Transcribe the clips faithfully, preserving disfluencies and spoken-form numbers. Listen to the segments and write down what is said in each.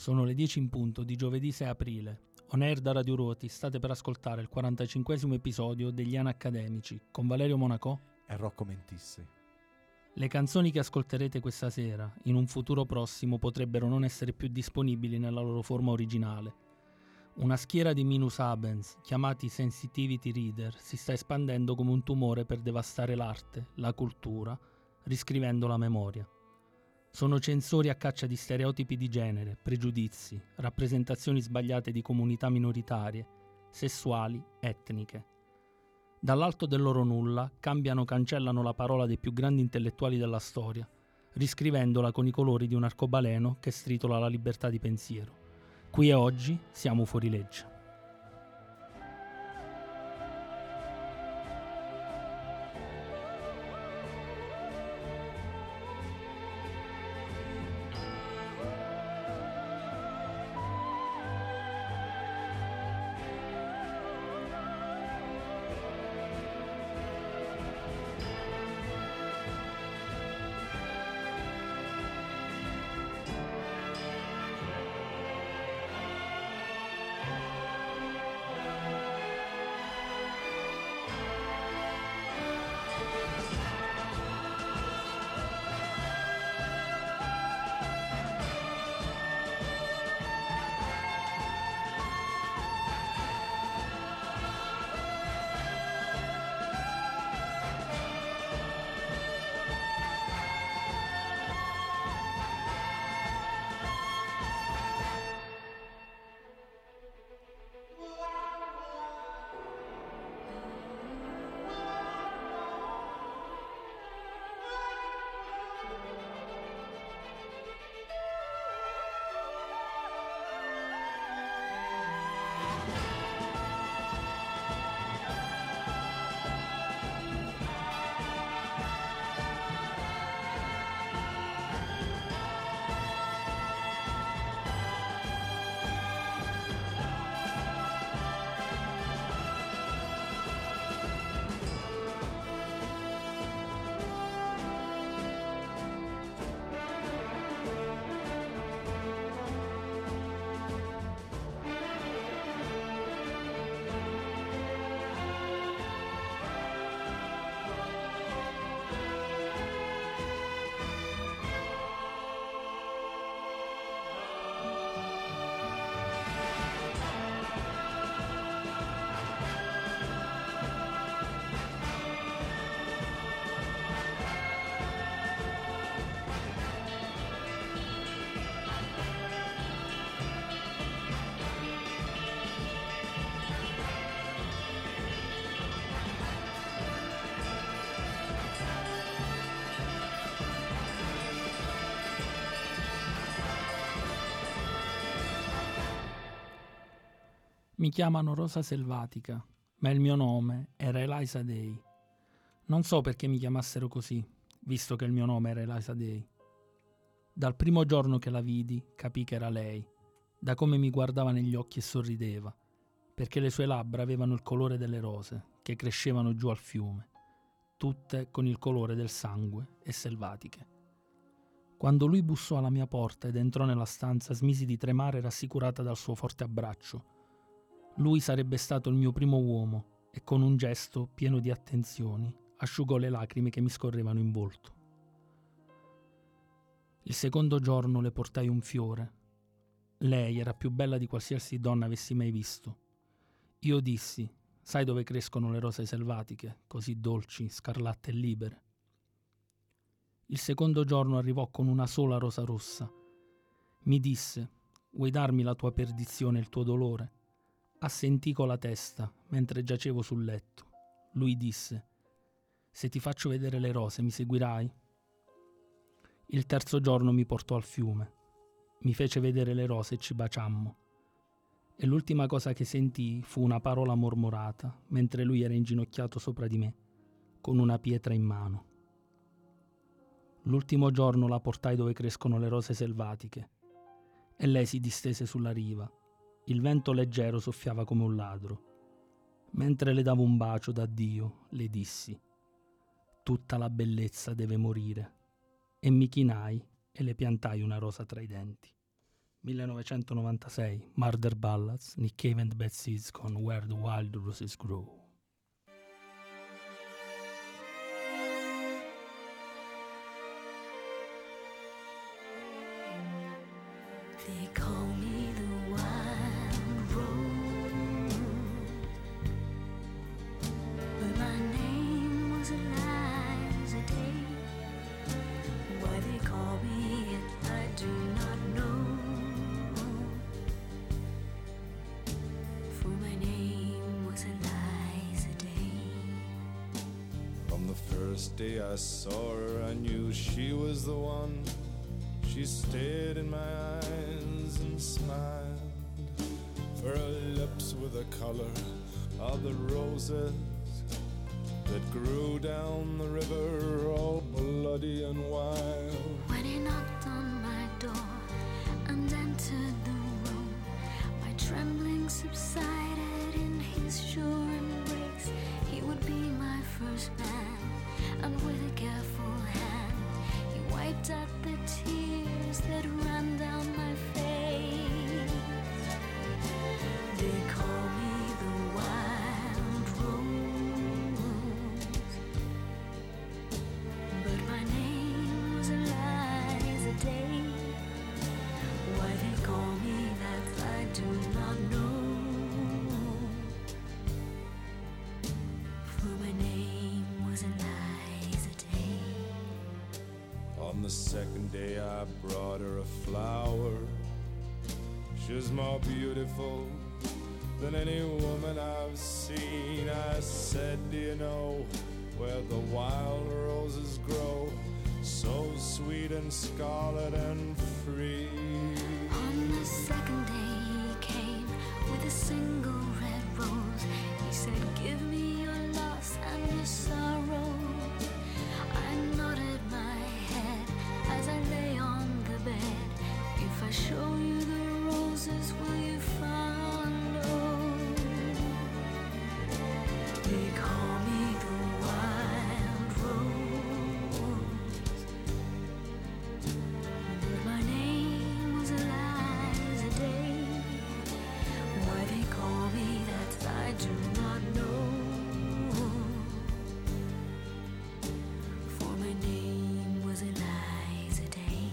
Sono le dieci in punto di giovedì sei aprile. On air da Radio Ruoti state per ascoltare il quarantacinquesimo episodio degli Anaccademici con Valerio Monaco e Rocco Mentissi. Le canzoni che ascolterete questa sera, in un futuro prossimo, potrebbero non essere più disponibili nella loro forma originale. Una schiera di minus habens, chiamati sensitivity reader, si sta espandendo come un tumore per devastare l'arte, la cultura, riscrivendo la memoria. Sono censori a caccia di stereotipi di genere, pregiudizi, rappresentazioni sbagliate di comunità minoritarie, sessuali, etniche. Dall'alto del loro nulla cambiano, cancellano la parola dei più grandi intellettuali della storia, riscrivendola con i colori di un arcobaleno che stritola la libertà di pensiero. Qui e oggi siamo fuori legge. Mi chiamano Rosa Selvatica, ma il mio nome era Eliza Day. Non so perché mi chiamassero così, visto che il mio nome era Eliza Day. Dal primo giorno che la vidi, capii che era lei, da come mi guardava negli occhi e sorrideva, perché le sue labbra avevano il colore delle rose che crescevano giù al fiume, tutte con il colore del sangue e selvatiche. Quando lui bussò alla mia porta ed entrò nella stanza, smisi di tremare rassicurata dal suo forte abbraccio. Lui sarebbe stato il mio primo uomo e con un gesto pieno di attenzioni asciugò le lacrime che mi scorrevano in volto. Il secondo giorno le portai un fiore. Lei era più bella di qualsiasi donna avessi mai visto. Io dissi: sai dove crescono le rose selvatiche, così dolci, scarlatte e libere? Il secondo giorno arrivò con una sola rosa rossa. Mi disse: vuoi darmi la tua perdizione e il tuo dolore? Assentì con la testa mentre giacevo sul letto. Lui disse: se ti faccio vedere le rose, mi seguirai? Il terzo giorno mi portò al fiume. Mi fece vedere le rose e ci baciammo. E l'ultima cosa che sentii fu una parola mormorata mentre lui era inginocchiato sopra di me, con una pietra in mano. L'ultimo giorno la portai dove crescono le rose selvatiche e lei si distese sulla riva. Il vento leggero soffiava come un ladro. Mentre le davo un bacio d'addio, le dissi: tutta la bellezza deve morire. E mi chinai e le piantai una rosa tra i denti. millenovecentonovantasei, Murder Ballads, Nick Cave and Bad Seeds con Where the Wild Roses Grow. They call me the wild rose, but my name was Eliza Day. Why they call me it, I do not know, for my name was Eliza Day. From the first day I saw her, I knew she was the one. She stared in my eyes and smiled, for her lips were the color of the roses that grew down the river, all bloody and wild. When he knocked on my door and entered the room, my trembling subsided in his sure embrace. He would be my first man, and with a careful hand he wiped out the tears that ran down my face. They call me the wild rose, but my name was Eliza Day. Why they call me that I do not know, for my name was Eliza Day. On the second day I brought her a flower. She was more beautiful than any woman I've seen. I said, do you know where the wild roses grow, so sweet and scarlet and free? On the second day he came with a single red rose. He said, give me your loss and your sorrow. I nodded my head as I lay on the bed. If I show you the roses, will you follow? They call me the wild rose, but my name was Eliza Day. Why they call me that I do not know, for my name was Eliza Day.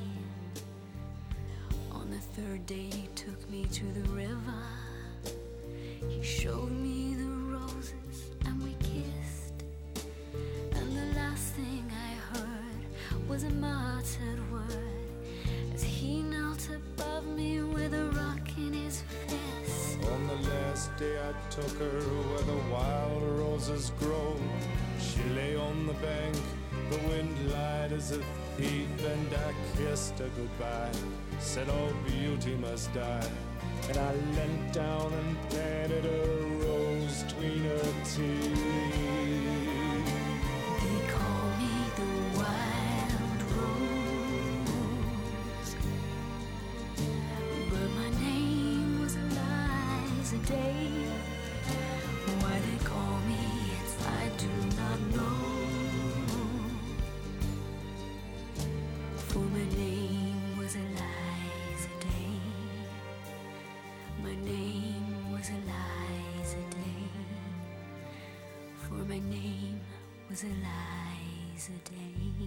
On the third day he took me to the river. He showed me the roses and we kissed, and the last thing I heard was a muttered word as he knelt above me with a rock in his fist. On the last day I took her where the wild roses grow. She lay on the bank, the wind lied as a thief, and I kissed her goodbye, said all beauty must die. And I leant down and planted a rose between her teeth. They call me the wild rose, but my name was Eliza Day. Why they call me it, I do not know, for my name was Eliza Day. My name was Eliza Day, for my name was Eliza Day.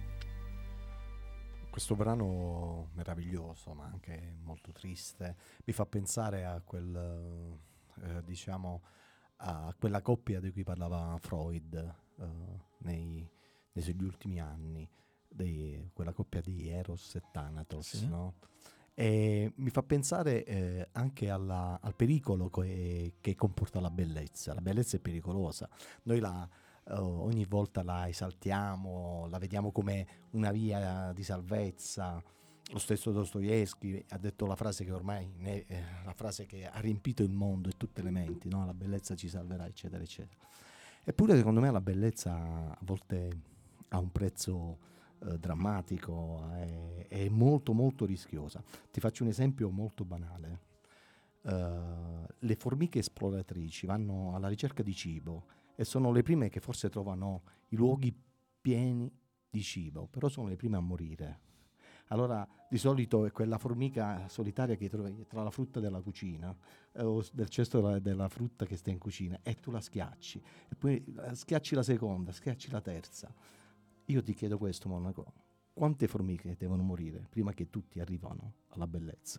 Questo brano meraviglioso, ma anche molto triste, mi fa pensare a quel, eh, diciamo, a quella coppia di cui parlava Freud eh, nei, nei suoi ultimi anni, dei, quella coppia di Eros e Thanatos, Sì. no? E mi fa pensare eh, anche alla, al pericolo che, che comporta la bellezza. La bellezza è pericolosa. Noi la, eh, ogni volta la esaltiamo, la vediamo come una via di salvezza. Lo stesso Dostoevsky ha detto la frase che ormai ne, eh, la frase che ha riempito il mondo e tutte le menti, no? La bellezza ci salverà, eccetera, eccetera. Eppure secondo me la bellezza a volte ha un prezzo Eh, drammatico, è, è molto molto rischiosa. Ti faccio un esempio molto banale. Uh, le formiche esploratrici vanno alla ricerca di cibo e sono le prime che forse trovano i luoghi pieni di cibo, però sono le prime a morire. Allora di solito è quella formica solitaria che trovi tra la frutta della cucina eh, o del cesto della, della frutta che sta in cucina, e tu la schiacci, e poi schiacci la seconda, schiacci la terza. Io ti chiedo questo, Monaco: quante formiche devono morire prima che tutti arrivano alla bellezza?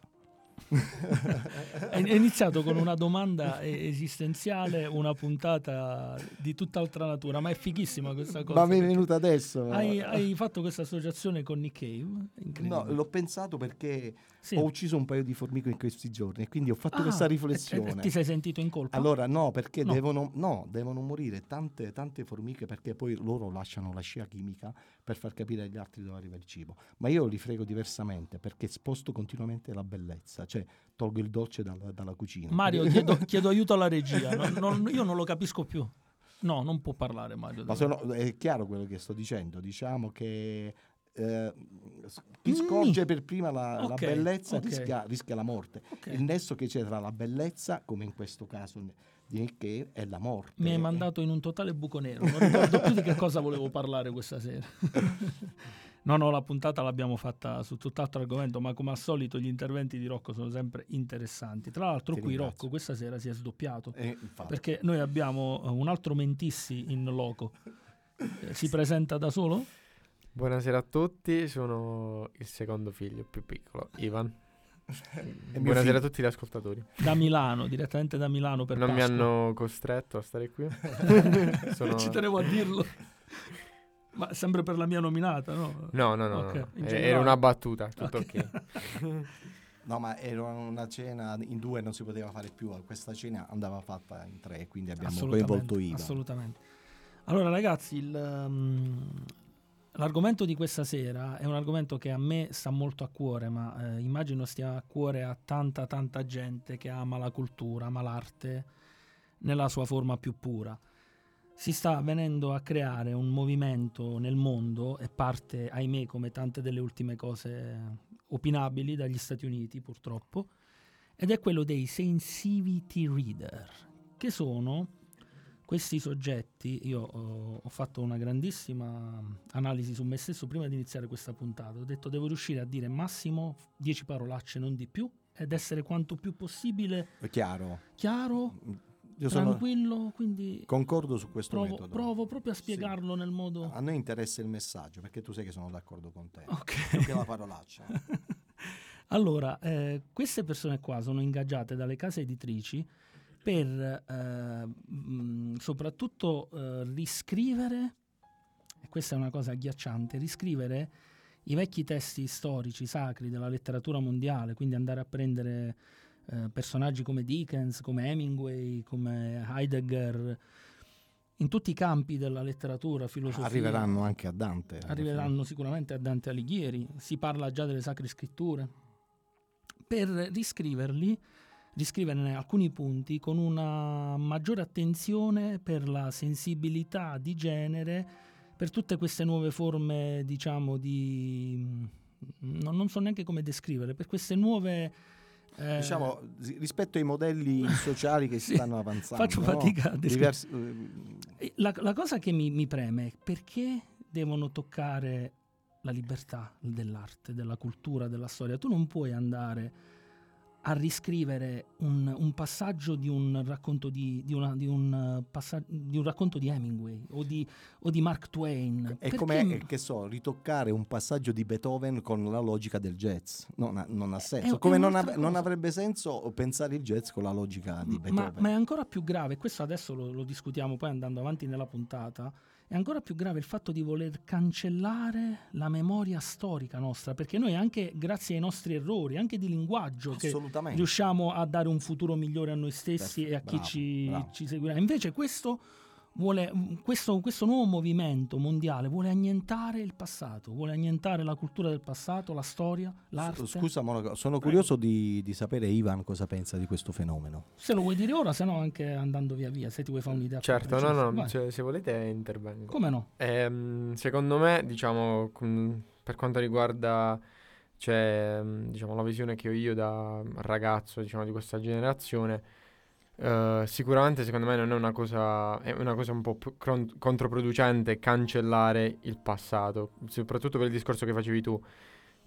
È iniziato con una domanda esistenziale, una puntata di tutt'altra natura, ma è fighissima questa cosa. Ma mi è venuta adesso. Hai, hai fatto questa associazione con Nick Cave? No, l'ho pensato perché sì. ho ucciso un paio di formiche in questi giorni e quindi ho fatto ah, questa riflessione. E, e ti sei sentito in colpa? Allora no, perché no. Devono, no, devono morire tante, tante formiche, perché poi loro lasciano la scia chimica per far capire agli altri dove arriva il cibo. Ma io li frego diversamente, perché sposto continuamente la bellezza, cioè tolgo il dolce dalla, dalla cucina. Mario, chiedo, chiedo aiuto alla regia, non, non, io non lo capisco più. No, non può parlare Mario. Ma sono, è chiaro quello che sto dicendo, diciamo che eh, chi scorge mm. per prima la, okay, la bellezza okay. rischia, rischia la morte. Okay. Il nesso che c'è tra la bellezza, come in questo caso di Nick Cave, e la morte. Mi hai mandato in un totale buco nero, non ricordo più di che cosa volevo parlare questa sera. No, no, la puntata l'abbiamo fatta su tutt'altro argomento, ma come al solito gli interventi di Rocco sono sempre interessanti. Tra l'altro Ti qui ringrazio. Rocco questa sera si è sdoppiato, eh, perché noi abbiamo un altro Mentissi in loco. Eh, si presenta da solo? Buonasera a tutti, sono il secondo figlio più piccolo, Ivan. Buonasera a tutti gli ascoltatori. Da Milano, direttamente da Milano per Non Pasqua. Mi hanno costretto a stare qui. sono... Ci tenevo a dirlo. Ma sempre per la mia nominata, no? No, no, no, okay. no. Era una battuta, tutto ok. okay. No, ma era una cena in due, non si poteva fare più. Questa cena andava fatta in tre, quindi abbiamo coinvolto Ivan. Assolutamente. Allora ragazzi, il, um, l'argomento di questa sera è un argomento che a me sta molto a cuore, ma eh, immagino stia a cuore a tanta tanta gente che ama la cultura, ama l'arte nella sua forma più pura. Si sta venendo a creare un movimento nel mondo, e parte, ahimè, come tante delle ultime cose opinabili, dagli Stati Uniti, purtroppo, ed è quello dei sensitivity reader, che sono questi soggetti. Io ho, ho fatto una grandissima analisi su me stesso prima di iniziare questa puntata. Ho detto: devo riuscire a dire massimo dieci parolacce, non di più, ed essere quanto più possibile chiaro. Chiaro. Io tranquillo, quindi concordo su questo provo, metodo. Provo proprio a spiegarlo sì. nel modo. A noi interessa il messaggio, perché tu sai che sono d'accordo con te. Okay. Più che la parolaccia. Allora, eh, queste persone qua sono ingaggiate dalle case editrici per eh, mh, soprattutto eh, riscrivere, e questa è una cosa agghiacciante, riscrivere i vecchi testi storici sacri della letteratura mondiale, quindi andare a prendere Uh, personaggi come Dickens, come Hemingway, come Heidegger, in tutti i campi della letteratura, filosofia. Arriveranno anche a Dante. Arriveranno sicuramente a Dante Alighieri. Si parla già delle Sacre Scritture. Per riscriverli, riscriverne alcuni punti con una maggiore attenzione per la sensibilità di genere, per tutte queste nuove forme, diciamo, di... non, non so neanche come descrivere, per queste nuove... Eh, diciamo rispetto ai modelli sociali che si sì, stanno avanzando, faccio fatica no? a Diversi, uh... la, la cosa che mi, mi preme è perché devono toccare la libertà dell'arte, della cultura, della storia. Tu non puoi andare a riscrivere un, un passaggio di un racconto di, di, una, di, un passa- di un racconto di Hemingway o di, o di Mark Twain. È come, che so, ritoccare un passaggio di Beethoven con la logica del jazz. Non ha, non ha senso. È, come è non, av- non avrebbe senso pensare il jazz con la logica di Beethoven. Ma, ma è ancora più grave, questo adesso lo, lo discutiamo poi andando avanti nella puntata, è ancora più grave il fatto di voler cancellare la memoria storica nostra, perché noi anche grazie ai nostri errori, anche di linguaggio, che riusciamo a dare un futuro migliore a noi stessi Beh, e a chi bravo, ci, bravo. ci seguirà. Invece questo, vuole, questo, questo nuovo movimento mondiale vuole annientare il passato, vuole annientare la cultura del passato, la storia, l'arte. Scusa Monaco, sono curioso di, di sapere, Ivan, cosa pensa di questo fenomeno. Se lo vuoi dire ora, se no anche andando via via, se ti vuoi fare un'idea. Certo, no, no, cioè, se volete intervengo. Come no? Ehm, secondo me, diciamo, com- per quanto riguarda cioè, diciamo, la visione che ho io da ragazzo, diciamo, di questa generazione, Uh, sicuramente secondo me non è una cosa, è una cosa un po' p- cron- controproducente cancellare il passato, soprattutto per il discorso che facevi tu.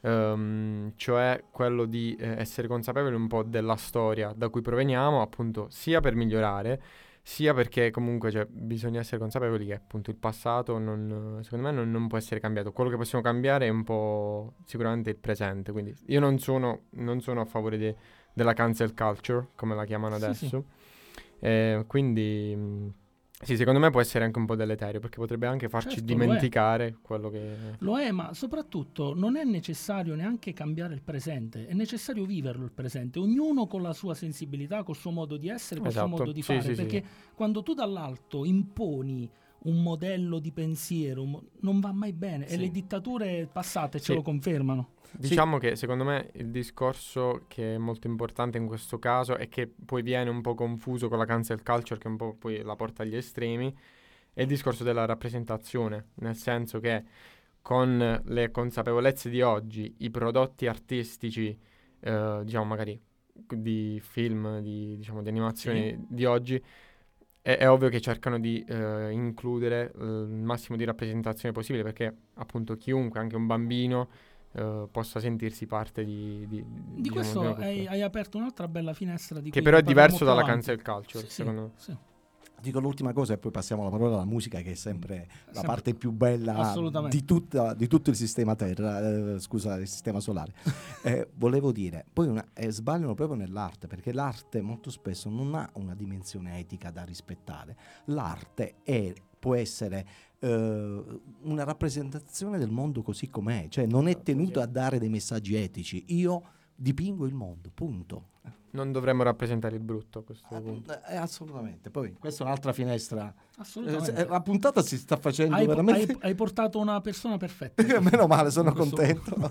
ehm, cioè quello di eh, essere consapevoli un po' della storia da cui proveniamo, appunto, sia per migliorare, sia perché comunque cioè, bisogna essere consapevoli che appunto il passato non, secondo me non, non può essere cambiato. Quello che possiamo cambiare è un po' sicuramente il presente. Quindi io non sono, non sono a favore de, della cancel culture, come la chiamano Sì, adesso. Eh, quindi mh, sì, secondo me può essere anche un po' deleterio, perché potrebbe anche farci Certo, lo è. dimenticare quello che... Lo è, ma soprattutto non è necessario neanche cambiare il presente, è necessario viverlo il presente, ognuno con la sua sensibilità, col suo modo di essere, col Esatto, suo modo di sì, fare, sì, sì. perché quando tu dall'alto imponi un modello di pensiero, un mo- non va mai bene, Sì. e le dittature passate Sì. ce lo confermano. Diciamo che secondo me il discorso che è molto importante in questo caso e che poi viene un po' confuso con la cancel culture, che un po' poi la porta agli estremi, è il discorso della rappresentazione, nel senso che con le consapevolezze di oggi, i prodotti artistici, eh, diciamo magari di film, di, diciamo, di animazioni Sì. di oggi, è, è ovvio che cercano di eh, includere eh, il massimo di rappresentazione possibile, perché appunto chiunque, anche un bambino, eh, possa sentirsi parte di... Di, Di diciamo, questo una hai, cultura. hai aperto un'altra bella finestra di Che cui però è parliamo diverso più dalla avanti. cancel culture, Sì, secondo me. sì, Dico l'ultima cosa e poi passiamo la parola alla musica, che è sempre la Sempre- parte più bella Assolutamente. di, tutta, di tutto il sistema Terra, eh, scusa, il sistema solare. Eh, volevo dire, poi una, eh, sbagliano proprio nell'arte, perché l'arte molto spesso non ha una dimensione etica da rispettare. L'arte è, può essere eh, una rappresentazione del mondo così com'è, cioè non è Esatto, tenuto sì. a dare dei messaggi etici. Io dipingo il mondo, punto. Non dovremmo rappresentare il brutto a questo punto. Eh, assolutamente. Poi questa è un'altra finestra. Assolutamente. Eh, la puntata si sta facendo Hai, po- veramente. hai- hai portato una persona perfetta. Meno male, sono In questo- contento.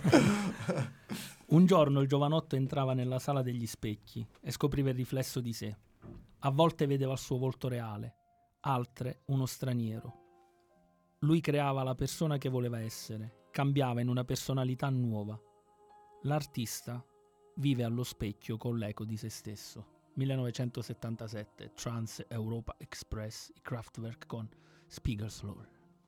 Un giorno il giovanotto entrava nella sala degli specchi e scopriva il riflesso di sé. A volte vedeva il suo volto reale, altre uno straniero. Lui creava la persona che voleva essere, cambiava in una personalità nuova. L'artista vive allo specchio con l'eco di se stesso. millenovecentosettantasette, Trans Europa Express, i Kraftwerk con Spiegelslaw.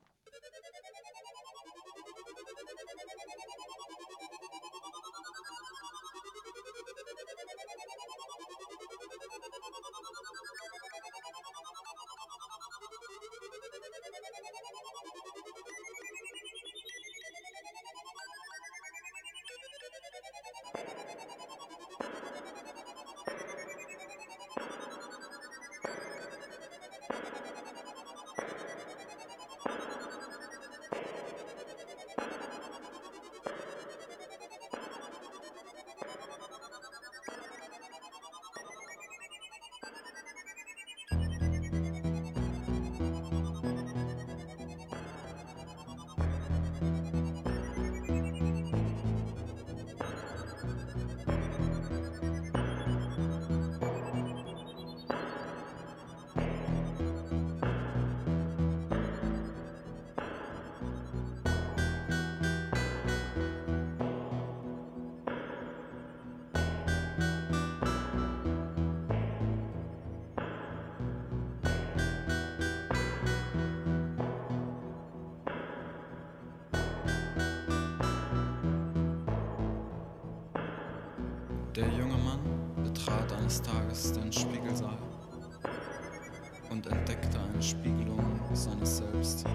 Der junge Mann betrat eines Tages den Spiegelsaal und entdeckte eine Spiegelung seines Selbst.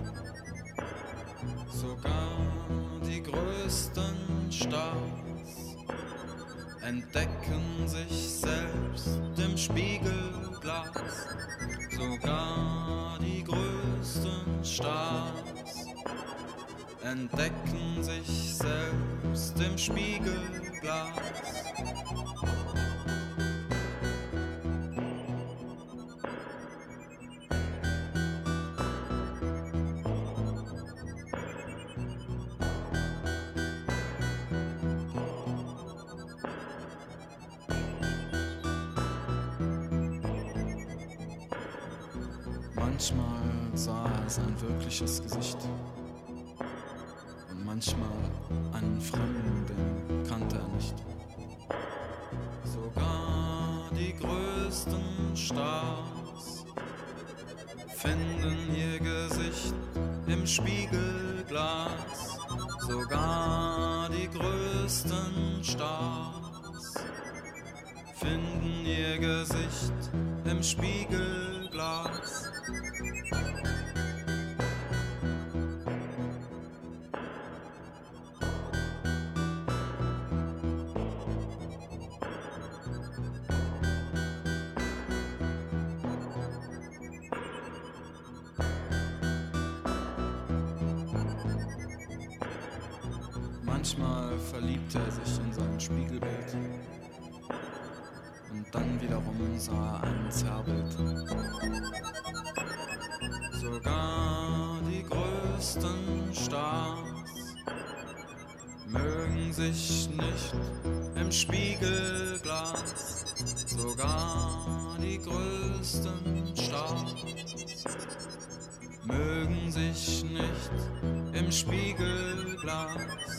Sogar die größten Stars entdecken sich selbst im Spiegelglas. Sogar die größten Stars entdecken sich selbst im Spiegelglas. Manchmal sah er sein wirkliches Gesicht und manchmal einen Fremden, den kannte er nicht. Sogar die größten Stars finden ihr Gesicht im Spiegelglas. Sogar die größten Stars finden ihr Gesicht im Spiegelglas. Manchmal verliebt er sich in sein Spiegelbild und dann wiederum sah er ein Zerrbild. Sogar die größten Stars mögen sich nicht im Spiegelglas. Sogar die größten Stars mögen sich nicht im Spiegelglas.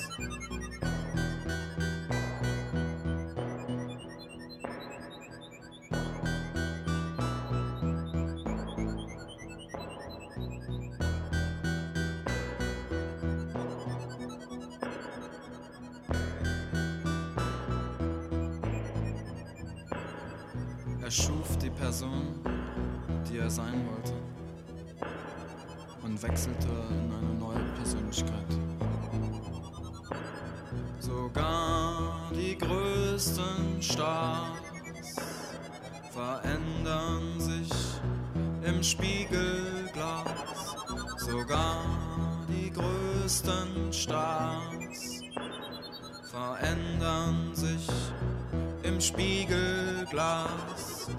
Er schuf die Person, die er sein wollte, und wechselte in eine neue Persönlichkeit. Sogar die größten Stars verändern sich im Spiegelglas. Sogar die größten Stars verändern sich im Spiegelglas.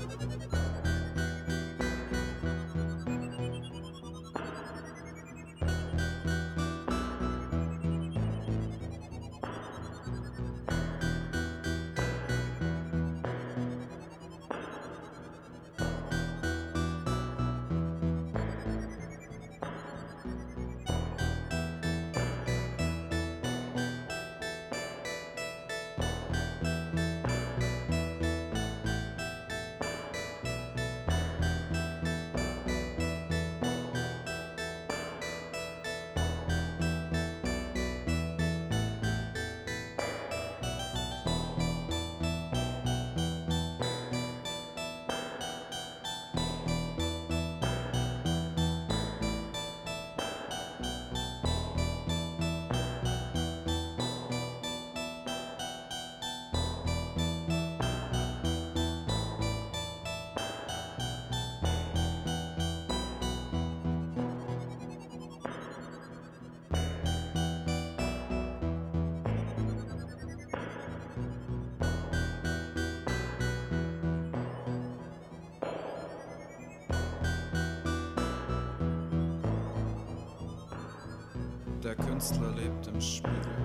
Der Künstler lebt im Spiegel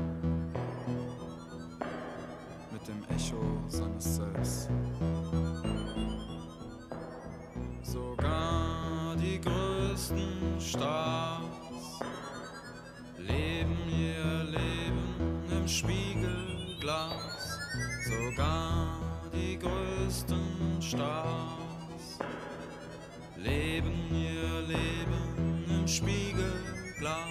mit dem Echo seines Selbst. Sogar die größten Stars leben ihr Leben im Spiegelglas. Sogar die größten Stars leben ihr Leben im Spiegelglas.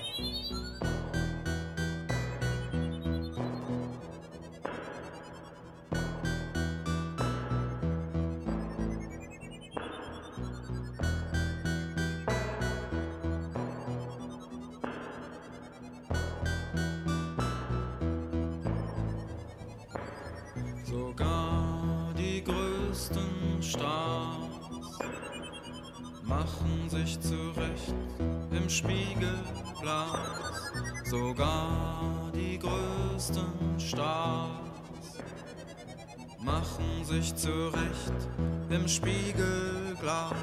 Sogar die größten Stars machen sich zurecht im Spiegelglas. Sogar die größten Stars machen sich zurecht im Spiegelglas.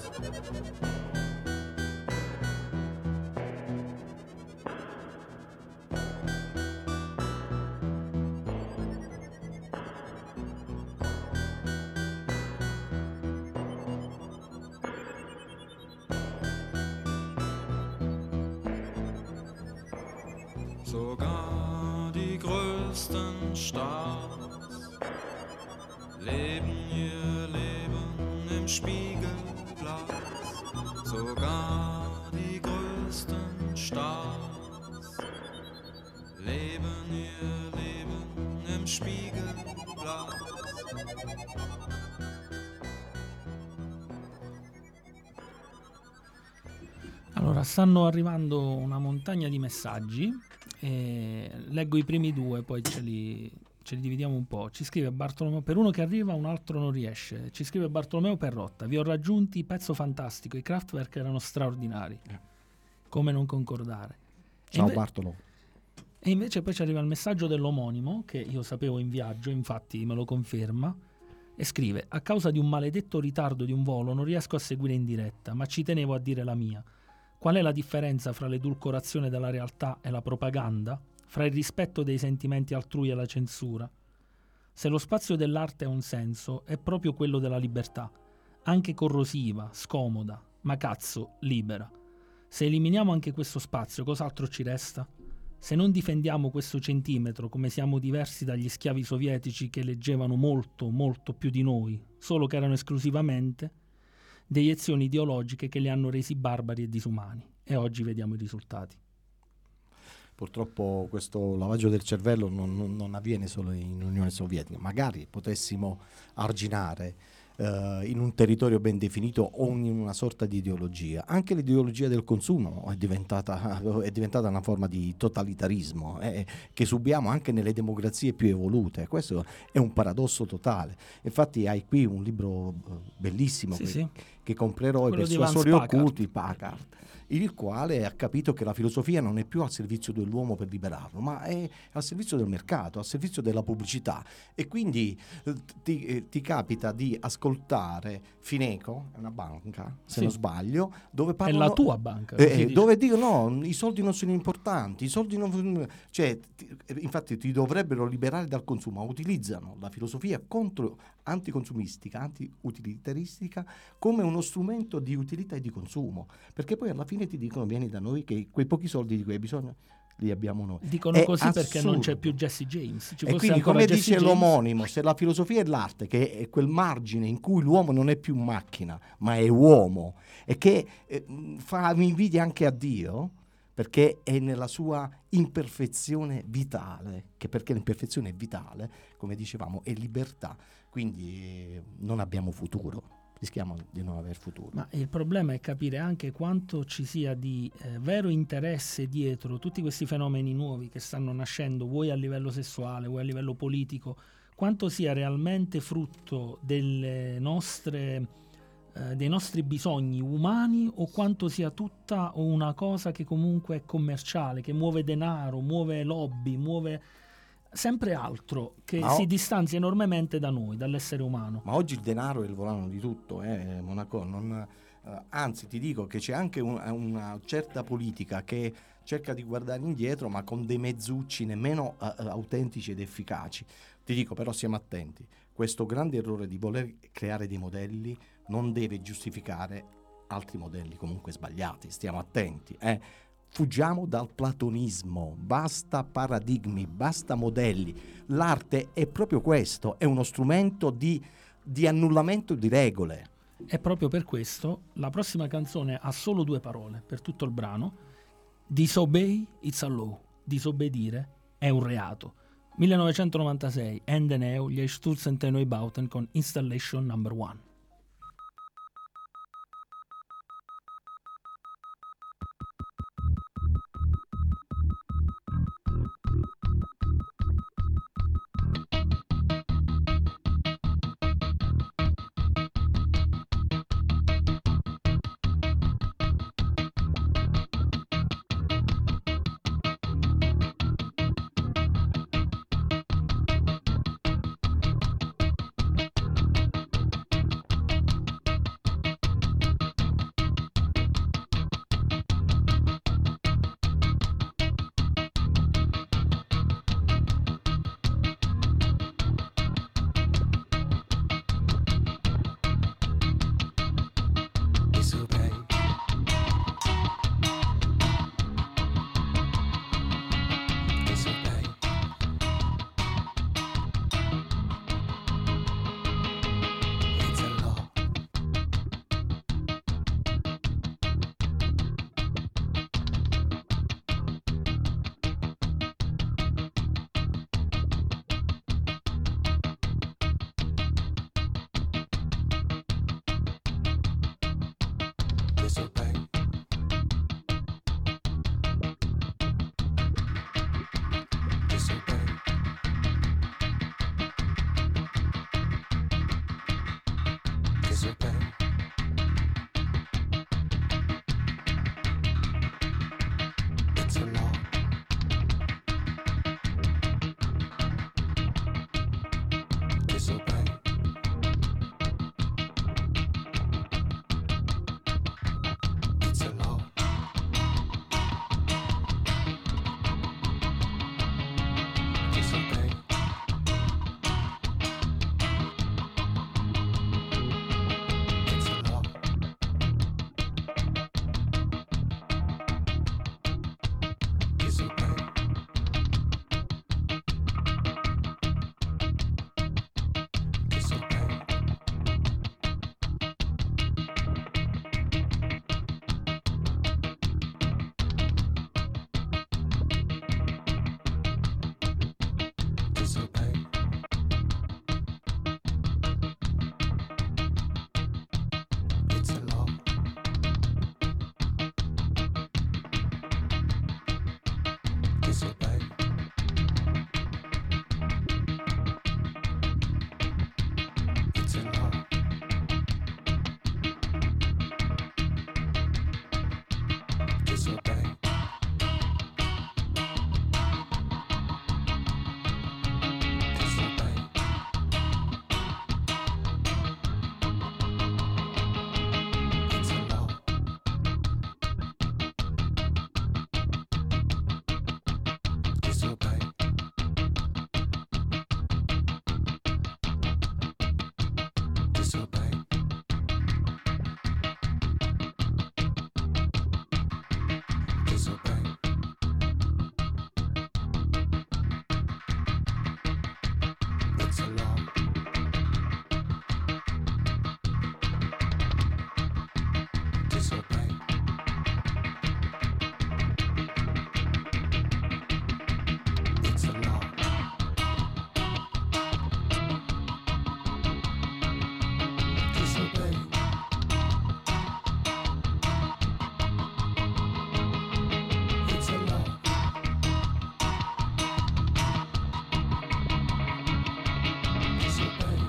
Sogar die größten Stars leben ihr Leben im Spiegelglas. Sogar die größten Stars Spiegelglas. Allora, stanno arrivando una montagna di messaggi. E leggo i primi due, poi ce li, ce li dividiamo un po'. Ci scrive Bartolomeo: per uno che arriva un altro non riesce. Ci scrive Bartolomeo Perrotta: vi ho raggiunti, pezzo fantastico, i Kraftwerk erano straordinari. Come non concordare? E Ciao inve- Bartolo. E invece poi ci arriva il messaggio dell'omonimo, che io sapevo in viaggio, infatti me lo conferma, e scrive: a causa di un maledetto ritardo di un volo non riesco a seguire in diretta, ma ci tenevo a dire la mia. Qual è la differenza fra l'edulcorazione della realtà e la propaganda? Fra il rispetto dei sentimenti altrui e la censura? Se lo spazio dell'arte ha un senso, è proprio quello della libertà, anche corrosiva, scomoda, ma cazzo, libera. Se eliminiamo anche questo spazio, cos'altro ci resta? Se non difendiamo questo centimetro, come siamo diversi dagli schiavi sovietici che leggevano molto, molto più di noi, solo che erano esclusivamente deiezioni ideologiche che li hanno resi barbari e disumani. E oggi vediamo i risultati. Purtroppo questo lavaggio del cervello non, non, non avviene solo in Unione Sovietica. Magari potessimo arginare eh, in un territorio ben definito o in una sorta di ideologia. Anche l'ideologia del consumo è diventata, è diventata una forma di totalitarismo eh, che subiamo anche nelle democrazie più evolute. Questo è un paradosso totale. Infatti hai qui un libro bellissimo Sì, che, sì. che comprerò, Quello i di persuasori Vance Packard. occulti, Packard, il quale ha capito che la filosofia non è più al servizio dell'uomo per liberarlo, ma è al servizio del mercato, al servizio della pubblicità. E quindi eh, ti, eh, ti capita di ascoltare Fineco, è una banca, se Sì. non sbaglio, dove È parlano... la tua banca. Eh, così eh, dice. dove dicono no, i soldi non sono importanti, i soldi non, cioè, ti- infatti ti dovrebbero liberare dal consumo, ma utilizzano la filosofia contro anticonsumistica, anti-utilitaristica come uno strumento di utilità e di consumo, perché poi alla fine ti dicono vieni da noi che quei pochi soldi di cui hai bisogno li abbiamo noi. Dicono È così perché non c'è assurdo. più Jesse James. Ci E fosse quindi, ancora come Jesse dice James, l'omonimo, se la filosofia è l'arte, che è quel margine in cui l'uomo non è più macchina, ma è uomo, e che eh, mh, fa invidia anche a Dio, perché è nella sua imperfezione vitale, che perché l'imperfezione è vitale, come dicevamo, è libertà. Quindi eh, non abbiamo futuro, rischiamo di non aver futuro. Ma il problema è capire anche quanto ci sia di eh, vero interesse dietro tutti questi fenomeni nuovi che stanno nascendo, vuoi a livello sessuale, vuoi a livello politico, quanto sia realmente frutto delle nostre, eh, dei nostri bisogni umani o quanto sia tutta una cosa che comunque è commerciale, che muove denaro, muove lobby, muove sempre altro, che Ma o- si distanzia enormemente da noi, dall'essere umano. Ma oggi il denaro è il volano di tutto, eh, Monaco. Non, eh, anzi, ti dico che c'è anche un- una certa politica che cerca di guardare indietro, ma con dei mezzucci nemmeno eh, autentici ed efficaci. Ti dico, però, siamo attenti. Questo grande errore di voler creare dei modelli non deve giustificare altri modelli comunque sbagliati. Stiamo attenti, eh. Fuggiamo dal platonismo, basta paradigmi, basta modelli. L'arte è proprio questo, è uno strumento di, di annullamento di regole. E proprio per questo la prossima canzone ha solo due parole per tutto il brano: Disobey, it's a law. Disobbedire è un reato. millenovecentonovantasei, Ende Neo, gli Stutzen e Neubauten con Installation number one. disobey. Disobey. Disobey. It's a law. Disobey. It's a law. Disobey. It's a law. Disobey. Disobey. Disobey. It's a law. Disobey. It's a law. Disobey. Disobey. It's a law. Disobey. Disobey. Disobey. It's a law. Disobey. It's a law. Disobey. It's a law. Disobey.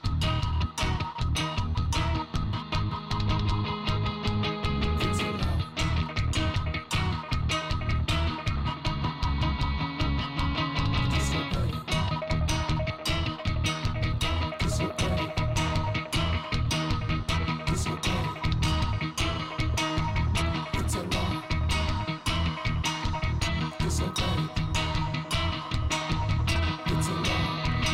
It's a law. Disobey. Disobey. Disobey. It's a law. Disobey. It's a law.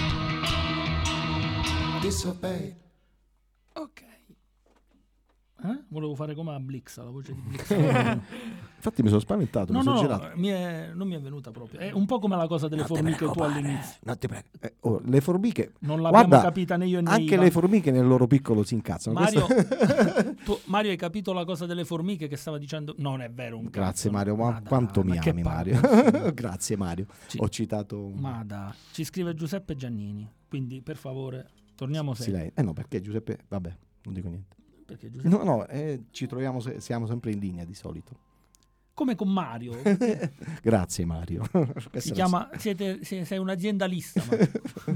Disobey. Ok. Eh? Volevo fare come a Blix, la voce di Blix. Infatti mi sono spaventato, No, mi sono no, girato. mi è- non mi è venuta proprio. È un po' come la cosa delle Non ti formiche tu preoccupare, all'inizio. Non ti prego. Eh, oh, le formiche, Non l'abbiamo guarda, capita né io né anche Ivan. le formiche nel loro piccolo si incazzano. Mario, Questo- tu, Mario, hai capito la cosa delle formiche che stava dicendo? Non è vero un cazzo. Grazie Mario, ma Ma dai, quanto ma mi che ami palle. Mario. Grazie Mario. Sì. Ho citato un Ma da, ci scrive Giuseppe Giannini, quindi per favore torniamo sempre. silenzio. Eh no, perché Giuseppe, vabbè, non dico niente. Perché Giuseppe, No, no, eh, ci troviamo, se- siamo sempre in linea di solito. come con Mario, Grazie Mario. si Questa chiama, siete, se- sei un aziendalista. Mario.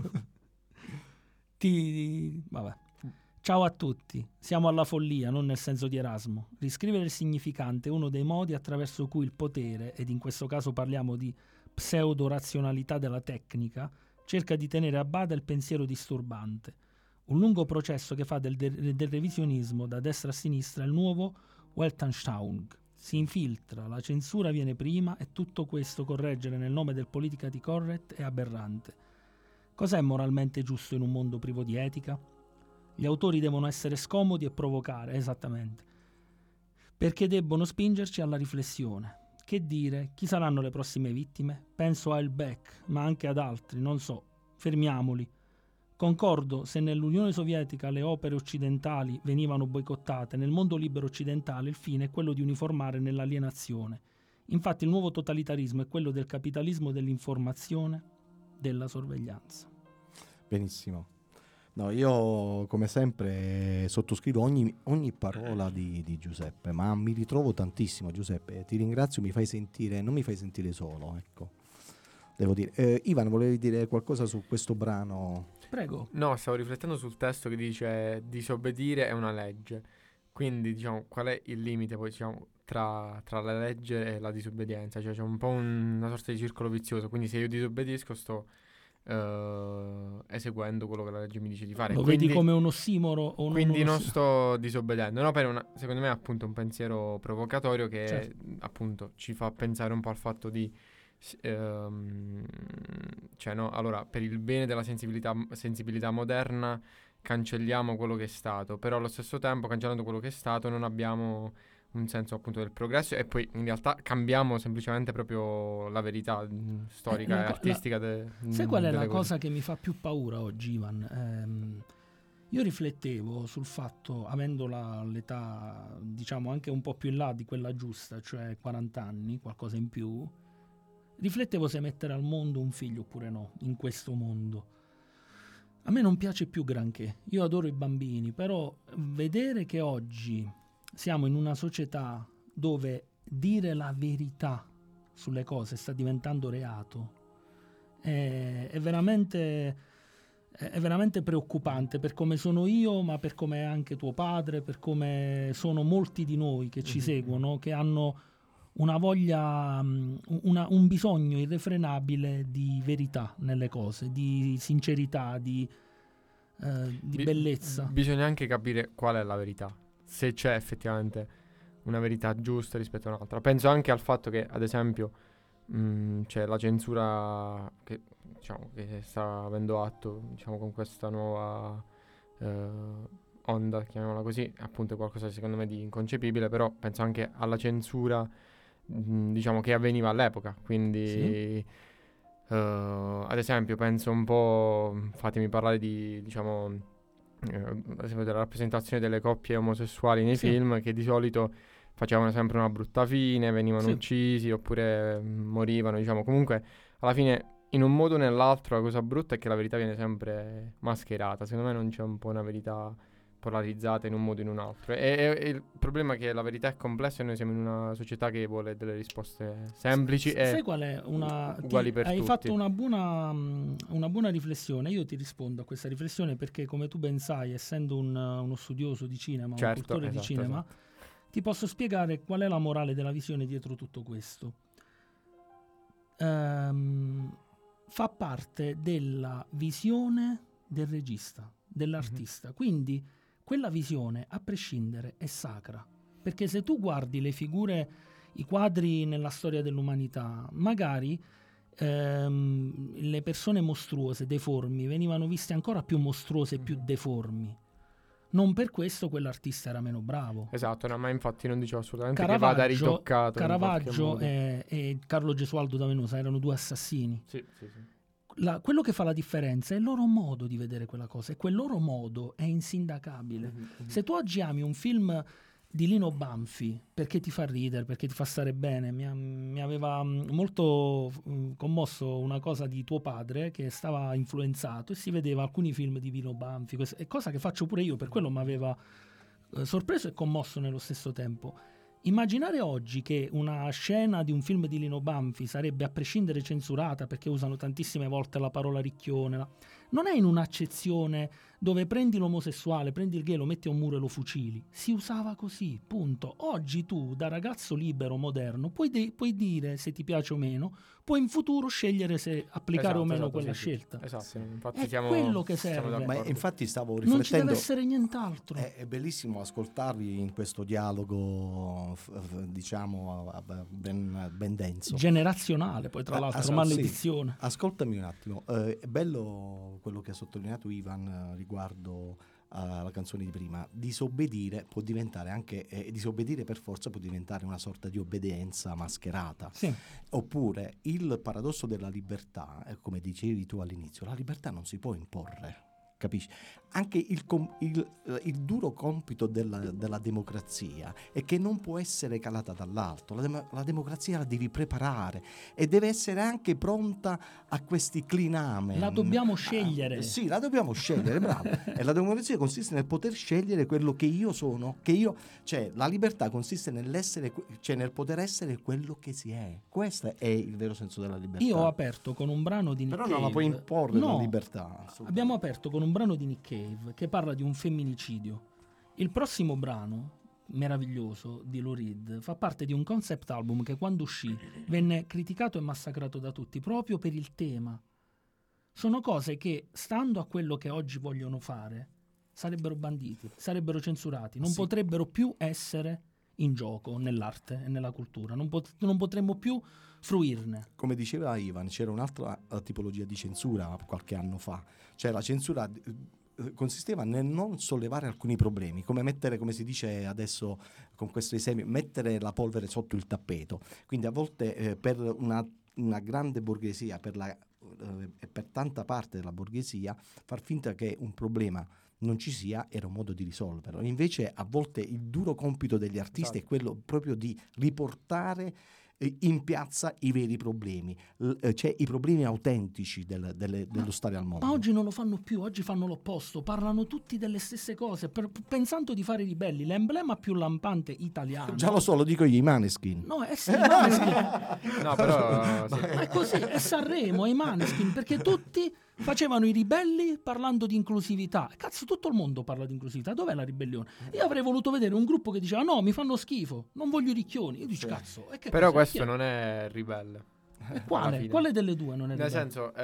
Ti, vabbè. Ciao a tutti, siamo alla follia, non nel senso di Erasmo. Riscrivere il significante è uno dei modi attraverso cui il potere, ed in questo caso parliamo di pseudo-razionalità della tecnica, cerca di tenere a bada il pensiero disturbante. Un lungo processo che fa del, de- del revisionismo da destra a sinistra il nuovo Weltanschauung. Si infiltra, la censura viene prima e tutto questo correggere nel nome del politically correct è aberrante. Cos'è moralmente giusto in un mondo privo di etica? Gli autori devono essere scomodi e provocare, esattamente, perché debbono spingerci alla riflessione. Che dire? Chi saranno le prossime vittime? Penso a Elbeck, ma anche ad altri, non so. Fermiamoli. Concordo, se nell'Unione Sovietica le opere occidentali venivano boicottate, nel mondo libero occidentale il fine è quello di uniformare nell'alienazione. Infatti il nuovo totalitarismo è quello del capitalismo dell'informazione, della sorveglianza. Benissimo. No, io come sempre sottoscrivo ogni, ogni parola di, di Giuseppe, ma mi ritrovo tantissimo, Giuseppe. Ti ringrazio, mi fai sentire, non mi fai sentire solo, ecco. Devo dire. Eh, Ivan, volevi dire qualcosa su questo brano? Prego. No, stavo riflettendo sul testo che dice disobbedire è una legge. Quindi, diciamo, qual è il limite poi, diciamo, tra, tra la legge e la disobbedienza? Cioè, c'è un po' un- una sorta di circolo vizioso. Quindi, se io disobbedisco, sto eh, eseguendo quello che la legge mi dice di fare. Lo Quindi, vedi come un ossimoro o quindi non, non ossi- sto disobbedendo. No, per una, secondo me è appunto un pensiero provocatorio che Certo. appunto ci fa pensare un po' al fatto di s- ehm, cioè no, allora per il bene della sensibilità, sensibilità moderna cancelliamo quello che è stato, però allo stesso tempo cancellando quello che è stato non abbiamo un senso appunto del progresso e poi in realtà cambiamo semplicemente proprio la verità mh, storica la e co- la- artistica de- Sai mh, qual è delle la cose. cosa che mi fa più paura oggi, Ivan? Ehm, io riflettevo sul fatto, avendo la- l'età, diciamo, anche un po' più in là di quella giusta, cioè quaranta anni, qualcosa in più, riflettevo se mettere al mondo un figlio oppure no, in questo mondo. A me non piace più granché, io adoro i bambini, però vedere che oggi siamo in una società dove dire la verità sulle cose sta diventando reato è, è veramente è è veramente preoccupante per come sono io, ma per come è anche tuo padre, per come sono molti di noi che ci Mhm. seguono, che hanno una voglia, mh, una- un bisogno irrefrenabile di verità nelle cose, di sincerità, di, eh, di Bi- bellezza. Bisogna anche capire qual è la verità, se c'è effettivamente una verità giusta rispetto a un'altra. Penso anche al fatto che, ad esempio, mh, c'è la censura che, diciamo, che sta avendo atto, diciamo, con questa nuova eh, onda, chiamiamola così, appunto è qualcosa secondo me di inconcepibile, però penso anche alla censura, mh, diciamo, che avveniva all'epoca, quindi... Sì. eh, ad esempio, penso un po', fatemi parlare di, diciamo, eh, ad esempio della rappresentazione delle coppie omosessuali nei Sì. film che di solito facevano sempre una brutta fine, venivano Sì. uccisi oppure mm, morivano, diciamo. Comunque, alla fine, in un modo o nell'altro, la cosa brutta è che la verità viene sempre mascherata. Secondo me non c'è un po' una verità polarizzata in un modo o in un altro. E, e- e il problema è che la verità è complessa e noi siamo in una società che vuole delle risposte semplici S- e sai qual è una u- uguali ti- per hai tutti. fatto una buona, mh, una buona riflessione. Io ti rispondo a questa riflessione perché, come tu ben sai, essendo un, uno studioso di cinema, Certo, un cultore di esatto, cinema, esatto. ti posso spiegare qual è la morale della visione dietro tutto questo. Ehm, fa parte della visione del regista, dell'artista. Quindi quella visione, a prescindere, è sacra. Perché se tu guardi le figure, i quadri nella storia dell'umanità, magari ehm, le persone mostruose, deformi, venivano viste ancora più mostruose e più Mhm. deformi. Non per questo quell'artista era meno bravo. Esatto, no, ma infatti non dicevo assolutamente che vada Caravaggio, ritoccato in qualche Caravaggio modo. e, e Carlo Gesualdo da Venosa erano due assassini. Sì, sì, sì. La- quello che fa la differenza è il loro modo di vedere quella cosa e quel loro modo è insindacabile. Mhm, mhm. Se tu oggi ami un film di Lino Banfi perché ti fa ridere, perché ti fa stare bene, mi, ha- mi aveva mm, molto mm, commosso una cosa di tuo padre che stava influenzato e si vedeva alcuni film di Lino Banfi, quest- è cosa che faccio pure io, per quello mi aveva eh, sorpreso e commosso nello stesso tempo. Immaginare oggi che una scena di un film di Lino Banfi sarebbe a prescindere censurata perché usano tantissime volte la parola ricchione, la- non è in un'accezione dove prendi l'omosessuale, prendi il gay, lo metti a un muro e lo fucili. Si usava così, punto. Oggi tu, da ragazzo libero, moderno, puoi, de- puoi dire se ti piace o meno, puoi in futuro scegliere se applicare Esatto, o meno esatto, quella sì, sì. scelta. Esatto, Sì. infatti È siamo, quello che siamo serve. d'accordo. Ma infatti stavo Non ci deve riflettendo. essere nient'altro. È, è bellissimo ascoltarvi in questo dialogo, f- f- diciamo, a- a- ben, ben denso. Generazionale, poi tra Ah, l'altro, ah, sì. maledizione. Ascoltami un attimo, eh, è bello quello che ha sottolineato Ivan eh, riguardo alla canzone di prima. Disobbedire può diventare anche, eh, disobbedire per forza può diventare una sorta di obbedienza mascherata. Sì. Oppure il paradosso della libertà, è come dicevi tu all'inizio, la libertà non si può imporre. capisci? Anche il, com- il, il duro compito della, della democrazia è che non può essere calata dall'alto. La, dem- la democrazia la devi preparare e deve essere anche pronta a questi clinamen. La dobbiamo scegliere. Ah, sì, la dobbiamo scegliere, bravo. E la democrazia consiste nel poter scegliere quello che io sono, che io, cioè la libertà consiste nell'essere, cioè nel poter essere quello che si è. Questo è il vero senso della libertà. Io ho aperto con un brano di Nick Però Cave. non la puoi imporre No, la libertà. assolutamente. abbiamo aperto con un brano di Nick Cave che parla di un femminicidio. Il prossimo brano, meraviglioso, di Lou Reed, fa parte di un concept album che quando uscì venne criticato e massacrato da tutti proprio per il tema. Sono cose che, stando a quello che oggi vogliono fare, sarebbero banditi, sarebbero censurati, non Sì. potrebbero più essere in gioco nell'arte e nella cultura, non, pot- non potremmo più fruirne. Come diceva Ivan, c'era un'altra eh, tipologia di censura qualche anno fa. Cioè la censura eh, consisteva nel non sollevare alcuni problemi, come mettere, come si dice adesso con questo esempio, mettere la polvere sotto il tappeto. Quindi a volte eh, per una, una grande borghesia, per la, eh, e per tanta parte della borghesia, far finta che un problema non ci sia era un modo di risolverlo. Invece a volte il duro compito degli artisti Esatto. è quello proprio di riportare eh, in piazza i veri problemi, l- eh, cioè i problemi autentici del- delle- dello stare al mondo. Ma oggi non lo fanno più, oggi fanno l'opposto, parlano tutti delle stesse cose, per- pensando di fare i ribelli. L'emblema più lampante italiano... Già lo so, lo dico io, i Maneskin. No, è sì, i Maneskin. No, però sì. Ma è così, è Sanremo, i Maneskin, perché tutti facevano i ribelli parlando di inclusività. Cazzo, tutto il mondo parla di inclusività, dov'è la ribellione? Io avrei voluto vedere un gruppo che diceva no, mi fanno schifo, non voglio i ricchioni. Io dico cazzo, e che Però cos'è? questo Chi è? non è ribelle. E alla Quale? fine. Quale delle due non è Nel ribelle? senso,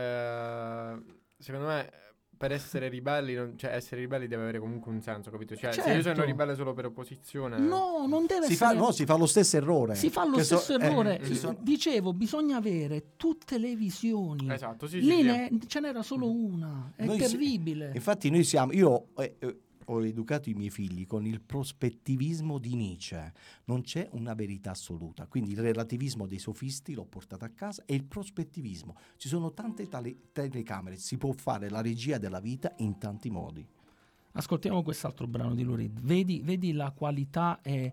eh, secondo me, per essere ribelli, non- cioè essere ribelli deve avere comunque un senso, capito? Cioè, se io sono Certo. ribelle solo per opposizione... No, non deve Si essere... fa, no, si fa lo stesso errore. Si fa lo Che so- stesso eh, errore. ci sono- Dicevo, bisogna avere tutte le visioni. Esatto, sì, sì, Lì sì. ne- ce n'era solo una. È Noi si- terribile. Infatti noi siamo, io eh, eh, ho educato i miei figli con il prospettivismo di Nietzsche. Non c'è una verità assoluta, quindi il relativismo dei sofisti l'ho portato a casa e il prospettivismo. Ci sono tante tale- telecamere, si può fare la regia della vita in tanti modi. Ascoltiamo quest'altro brano di Lou Reed. Vedi, vedi la qualità e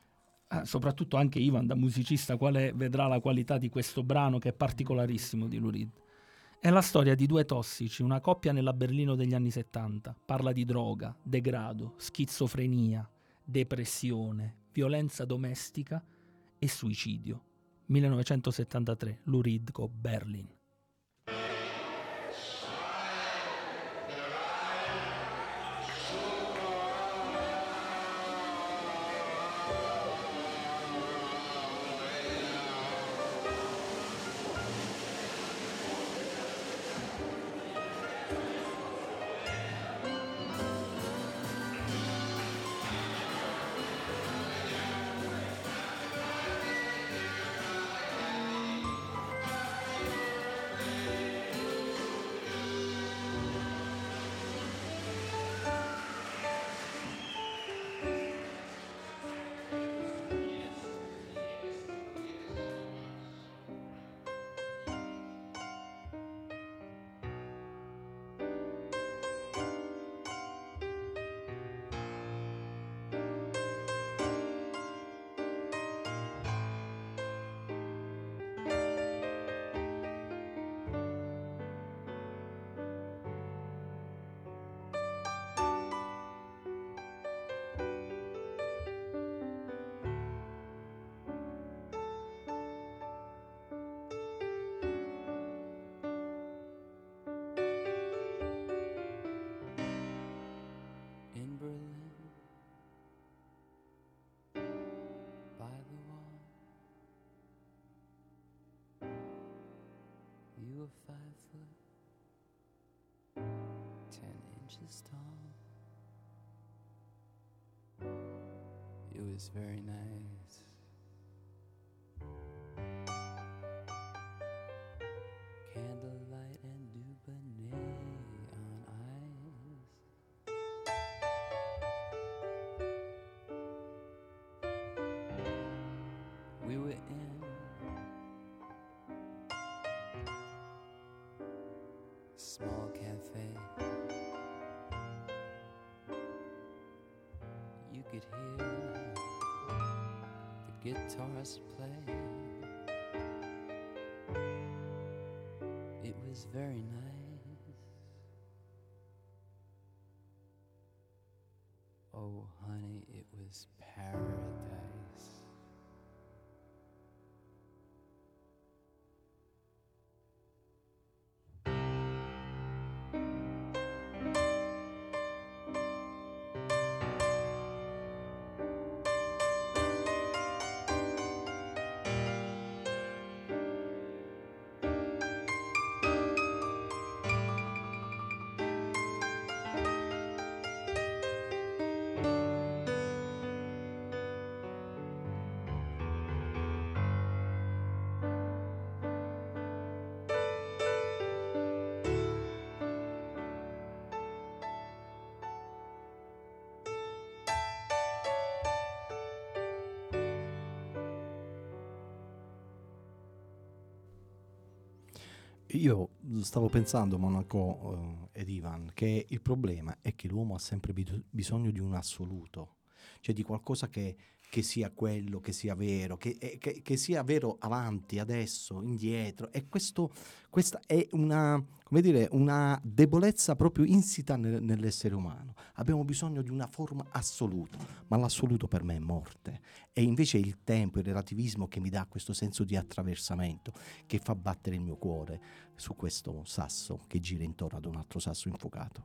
eh, soprattutto anche Ivan da musicista quale vedrà la qualità di questo brano che è particolarissimo di Lou Reed. È la storia di due tossici, una coppia nella Berlino degli anni settanta. Parla di droga, degrado, schizofrenia, depressione, violenza domestica e suicidio. millenovecentosettantatré, Lou Reed con Berlin. In Berlin, by the wall, you were five foot ten inches tall. It was very nice. Candlelight and Dubonnet on ice. We were in a small cafe could hear the guitars play. It was very nice. Oh, honey, it was paradise. Io stavo pensando, Monaco eh, ed Ivan, che il problema è che l'uomo ha sempre bi- bisogno di un assoluto, cioè di qualcosa che, che sia quello, che sia vero, che, eh, che, che sia vero avanti, adesso, indietro. E questo, questa è una, come dire, una debolezza proprio insita nel- nell'essere umano. Abbiamo bisogno di una forma assoluta, ma l'assoluto per me è morte. E invece è il tempo, il relativismo che mi dà questo senso di attraversamento, che fa battere il mio cuore su questo sasso che gira intorno ad un altro sasso infuocato.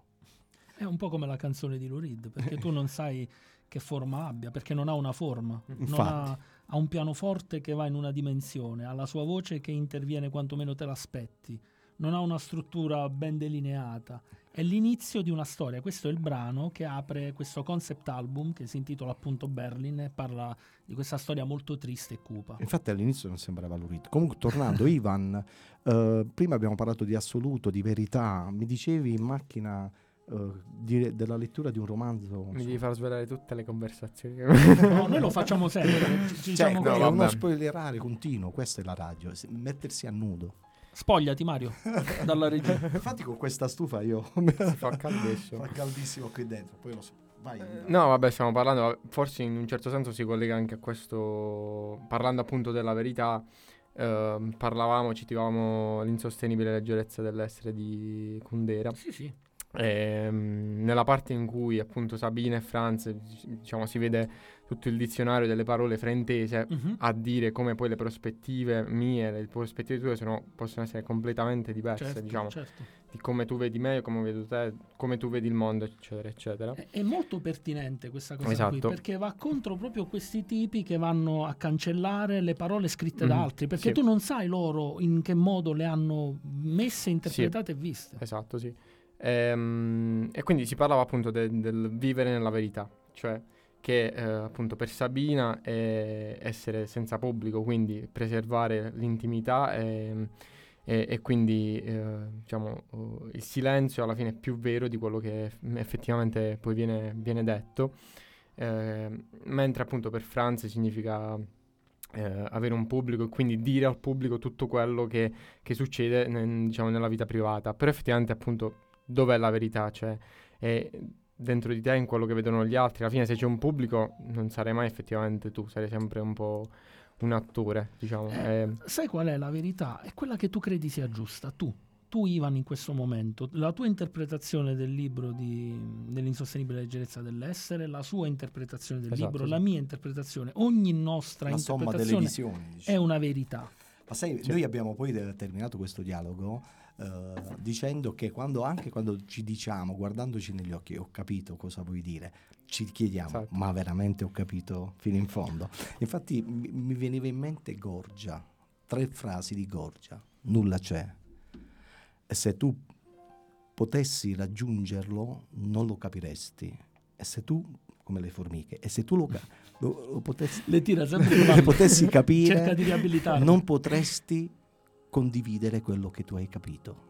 È un po' come la canzone di Lou Reed, perché tu non sai che forma abbia, perché non ha una forma, non Infatti. ha, ha un pianoforte che va in una dimensione, ha la sua voce che interviene quantomeno te l'aspetti, non ha una struttura ben delineata, è l'inizio di una storia. Questo è il brano che apre questo concept album che si intitola appunto Berlin e parla di questa storia molto triste e cupa. Infatti all'inizio non sembrava Lurid. Comunque tornando, Ivan, eh, prima abbiamo parlato di assoluto, di verità, mi dicevi in macchina eh, di- della lettura di un romanzo. Mi devi far svelare tutte le conversazioni. No, noi lo facciamo sempre, ci- ci Cioè, diciamo no, che- è uno vabbè. spoilerare continuo, questa è la radio, se- mettersi a nudo. Spogliati Mario, dalla regia. Infatti con questa stufa io Si fa caldissimo. fa caldissimo qui dentro, poi lo so. Vai. Ivan. No, vabbè, stiamo parlando, forse in un certo senso si collega anche a questo, parlando appunto della verità, ehm, parlavamo, citivamo l'insostenibile leggerezza dell'essere di Kundera. Sì, sì. Ehm, nella parte in cui appunto Sabine e Franz, diciamo, si vede tutto il dizionario delle parole fraintese Mhm. a dire come poi le prospettive mie, le prospettive tue sono, possono essere completamente diverse, Certo, diciamo, certo. di come tu vedi me, come vedo te, come tu vedi il mondo, eccetera, eccetera. È, è molto pertinente questa cosa Esatto. qui, perché va contro proprio questi tipi che vanno a cancellare le parole scritte da Mhm, altri, perché sì. tu non sai loro in che modo le hanno messe, interpretate e viste. Esatto, sì. Ehm, e quindi si parlava appunto de- del vivere nella verità, cioè che eh, appunto per Sabina è essere senza pubblico, quindi preservare l'intimità e, e- e quindi eh, diciamo uh, il silenzio alla fine è più vero di quello che eff- effettivamente poi viene, viene detto. Ehm, mentre appunto per Franz significa eh, avere un pubblico e quindi dire al pubblico tutto quello che, che succede ne- diciamo nella vita privata. Però effettivamente appunto dov'è la verità? Cioè è dentro di te, in quello che vedono gli altri. Alla fine se c'è un pubblico non sarai mai effettivamente tu, sarai sempre un po' un attore, diciamo. Eh, Eh, sai qual è la verità? È quella che tu credi sia giusta, tu. Tu, Ivan, in questo momento, la tua interpretazione del libro di, dell'insostenibile leggerezza dell'essere, la sua interpretazione del Esatto, libro, sì. la mia interpretazione, ogni nostra La somma delle interpretazione visioni. è diciamo. una verità. Ma sai, Sì. noi abbiamo poi de- terminato questo dialogo eh, dicendo che quando, anche quando ci diciamo, guardandoci negli occhi, ho capito cosa vuoi dire, ci chiediamo, Esatto. ma veramente ho capito fino in fondo? Infatti mi, mi veniva in mente Gorgia, tre frasi di Gorgia, nulla c'è. E se tu potessi raggiungerlo, non lo capiresti. E se tu, come le formiche, e se tu lo, ca- lo, lo potessi, Le tira sempre in le ballo. potessi capire, Cerca di riabilitarlo. non potresti condividere quello che tu hai capito.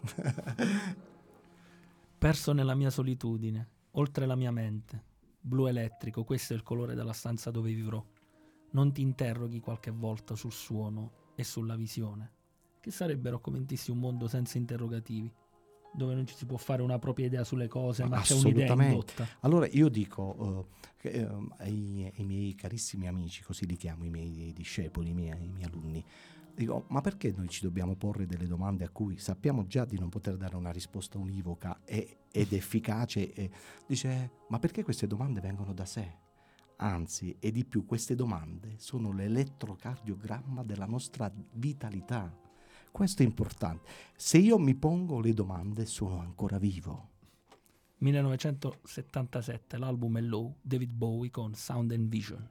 Perso nella mia solitudine, oltre la mia mente. Blu elettrico, questo è il colore della stanza dove vivrò. Non ti interroghi qualche volta sul suono e sulla visione, che sarebbero commentissi un mondo senza interrogativi. dove non ci si può fare una propria idea sulle cose, ma c'è un'idea Assolutamente. indotta. Allora io dico eh, che, eh, ai, ai miei carissimi amici, così li chiamo, i miei discepoli, i miei, i miei alunni, dico, ma perché noi ci dobbiamo porre delle domande a cui sappiamo già di non poter dare una risposta univoca e, ed efficace? E dice, ma perché queste domande vengono da sé? Anzi, e di più, queste domande sono l'elettrocardiogramma della nostra vitalità. Questo è importante. Se io mi pongo le domande, sono ancora vivo. millenovecentosettantasette, l'album è Low, David Bowie con Sound and Vision.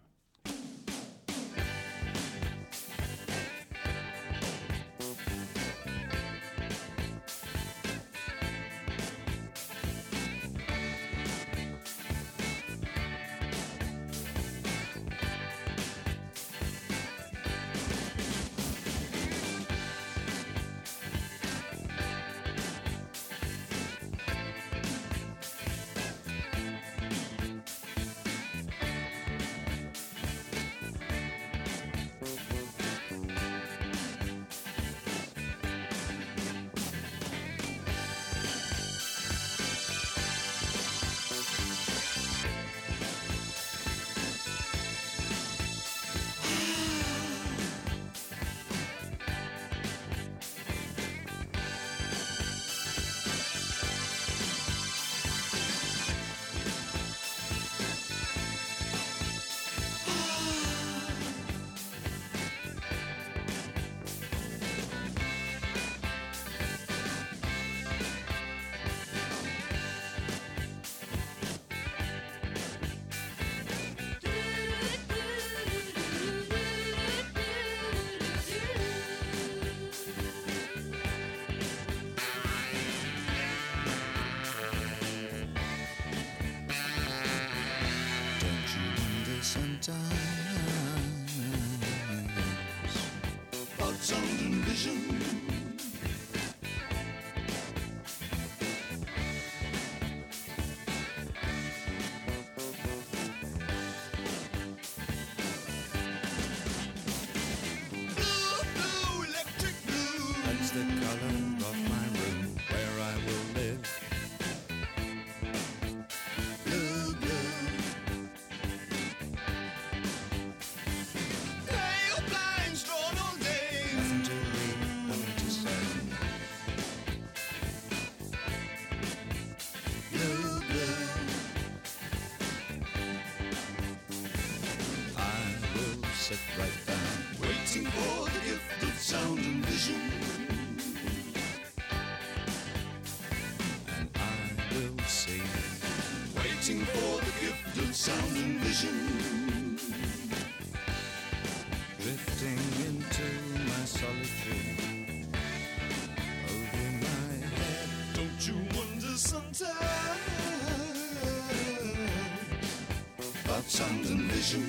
Sound and vision.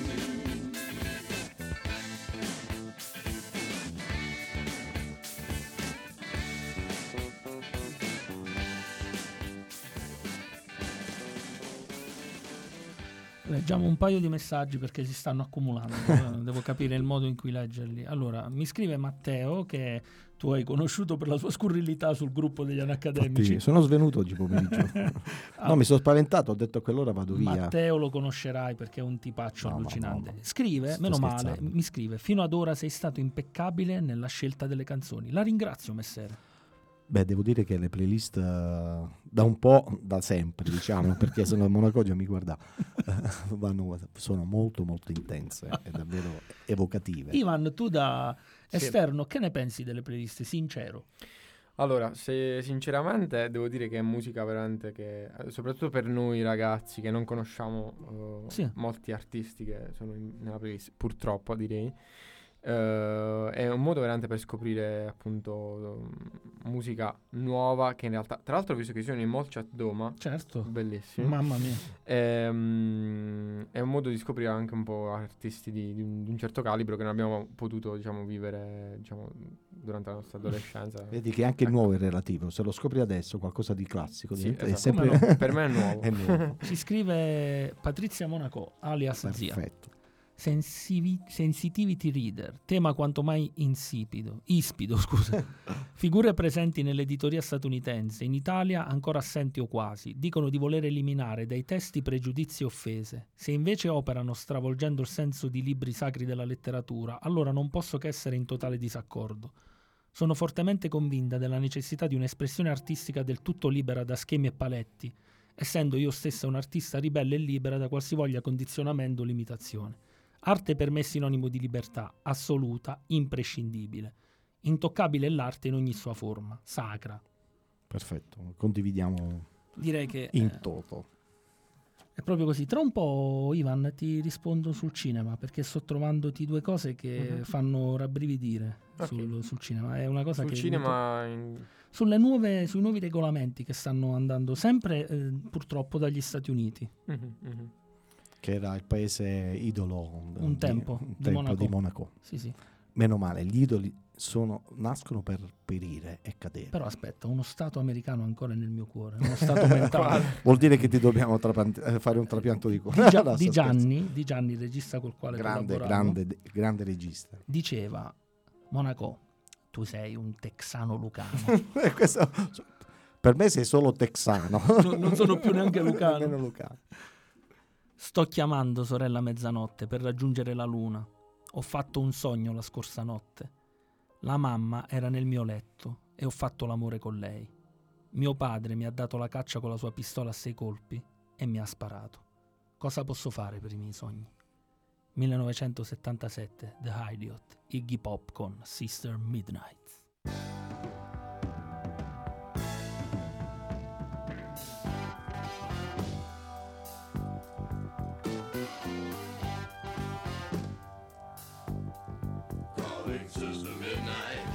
Leggiamo un paio di messaggi perché si stanno accumulando. Devo capire il modo in cui leggerli. Allora, mi scrive Matteo, che tu hai conosciuto per la sua scurrilità sul gruppo degli anacademici. Infatti, sono svenuto oggi pomeriggio. No, mi sono spaventato, ho detto a quell'ora vado via. Matteo lo conoscerai perché è un tipaccio No, allucinante. no, no. Scrive, Sto meno scherzando. male, mi scrive: fino ad ora sei stato impeccabile nella scelta delle canzoni. La ringrazio, messere. Beh, devo dire che le playlist uh, da un po', da sempre, diciamo, perché sono a Monaco, già mi guarda, uh, vanno, sono molto molto intense e davvero evocative. Ivan, tu da Sì. esterno, che ne pensi delle playlist? Sincero. Allora, se sinceramente devo dire che è musica veramente che, eh, soprattutto per noi ragazzi che non conosciamo eh, Sì. molti artisti che sono in- nella playlist, purtroppo direi, eh, è un modo veramente per scoprire appunto um, musica nuova che in realtà, tra l'altro ho visto che ci sono i Molchat Doma, Certo. bellissimi. Mamma mia. Ehm, è un modo di scoprire anche un po' artisti di, di un, di un certo calibro che non abbiamo potuto, diciamo, vivere, diciamo, durante la nostra adolescenza. Vedi che anche il nuovo è relativo, se lo scopri adesso qualcosa di classico, Sì, diventa- è esatto. sempre Come Per me è nuovo. è nuovo. Ci scrive Patrizia Monaco, alias Zia. Perfetto. Sensivi- sensitivity reader, tema quanto mai insipido, ispido, scusa. Figure presenti nell'editoria statunitense, in Italia ancora assenti o quasi, dicono di voler eliminare dai testi pregiudizi e offese. Se invece operano stravolgendo il senso di libri sacri della letteratura, allora non posso che essere in totale disaccordo. Sono fortemente convinta della necessità di un'espressione artistica del tutto libera da schemi e paletti, essendo io stessa un'artista ribelle e libera da qualsivoglia condizionamento o limitazione. Arte per me è sinonimo di libertà, assoluta, imprescindibile. Intoccabile è l'arte in ogni sua forma, sacra. Perfetto, condividiamo Direi che in eh, toto. è proprio così. Tra un po', Ivan, ti rispondo sul cinema, perché sto trovandoti due cose che Mhm. fanno rabbrividire Ok. sul, sul cinema. È una cosa Sul che cinema in- sulle nuove, sui nuovi regolamenti che stanno andando sempre eh, purtroppo dagli Stati Uniti. Mhm, mhm. Che era il paese idolo Un di- tempo, un di tempo Monaco. di Monaco. Sì, sì. Meno male, gli idoli sono, nascono per perire e cadere. Però aspetta, uno stato americano ancora è nel mio cuore, uno stato mentale. Vuol dire che ti dobbiamo trapiant- eh, fare un trapianto di cuore. Di, Gia- No, di sto Gianni, di Gianni, il regista col quale scherzando. grande, collaboravo, grande, grande regista. diceva: Monaco, tu sei un texano lucano. Eh, questo- per me sei solo texano. Non- non sono più neanche lucano. Nemmeno lucano. Sto chiamando sorella mezzanotte per raggiungere la luna. Ho fatto un sogno la scorsa notte. La mamma era nel mio letto e ho fatto l'amore con lei. Mio padre mi ha dato la caccia con la sua pistola a sei colpi e mi ha sparato. Cosa posso fare per i miei sogni? millenovecentosettantasette, The Idiot, Iggy Pop con Sister Midnight. Calling Sister Midnight.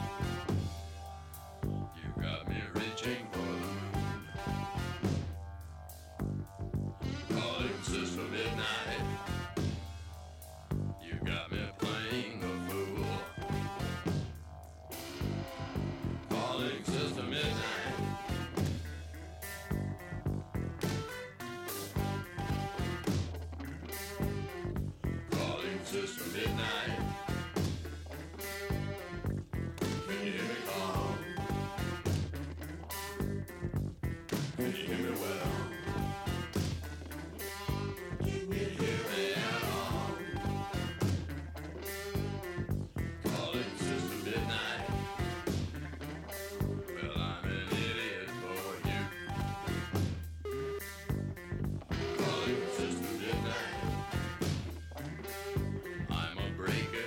You got me reaching for the moon. Calling Sister Midnight. You got me playing the fool. Calling Sister Midnight. Calling Sister Midnight. Can you hear me call? Can you hear me well? Can you hear me at all? Calling Sister Midnight. Well, I'm an idiot for you. Calling Sister Midnight. I'm a breaker.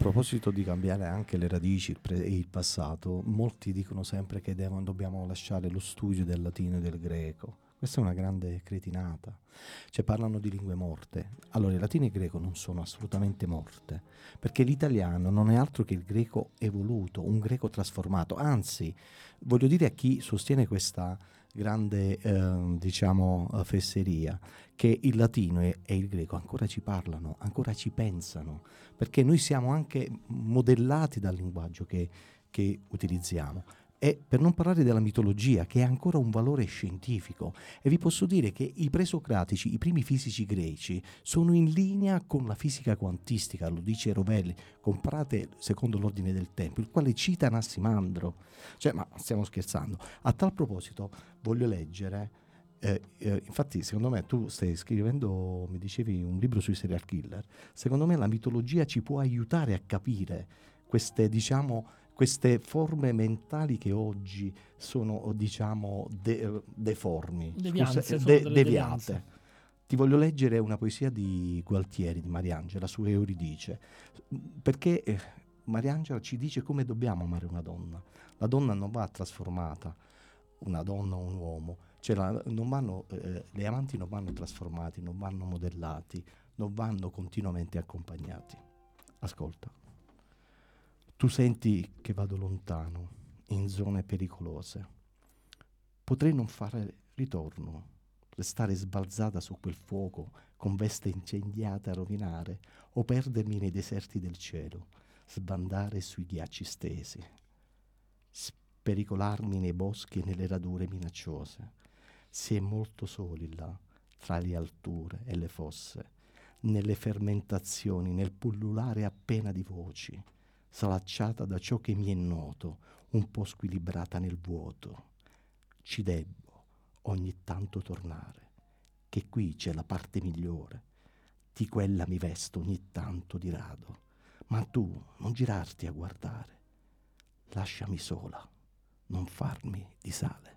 proposito di cambiare anche le radici il pre- e il passato, molti dicono sempre che devono- dobbiamo lasciare lo studio del latino e del greco. Questa è una grande cretinata. Cioè parlano di lingue morte. Allora il latino e il greco non sono assolutamente morte, perché l'italiano non è altro che il greco evoluto, un greco trasformato. Anzi, voglio dire a chi sostiene questa grande eh, diciamo eh, fesseria, che il latino e, e il greco ancora ci parlano, ancora ci pensano, perché noi siamo anche modellati dal linguaggio che, che utilizziamo. E per non parlare della mitologia, che è ancora un valore scientifico. E vi posso dire che i presocratici, i primi fisici greci, sono in linea con la fisica quantistica, lo dice Rovelli, comprate secondo l'ordine del tempo, il quale cita Anassimandro. Cioè, ma stiamo scherzando. A tal proposito voglio leggere, eh, eh, infatti secondo me tu stai scrivendo, mi dicevi, un libro sui serial killer. Secondo me la mitologia ci può aiutare a capire queste, diciamo, queste forme mentali che oggi sono, diciamo, de- deformi, Devianze, Scusa, sono de- delle deviate. devianze. Ti voglio leggere una poesia di Gualtieri, di Mariangela, su Euridice, perché eh, Mariangela ci dice come dobbiamo amare una donna. La donna non va trasformata, una donna o un uomo, cioè la- non vanno, eh, le amanti non vanno trasformati, non vanno modellati, non vanno continuamente accompagnati. Ascolta. Tu senti che vado lontano, in zone pericolose. Potrei non fare ritorno, restare sbalzata su quel fuoco con veste incendiate a rovinare, o perdermi nei deserti del cielo, sbandare sui ghiacci stesi, spericolarmi nei boschi e nelle radure minacciose. Si è molto soli là, tra le alture e le fosse, nelle fermentazioni, nel pullulare appena di voci, salacciata da ciò che mi è noto, un po' squilibrata nel vuoto. Ci debbo ogni tanto tornare, che qui c'è la parte migliore, di quella mi vesto ogni tanto di rado, ma tu non girarti a guardare, lasciami sola, non farmi di sale.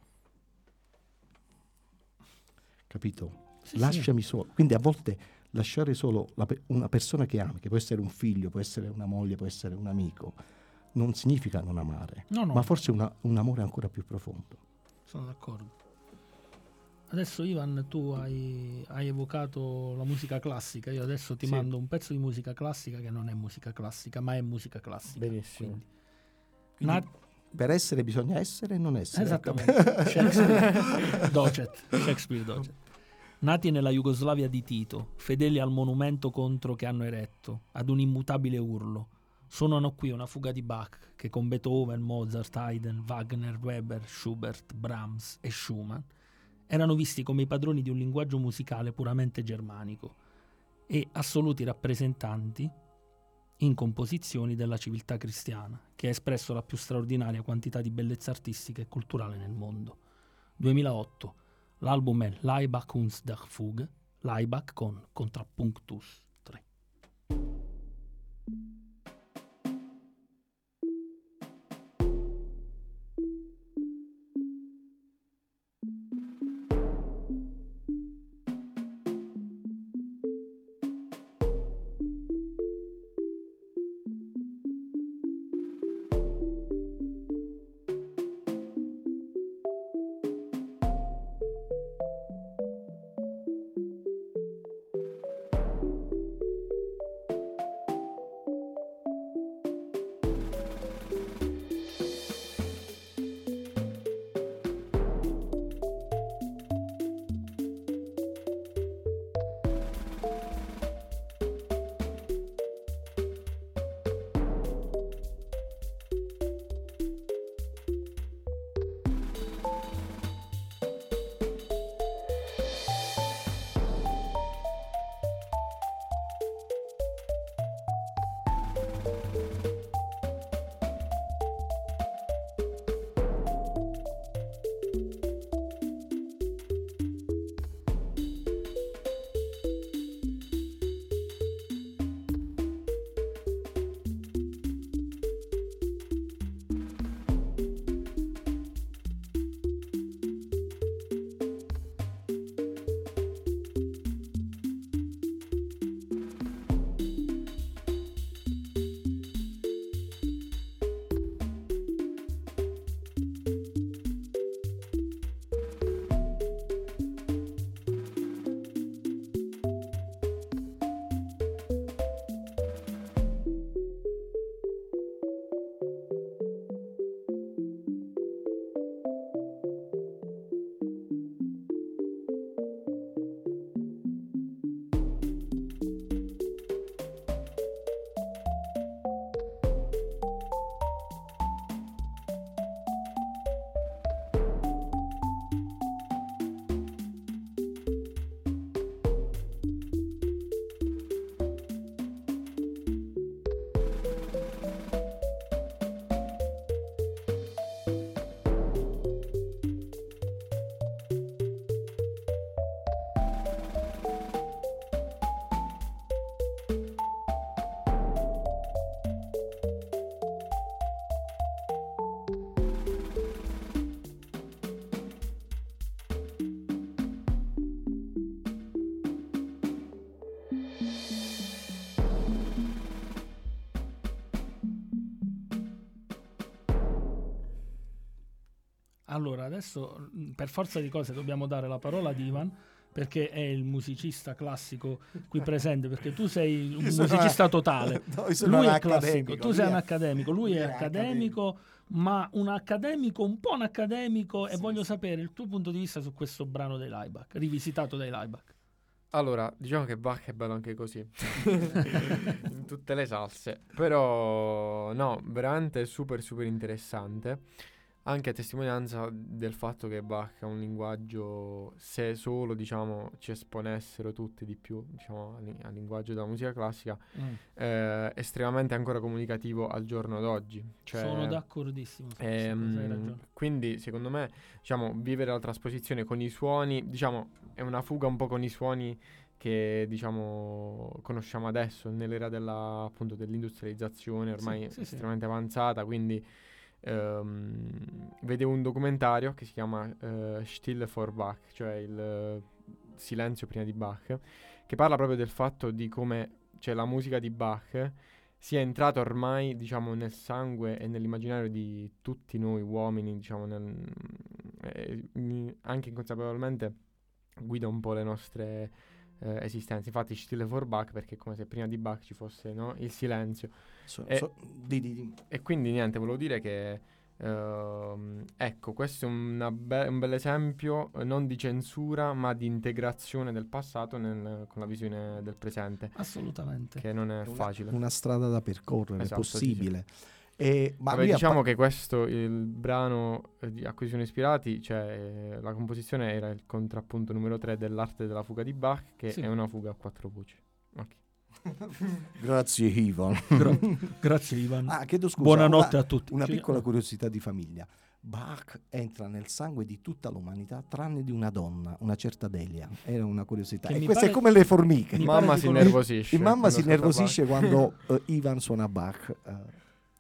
Capito? Sì, Lasciami sola. Quindi a volte lasciare solo la pe- una persona che ami, che può essere un figlio, può essere una moglie, può essere un amico, non significa non amare, No, no. ma forse una- un amore ancora più profondo. Sono d'accordo. Adesso Ivan, tu hai, hai evocato la musica classica, io adesso ti Sì. mando un pezzo di musica classica che non è musica classica, ma è musica classica. Benissimo. Quindi, Quindi Nat- per essere bisogna essere e non essere. Esattamente. Shakespeare. Docet. Shakespeare Docet. Nati nella Jugoslavia di Tito, fedeli al monumento contro che hanno eretto, ad un immutabile urlo, suonano qui una fuga di Bach che con Beethoven, Mozart, Haydn, Wagner, Weber, Schubert, Brahms e Schumann erano visti come i padroni di un linguaggio musicale puramente germanico e assoluti rappresentanti in composizioni della civiltà cristiana, che ha espresso la più straordinaria quantità di bellezza artistica e culturale nel mondo. duemilaotto. L'album è Laibach und der Fuge, Laibach con Contrapunctus tre. Thank allora adesso mh, per forza di cose dobbiamo dare la parola ad Ivan, perché è il musicista classico qui presente, perché tu sei un Io sono musicista una- totale. No, io sono Lui un è classico, accademico, tu lui sei è- un accademico, lui è lui è accademico, ma un accademico, un po' un accademico, e voglio sapere il tuo punto di vista su questo brano dei Laibach, rivisitato dai Laibach. Allora, diciamo che Bach è bello anche così, in tutte le salse, però no, veramente super super interessante, anche a testimonianza del fatto che Bach ha un linguaggio, se solo diciamo ci esponessero tutti di più, diciamo, al, al linguaggio della musica classica, Mm. eh, estremamente ancora comunicativo al giorno d'oggi. Cioè, Sono d'accordissimo su questa cosa, hai Ehm, ragione. quindi secondo me, diciamo, vivere la trasposizione con i suoni, diciamo, è una fuga un po' con i suoni che, diciamo, conosciamo adesso nell'era della, appunto, dell'industrializzazione ormai Sì, sì, sì. estremamente avanzata. Quindi ehm, vedevo un documentario che si chiama eh, Stille vor Bach, cioè il eh, silenzio prima di Bach, che parla proprio del fatto di come, cioè, la musica di Bach sia entrata ormai, diciamo, nel sangue e nell'immaginario di tutti noi uomini, diciamo, nel, eh, in- anche inconsapevolmente guida un po' le nostre eh, esistenze. Infatti Stille vor Bach, perché è come se prima di Bach ci fosse, no, il silenzio. So- E- so- di- di- di- E quindi niente, volevo dire che ehm, ecco, questo è una be- un bel esempio eh, non di censura, ma di integrazione del passato nel- con la visione del presente, Assolutamente. che non è È una, facile. una strada da percorrere, Esatto, sì, possibile. E, ma Vabbè, lui ha diciamo pa- che questo, il brano eh, di- a cui sono ispirati, cioè eh, la composizione era il contrappunto numero tre dell'arte della fuga di Bach, che Sì. è una fuga a quattro voci. Ok. Grazie Ivan. Gra- grazie Ivan. Ah, chiedo scusa, Buonanotte una, a tutti. una Ci- piccola curiosità di famiglia. Bach entra nel sangue di tutta l'umanità tranne di una donna, una certa Delia. Era una curiosità. Che E mi questa pare- è come le formiche. mi pare Mamma di si conoscere- innervosisce. E mamma quando si ascolta nervosisce Bach. quando eh, Ivan suona Bach. eh.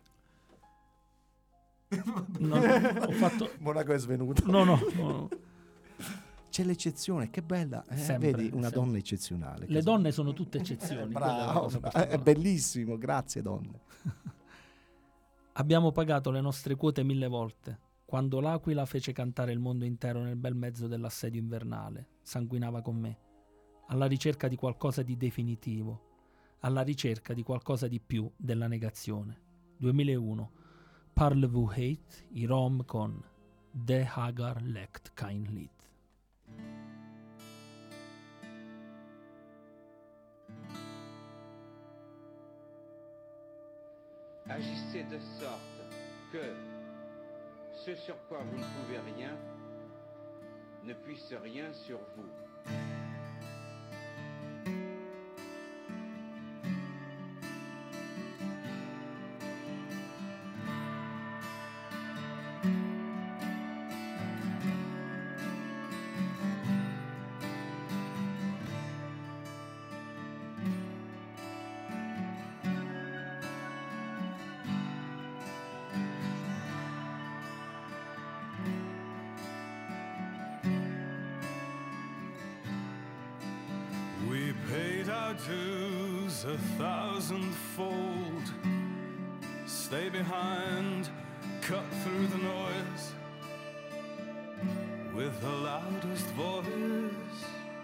No, ho fatto... Monaco è svenuto. No, no, no, no. C'è l'eccezione, che bella. eh, Sempre, vedi, una sempre. donna eccezionale. Le Che donne sono tutte eccezioni. quella è la Bravo, cosa è particolare. bellissimo, grazie donne. Abbiamo pagato le nostre quote mille volte. Quando l'aquila fece cantare il mondo intero nel bel mezzo dell'assedio invernale, sanguinava con me, alla ricerca di qualcosa di definitivo, alla ricerca di qualcosa di più della negazione. duemilauno. Parlez-vous hate, i Rom con De Hagar lekt kein Lied. Agissez de sorte que ce sur quoi vous ne pouvez rien ne puisse rien sur vous. We paid our dues a thousandfold. Stay behind, cut through the noise with the loudest voice.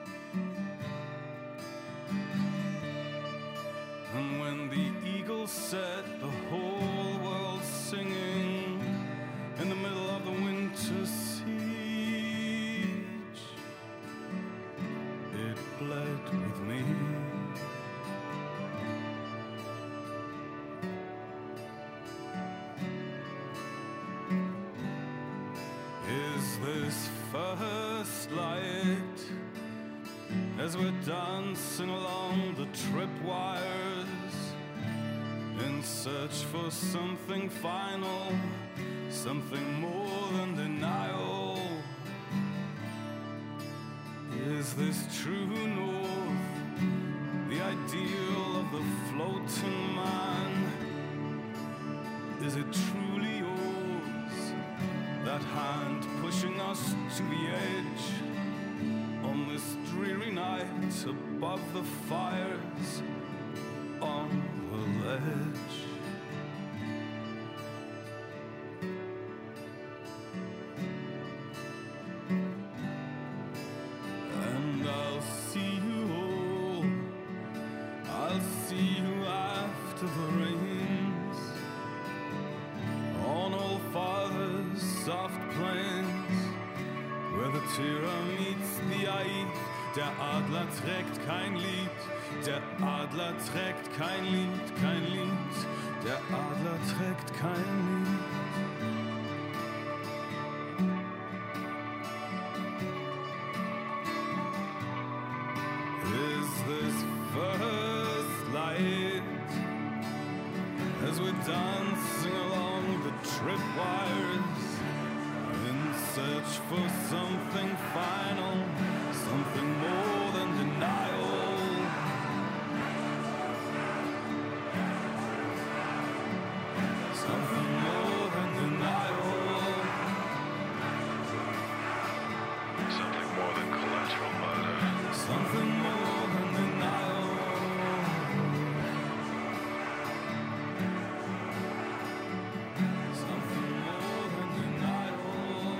And when the eagle set the whole world singing in the middle of the winter siege, it bled with me. Is this first light as we're dancing along the tripwires in search for something final, something more than denial? Is this true north, the ideal of the floating man? Is it truly yours, that hand pushing us to the edge on this dreary night above the fires on the ledge? meets the eye. Der Adler trägt kein Lied, der Adler trägt kein Lied, kein Lied, der Adler trägt kein Lied. Is this first light as we're dancing along the tripwires in search for something final, something more than denial. Something more than denial. Something more than collateral murder. Something more than denial. Something more than denial.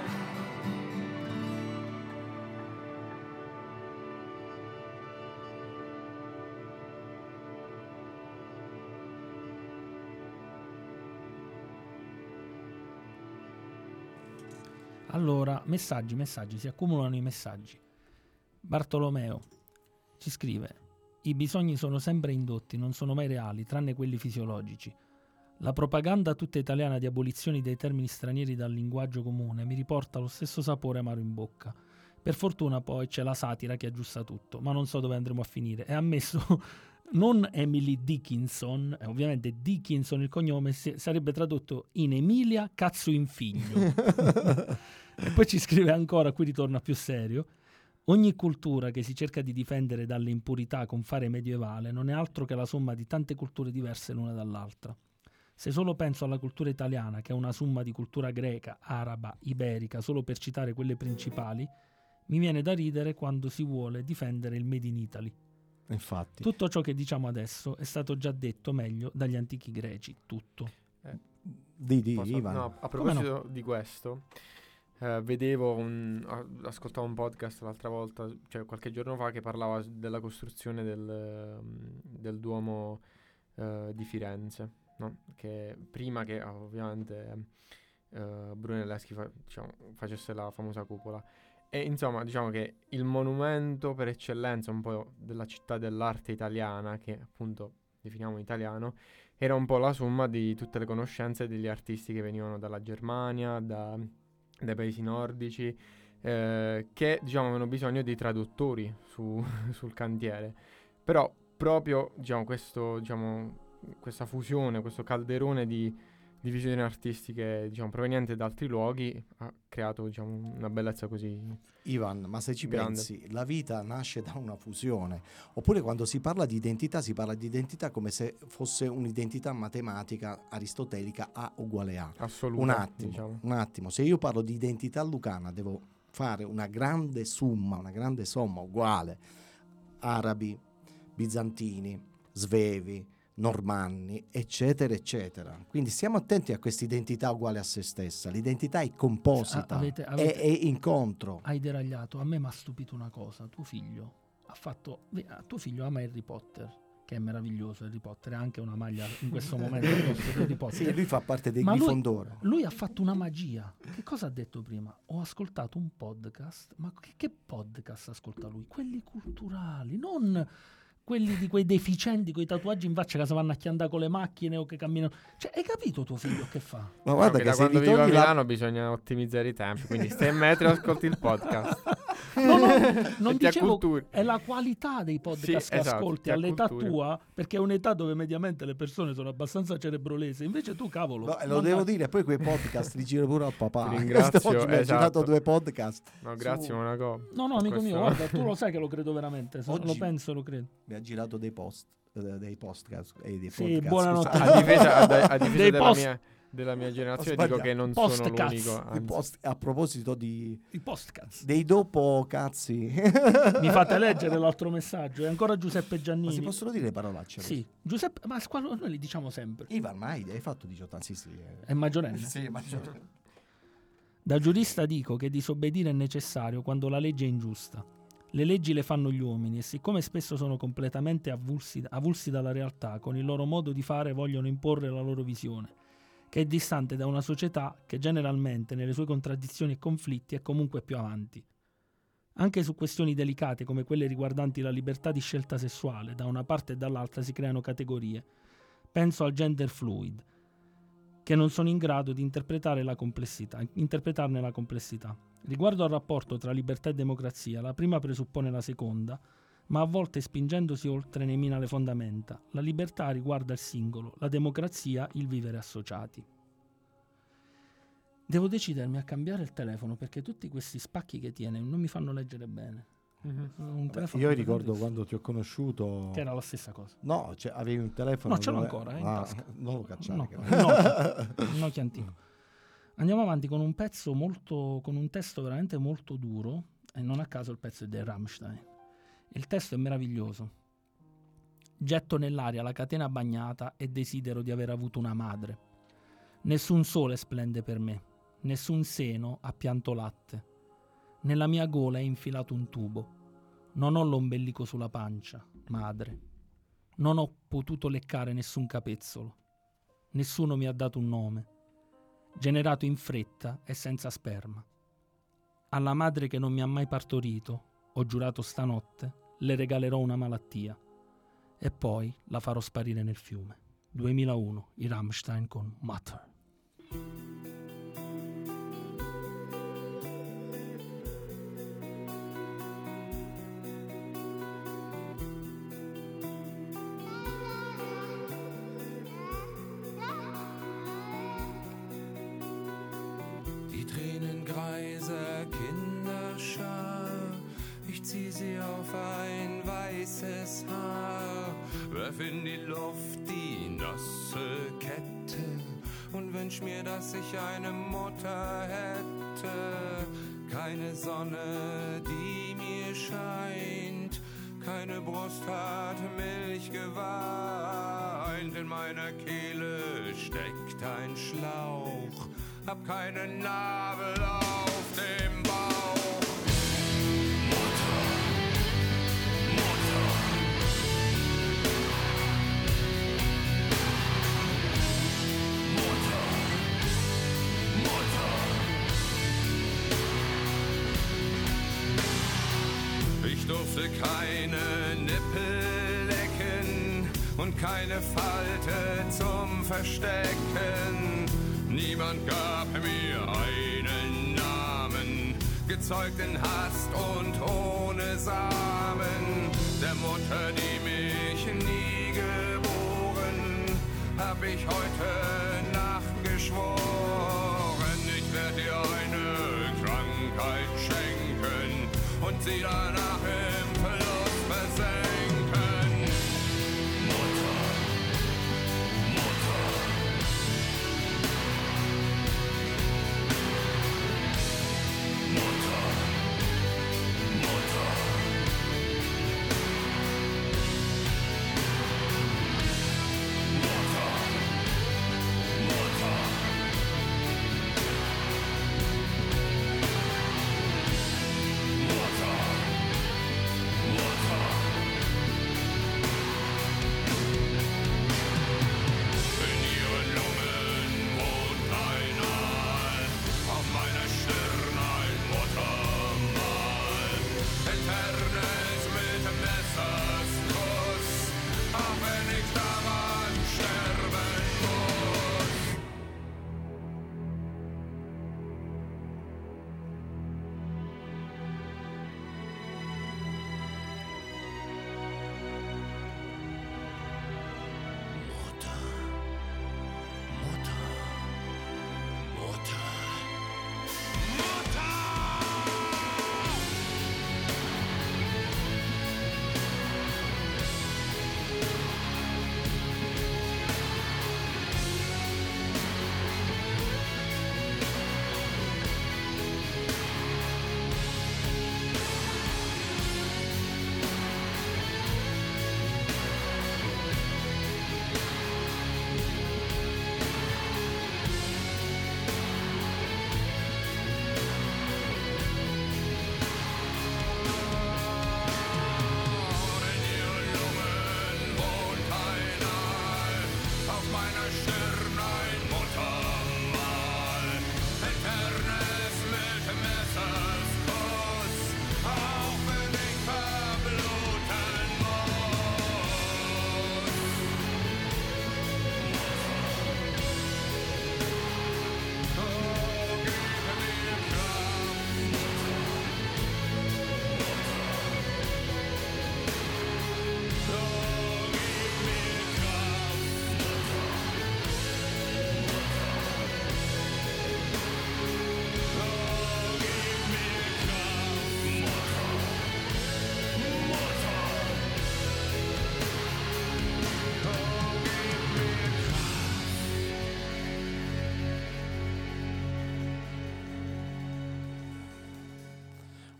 Allora, messaggi, messaggi, si accumulano i messaggi. Bartolomeo ci scrive: i bisogni sono sempre indotti, non sono mai reali, tranne quelli fisiologici. La propaganda tutta italiana di abolizione dei termini stranieri dal linguaggio comune mi riporta lo stesso sapore amaro in bocca. Per fortuna poi c'è la satira che aggiusta tutto, ma non so dove andremo a finire. È ammesso non Emily Dickinson, eh, ovviamente Dickinson il cognome si- sarebbe tradotto in Emilia cazzo in figlio. E poi ci scrive ancora, qui ritorna più serio: ogni cultura che si cerca di difendere dalle impurità con fare medievale non è altro che la somma di tante culture diverse l'una dall'altra. Se solo penso alla cultura italiana, che è una somma di cultura greca, araba, iberica, solo per citare quelle principali, mi viene da ridere quando si vuole difendere il Made in Italy. Infatti. Tutto ciò che diciamo adesso è stato già detto meglio dagli antichi greci, tutto. Di, di, Posso- Ivan. no, a proposito di questo, eh, vedevo un, a- ascoltavo un podcast l'altra volta, cioè qualche giorno fa, che parlava s- della costruzione del, ehm, del Duomo eh, di Firenze, no? Che prima che ah, ovviamente eh, Brunelleschi fa- diciamo, facesse la famosa cupola. E insomma, diciamo che il monumento per eccellenza un po' della città dell'arte italiana, che appunto definiamo italiano, era un po' la somma di tutte le conoscenze degli artisti che venivano dalla Germania, da, dai paesi nordici, eh, che diciamo avevano bisogno di traduttori su- sul cantiere. Però proprio diciamo, questo, diciamo, questa fusione, questo calderone di, di visioni artistiche diciamo, provenienti da altri luoghi ha creato diciamo, una bellezza così. Ivan, ma se ci Grande. pensi, la vita nasce da una fusione. Oppure quando si parla di identità, si parla di identità come se fosse un'identità matematica aristotelica A uguale A. Assoluta, Un attimo, diciamo. un attimo. Se io parlo di identità lucana, devo fare una grande somma, una grande somma uguale. Arabi, bizantini, svevi, normanni, eccetera, eccetera. Quindi stiamo attenti a questa identità uguale a se stessa. L'identità è composita, Ah, avete- avete- è, è incontro. Hai deragliato. A me mi ha stupito una cosa. Tuo figlio ha fatto. ve- ah, Tuo figlio ama Harry Potter, che è meraviglioso. Harry Potter ha anche una maglia in questo momento addosso di Harry Potter. Sì, lui fa parte dei Ma lui- Grifondoro. Lui ha fatto una magia. Che cosa ha detto prima? Ho ascoltato un podcast. Ma che, che podcast ascolta lui? Quelli culturali, non quelli di quei deficienti con i tatuaggi in faccia che si vanno a chiandare con le macchine o che camminano. Cioè, hai capito tuo figlio che fa? Ma guarda Che che da se quando gli vivo a togli la- Milano bisogna ottimizzare i tempi, quindi stai in metro e ascolti il podcast. No, no, non E ti dicevo, acculturi. è la qualità dei podcast Sì, che esatto, ascolti ti all'età acculturi. tua, perché è un'età dove mediamente le persone sono abbastanza cerebrolese. Invece tu, cavolo, No, e lo manda- devo dire, poi quei podcast li giro pure al papà. Ti ringrazio, Oggi mi ha esatto. girato due podcast. No, grazie su- Monaco. No, no, per amico mio, questo- guarda, tu lo sai che lo credo veramente, se Oggi- lo penso e lo credo. Mi ha girato dei post, eh, dei podcast, eh, dei Sì, podcast, buonanotte. scusate. A difesa, a, a difesa Dei della, post- mia, della mia generazione Ho dico sbagliato. che non sono Postcast. l'unico. I Anzi, post- a proposito di I podcast. dei dopo cazzi. Mi fate leggere l'altro messaggio, è ancora Giuseppe Ma Giannini. si possono dire parolacce? Sì, Giuseppe, ma qua noi li diciamo sempre. Ivan, ma hai, hai fatto diciotto anni? Sì, sì. eh. È maggiorenne. Sì, ma Da giurista dico che disobbedire è necessario quando la legge è ingiusta. Le leggi le fanno gli uomini e siccome spesso sono completamente avulsi, avulsi dalla realtà, con il loro modo di fare vogliono imporre la loro visione, che è distante da una società che generalmente nelle sue contraddizioni e conflitti è comunque più avanti. Anche su questioni delicate come quelle riguardanti la libertà di scelta sessuale, da una parte e dall'altra si creano categorie. Penso al gender fluid, che non sono in grado di interpretare la complessità, interpretarne la complessità. Riguardo al rapporto tra libertà e democrazia, la prima presuppone la seconda, ma a volte spingendosi oltre ne mina le fondamenta. La libertà riguarda il singolo, la democrazia il vivere associati. Devo decidermi a cambiare il telefono perché tutti questi spacchi che tiene non mi fanno leggere bene. Mhm. Un Beh, telefono io che ricordo prendo- quando ti ho conosciuto. che era la stessa cosa. No, cioè, avevi un telefono. No, ce l'ho dove- ancora, è in Ah, tasca. non lo cacciare. No, che- un Nokia, un Nokia antico. Andiamo avanti con un pezzo molto, con un testo veramente molto duro, e non a caso il pezzo è dei Rammstein. Il testo è meraviglioso. Getto nell'aria la catena bagnata e desidero di aver avuto una madre. Nessun sole splende per me, nessun seno ha pianto latte. Nella mia gola è infilato un tubo. Non ho l'ombelico sulla pancia, madre. Non ho potuto leccare nessun capezzolo. Nessuno mi ha dato un nome. Generato in fretta e senza sperma. Alla madre che non mi ha mai partorito, ho giurato stanotte, le regalerò una malattia. E poi la farò sparire nel fiume. duemilauno, i Rammstein con Mutter. Die Tränengreise Kinderschar, ich zieh sie auf ein weißes Haar, werf in die Luft die nasse Kette und wünsch mir, dass ich eine Mutter hätte. Keine Sonne, die mir scheint, keine Brust hat Milch geweint, in meiner Kehle steckt ein Schlauch, hab keinen Nabel auf dem Bauch. Mutter, Mutter. Mutter, Mutter. Ich durfte keine Nippel lecken und keine Falte zum Verstecken. Niemand gab mir einen Namen, gezeugt in Hast und ohne Samen. Der Mutter, die mich nie geboren, hab ich heute Nacht geschworen. Ich werd dir eine Krankheit schenken und sie danach im Verlust versenken. Mutter, Mutter. Mutter, Mutter. Mutter, Mutter. Mutter,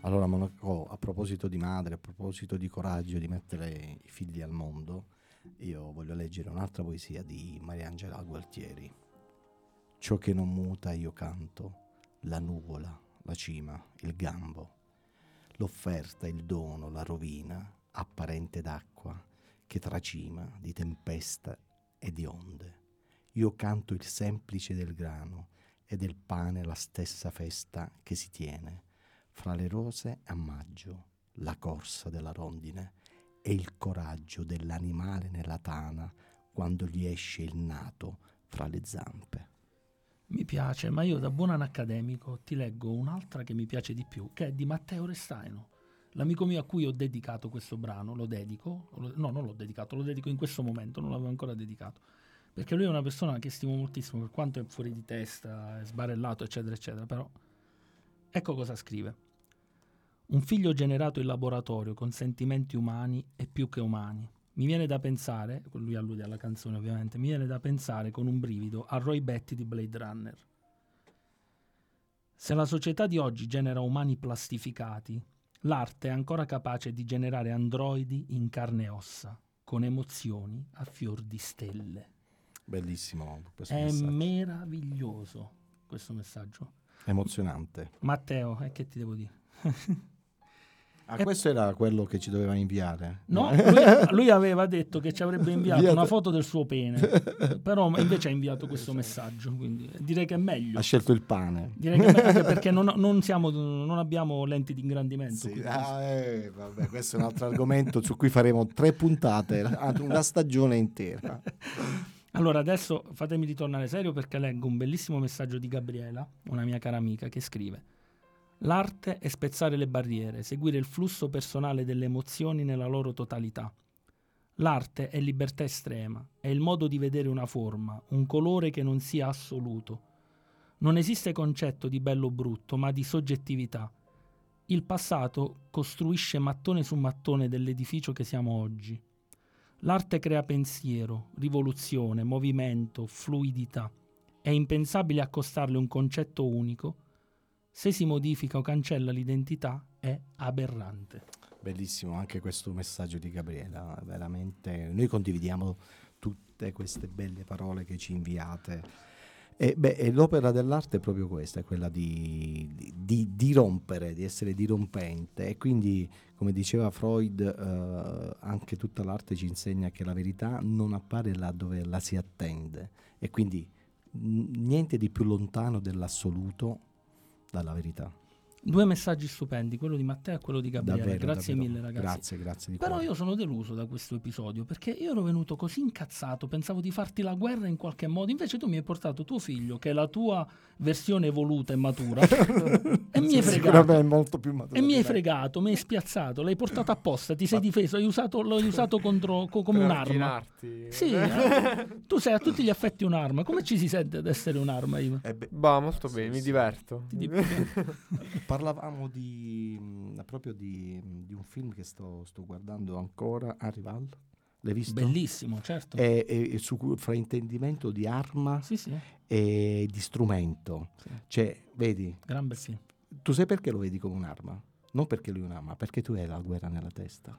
Allora Monaco, a proposito di madre, a proposito di coraggio di mettere i figli al mondo, io voglio leggere un'altra poesia di Mariangela Gualtieri. Ciò che non muta io canto, la nuvola, la cima, il gambo, l'offerta, il dono, la rovina, apparente d'acqua, che tracima di tempesta e di onde. Io canto il semplice del grano e del pane la stessa festa che si tiene fra le rose a maggio, la corsa della rondine e il coraggio dell'animale nella tana quando gli esce il nato fra le zampe. Mi piace, ma io da buon accademico ti leggo un'altra che mi piace di più, che è di Matteo Restaino, l'amico mio a cui ho dedicato questo brano. Lo dedico, lo, no non l'ho dedicato, lo dedico in questo momento, non l'avevo ancora dedicato, perché lui è una persona che stimo moltissimo, per quanto è fuori di testa, è sbarellato eccetera eccetera, però ecco cosa scrive. Un figlio generato in laboratorio con sentimenti umani e più che umani. Mi viene da pensare, lui allude alla canzone ovviamente, mi viene da pensare con un brivido a Roy Batty di Blade Runner. Se la società di oggi genera umani plastificati, l'arte è ancora capace di generare androidi in carne e ossa, con emozioni a fior di stelle. Bellissimo questo è messaggio. meraviglioso questo messaggio. Emozionante. Matteo, e eh, che ti devo dire? Ah, questo era quello che ci doveva inviare? No, lui, lui aveva detto che ci avrebbe inviato una foto del suo pene, però invece ha inviato questo messaggio, quindi direi che è meglio. Ha scelto il pane. Direi che è meglio, anche perché non, non, siamo, non abbiamo lenti di ingrandimento. Sì. Ah, eh, vabbè, questo è un altro argomento su cui faremo tre puntate, una stagione intera. Allora, adesso fatemi ritornare serio, perché leggo un bellissimo messaggio di Gabriela, una mia cara amica, che scrive: l'arte è spezzare le barriere, seguire il flusso personale delle emozioni nella loro totalità. L'arte è libertà estrema, è il modo di vedere una forma, un colore che non sia assoluto. Non esiste concetto di bello o brutto, ma di soggettività. Il passato costruisce mattone su mattone dell'edificio che siamo oggi. L'arte crea pensiero, rivoluzione, movimento, fluidità. È impensabile accostarle un concetto unico. Se si modifica o cancella l'identità è aberrante. Bellissimo anche questo messaggio di Gabriela, veramente noi condividiamo tutte queste belle parole che ci inviate. E, beh, e l'opera dell'arte è proprio questa, è quella di, di, di rompere, di essere dirompente, e quindi, come diceva Freud, eh, anche tutta l'arte ci insegna che la verità non appare là dove la si attende, e quindi n- niente di più lontano dell'assoluto dalla verità. Due messaggi stupendi, quello di Matteo e quello di Gabriele. Davvero, grazie davvero. mille ragazzi. Grazie, grazie di Però cuore. io sono deluso da questo episodio, perché io ero venuto così incazzato, pensavo di farti la guerra in qualche modo, invece tu mi hai portato tuo figlio, che è la tua versione evoluta e matura, e mi hai fregato. È molto più maturo. E mi hai fregato, mi hai spiazzato, l'hai portato apposta, ti sei difeso, hai usato, l'hai usato contro, co- come Per un'arma. ordinarti. Sì, eh? Tu sei a tutti gli effetti un'arma. Come ci si sente ad essere un'arma, Ivo? Eh beh, Bah, molto sì, bene, sì. mi diverto. Ti dico- Parlavamo di mh, proprio di, di un film che sto, sto guardando ancora, Arrival. L'hai visto? Bellissimo, certo. È, è, è su fraintendimento di arma Sì, sì, e di strumento. sì. Cioè, vedi, Gran bel film. tu sai perché lo vedi come un'arma? Non perché lui è un'arma, perché tu hai la guerra nella testa.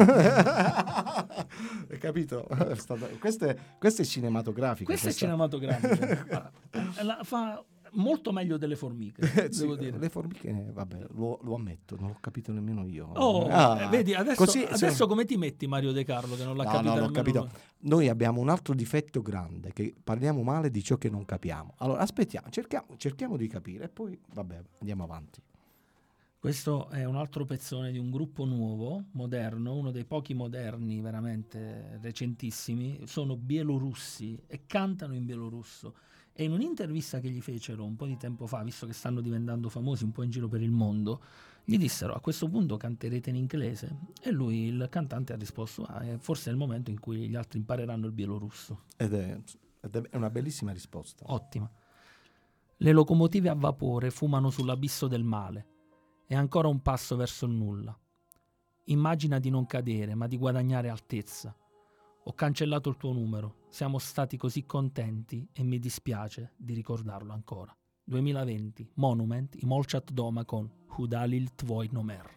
Hai capito? È stata- questo, è, questo è cinematografico. Questo è questa- cinematografico. Guarda, la fa molto meglio delle formiche, Sì, devo dire. le formiche, eh, vabbè, lo, lo ammetto, non l'ho capito nemmeno io. Oh, Ah, eh, vedi, adesso, così- adesso se- come ti metti Mario De Carlo, che non l'ha No, capito no, l'ho nemmeno capito. lui? Noi abbiamo un altro difetto grande, che parliamo male di ciò che non capiamo. Allora, aspettiamo, cerchiamo, cerchiamo di capire e poi, vabbè, andiamo avanti. Questo è un altro pezzone di un gruppo nuovo, moderno, uno dei pochi moderni veramente recentissimi. Sono bielorussi e cantano in bielorusso. E in un'intervista che gli fecero un po' di tempo fa, visto che stanno diventando famosi un po' in giro per il mondo, gli dissero: a questo punto canterete in inglese? E lui, il cantante, ha risposto: ah, eh, forse è il momento in cui gli altri impareranno il bielorusso. Ed è, ed è una bellissima risposta. Ottima. Le locomotive a vapore fumano sull'abisso del male. È ancora un passo verso il nulla. Immagina di non cadere, ma di guadagnare altezza. Ho cancellato il tuo numero. Siamo stati così contenti e mi dispiace di ricordarlo ancora. duemilaventi, Monument, i Molchat Doma con Hudalil Tvoj Nomer.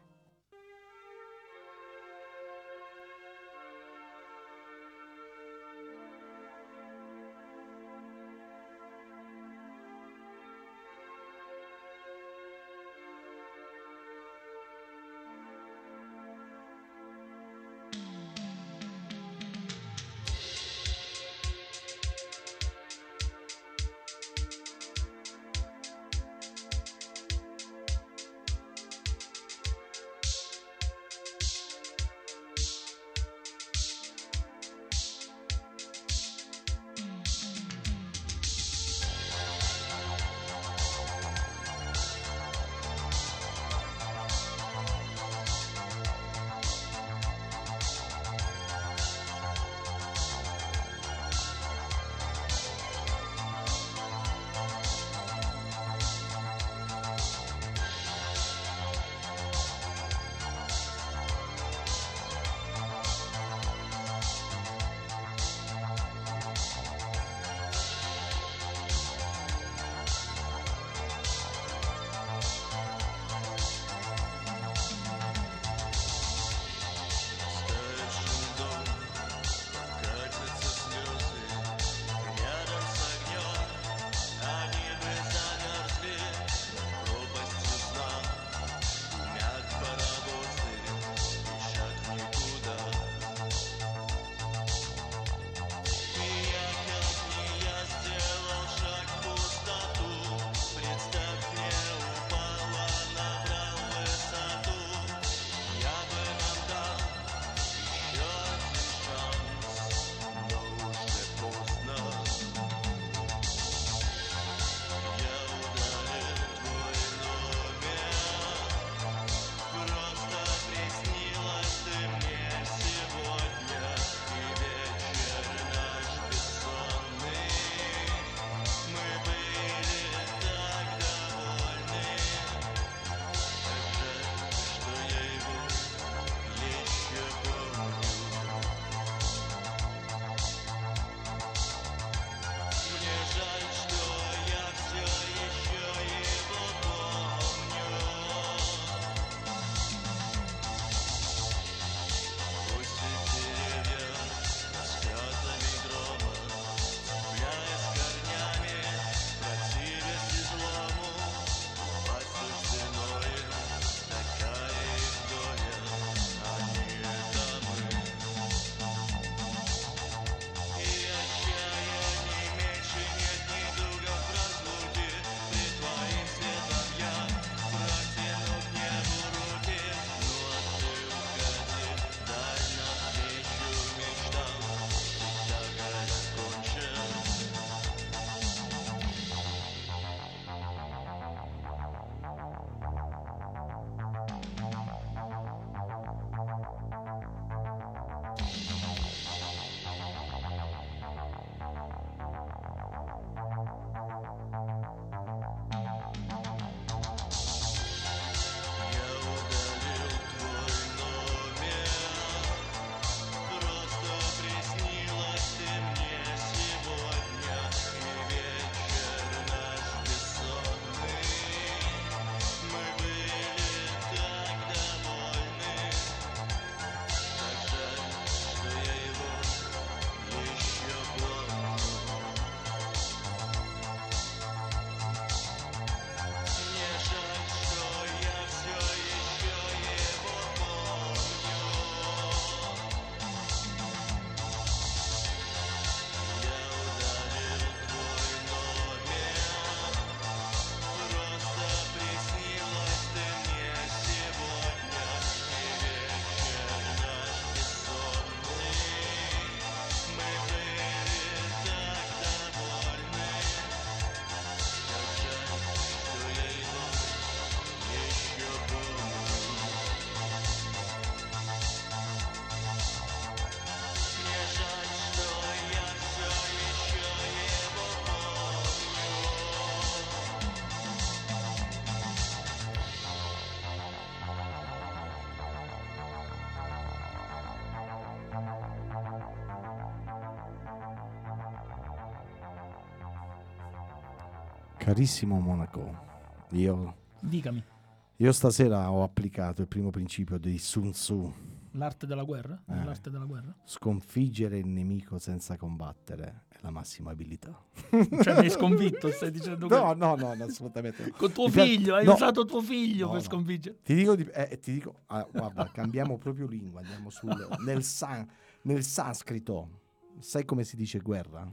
Carissimo Monaco, io, Dicami, io stasera ho applicato il primo principio di Sun Tzu. l'arte della guerra? Eh. L'arte della guerra? Sconfiggere il nemico senza combattere è la massima abilità. Cioè, mi hai sconfitto, stai dicendo No, questo? no, no, no, assolutamente. Con tuo Mi piace- figlio, hai no. usato tuo figlio No, per no. sconfiggere. Ti dico, di- eh, ti dico ah, guarda, cambiamo proprio lingua, andiamo sul, nel, san- nel sanscrito. Sai come si dice guerra?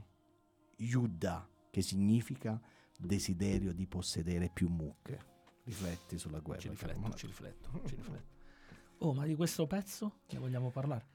Yuddha, che significa desiderio di possedere più mucche. Rifletti sulla guerra. Ci caro rifletto, Monaco. ci rifletto, ci rifletto. Oh, ma di questo pezzo ne vogliamo parlare?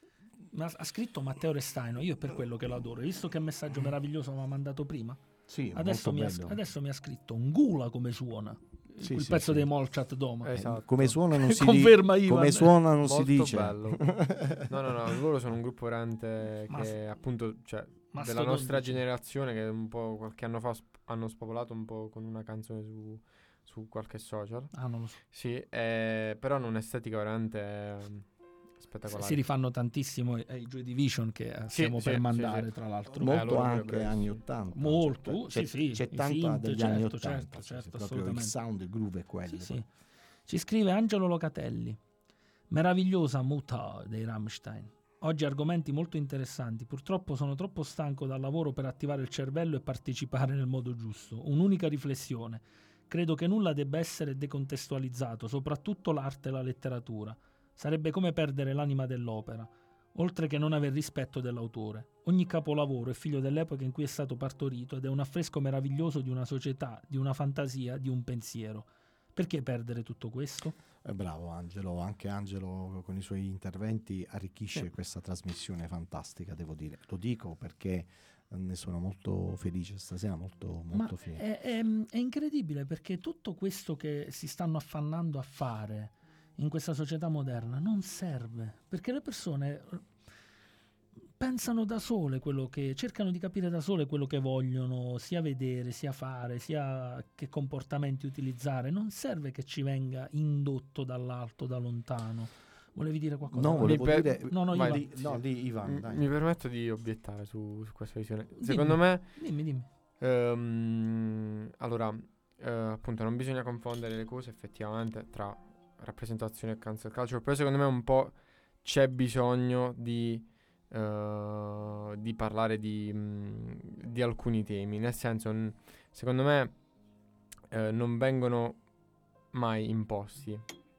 Ma ha scritto Matteo Restaino, io è per quello che lo adoro. Hai visto che messaggio meraviglioso mi ha mandato prima? Sì, Adesso molto mi, ha, bello. adesso mi ha scritto un gula come suona. Sì, il sì, pezzo sì. dei Molchat Doma. Eh, Esatto. come suona non si Conferma dice. Ivan. Come suona non Molto si dice. bello. No, no, no, loro sono un gruppo veramente Ma- che appunto, cioè, Ma della sto nostra dodici. generazione, che un po' qualche anno fa sp- hanno spopolato un po' con una canzone su, su qualche social. Ah, non lo so. Sì, eh, però hanno un'estetica veramente eh, spettacolare. Si rifanno tantissimo ai, ai Joy Division che eh, Sì, stiamo sì, per sì, mandare, sì. tra l'altro. Beh, Molto loro pure anche bravissimi. anni ottanta. Molto, C'è, uh, sì, c'è- sì, c'è i tanto synth, degli certo, anni certo, ottanta. sì, certo, sì, proprio il assolutamente. sound, il groove è quello. Sì, sì. Ci scrive Angelo Locatelli. Meravigliosa Muta dei Rammstein. Oggi argomenti molto interessanti. Purtroppo sono troppo stanco dal lavoro per attivare il cervello e partecipare nel modo giusto. Un'unica riflessione. Credo che nulla debba essere decontestualizzato, soprattutto l'arte e la letteratura. Sarebbe come perdere l'anima dell'opera, oltre che non aver rispetto dell'autore. Ogni capolavoro è figlio dell'epoca in cui è stato partorito ed è un affresco meraviglioso di una società, di una fantasia, di un pensiero. Perché perdere tutto questo? Eh, bravo Angelo, anche Angelo con i suoi interventi arricchisce Sì. questa trasmissione fantastica, devo dire. Lo dico perché eh, ne sono molto felice stasera, molto, Ma molto fiero. è, è- è incredibile perché tutto questo che si stanno affannando a fare in questa società moderna non serve, perché le persone pensano da sole quello che cercano di capire da sole quello che vogliono sia vedere, sia fare, sia che comportamenti utilizzare. Non serve che ci venga indotto dall'alto, da lontano. Volevi dire qualcosa? No, volevo Mi per- dire... No, no, Vai, Ivan. lì, no, lì Ivan, M- dai. mi permetto di obiettare su, su questa visione. Dimmi. Secondo me, Dimmi, dimmi. ehm, allora, eh, appunto, non bisogna confondere le cose effettivamente tra rappresentazione e cancel culture, però secondo me un po' c'è bisogno di, eh, di parlare di, mh, di alcuni temi, nel senso, n- secondo me eh, non vengono mai imposti.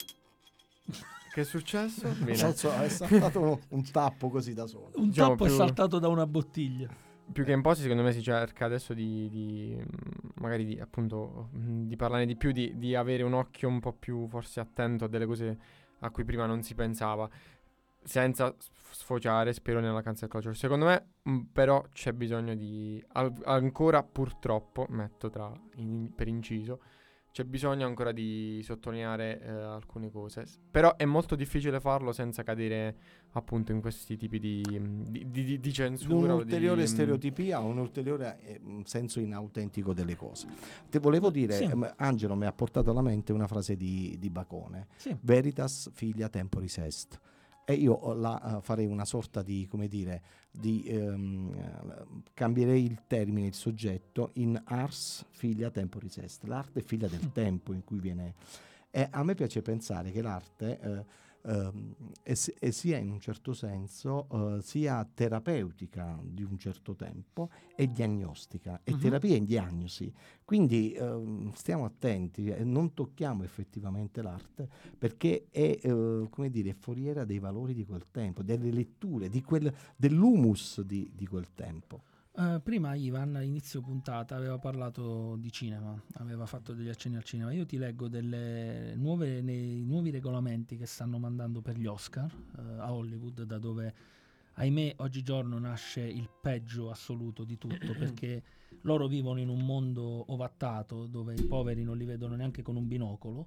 Che è successo? Bene. Nel senso, è stato un, un tappo così da solo. Un Diciamo tappo è più- saltato da una bottiglia. Più che imposti, secondo me si cerca adesso di, di mh, magari di appunto mh, di parlarne di più, di, di avere un occhio un po' più forse attento a delle cose a cui prima non si pensava, senza sf- sfociare, spero, nella cancel culture. Secondo me mh, però c'è bisogno di al- ancora, purtroppo, metto tra in- per inciso, c'è bisogno ancora di sottolineare eh, alcune cose. S- Però è molto difficile farlo senza cadere appunto in questi tipi di, di, di- di- di censura. o di- Un'ulteriore mh, stereotipia, un ulteriore eh, mh, senso inautentico delle cose. Te volevo dire, Sì. ehm, Angelo mi ha portato alla mente una frase di, di Bacone. Sì. Veritas filia temporis est. E io ho la, uh, farei una sorta di, come dire, di ehm, eh, cambierei il termine, il soggetto, in ars filia temporis est. L'arte è figlia del tempo in cui viene. E a me piace pensare che l'arte eh, ehm, è, si- è sia in un certo senso eh, sia terapeutica di un certo tempo e diagnostica, e Mhm. terapia in diagnosi. Quindi ehm, stiamo attenti e non tocchiamo effettivamente l'arte, perché è eh, come dire, è foriera dei valori di quel tempo, delle letture, di quel, dell'humus di, di quel tempo. Eh, prima Ivan, a inizio puntata, aveva parlato di cinema, aveva fatto degli accenni al cinema. Io ti leggo delle nuove, nei nuovi regolamenti che stanno mandando per gli Oscar eh, a Hollywood, da dove, ahimè, oggigiorno nasce il peggio assoluto di tutto, perché loro vivono in un mondo ovattato dove i poveri non li vedono neanche con un binocolo,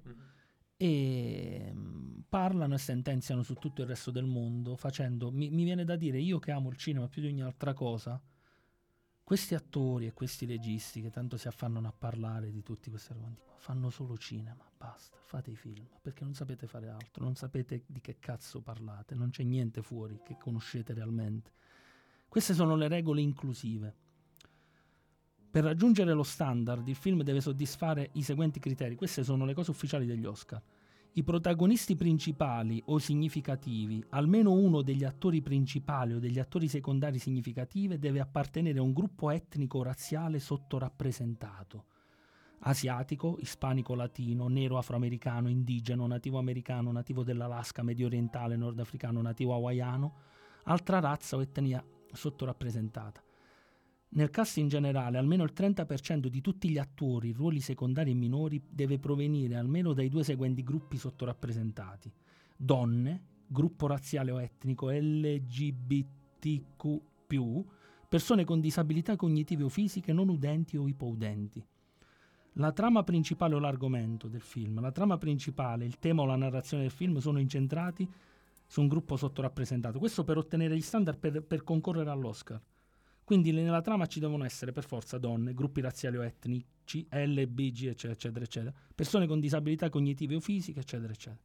e mm, parlano e sentenziano su tutto il resto del mondo, facendo, mi, mi viene da dire, io che amo il cinema più di ogni altra cosa, questi attori e questi registi che tanto si affannano a parlare di tutti questi argomenti qua, fanno solo cinema, basta, fate i film, perché non sapete fare altro, non sapete di che cazzo parlate, non c'è niente fuori che conoscete realmente. Queste sono le regole inclusive. Per raggiungere lo standard, il film deve soddisfare i seguenti criteri. Queste sono le cose ufficiali degli Oscar. I protagonisti principali o significativi, almeno uno degli attori principali o degli attori secondari significativi deve appartenere a un gruppo etnico o razziale sottorappresentato. Asiatico, ispanico, latino, nero, afroamericano, indigeno, nativo americano, nativo dell'Alaska, medio orientale, nordafricano, nativo hawaiano, altra razza o etnia sottorappresentata. Nel cast in generale, almeno il trenta per cento di tutti gli attori, ruoli secondari e minori, deve provenire almeno dai due seguenti gruppi sottorappresentati: donne, gruppo razziale o etnico L G B T Q più, persone con disabilità cognitive o fisiche, non udenti o ipoudenti. La trama principale o l'argomento del film, la trama principale, il tema o la narrazione del film sono incentrati su un gruppo sottorappresentato. Questo per ottenere gli standard per, per concorrere all'Oscar. Quindi nella trama ci devono essere per forza donne, gruppi razziali o etnici, L, B, G, eccetera, eccetera, eccetera, persone con disabilità cognitive o fisiche, eccetera, eccetera.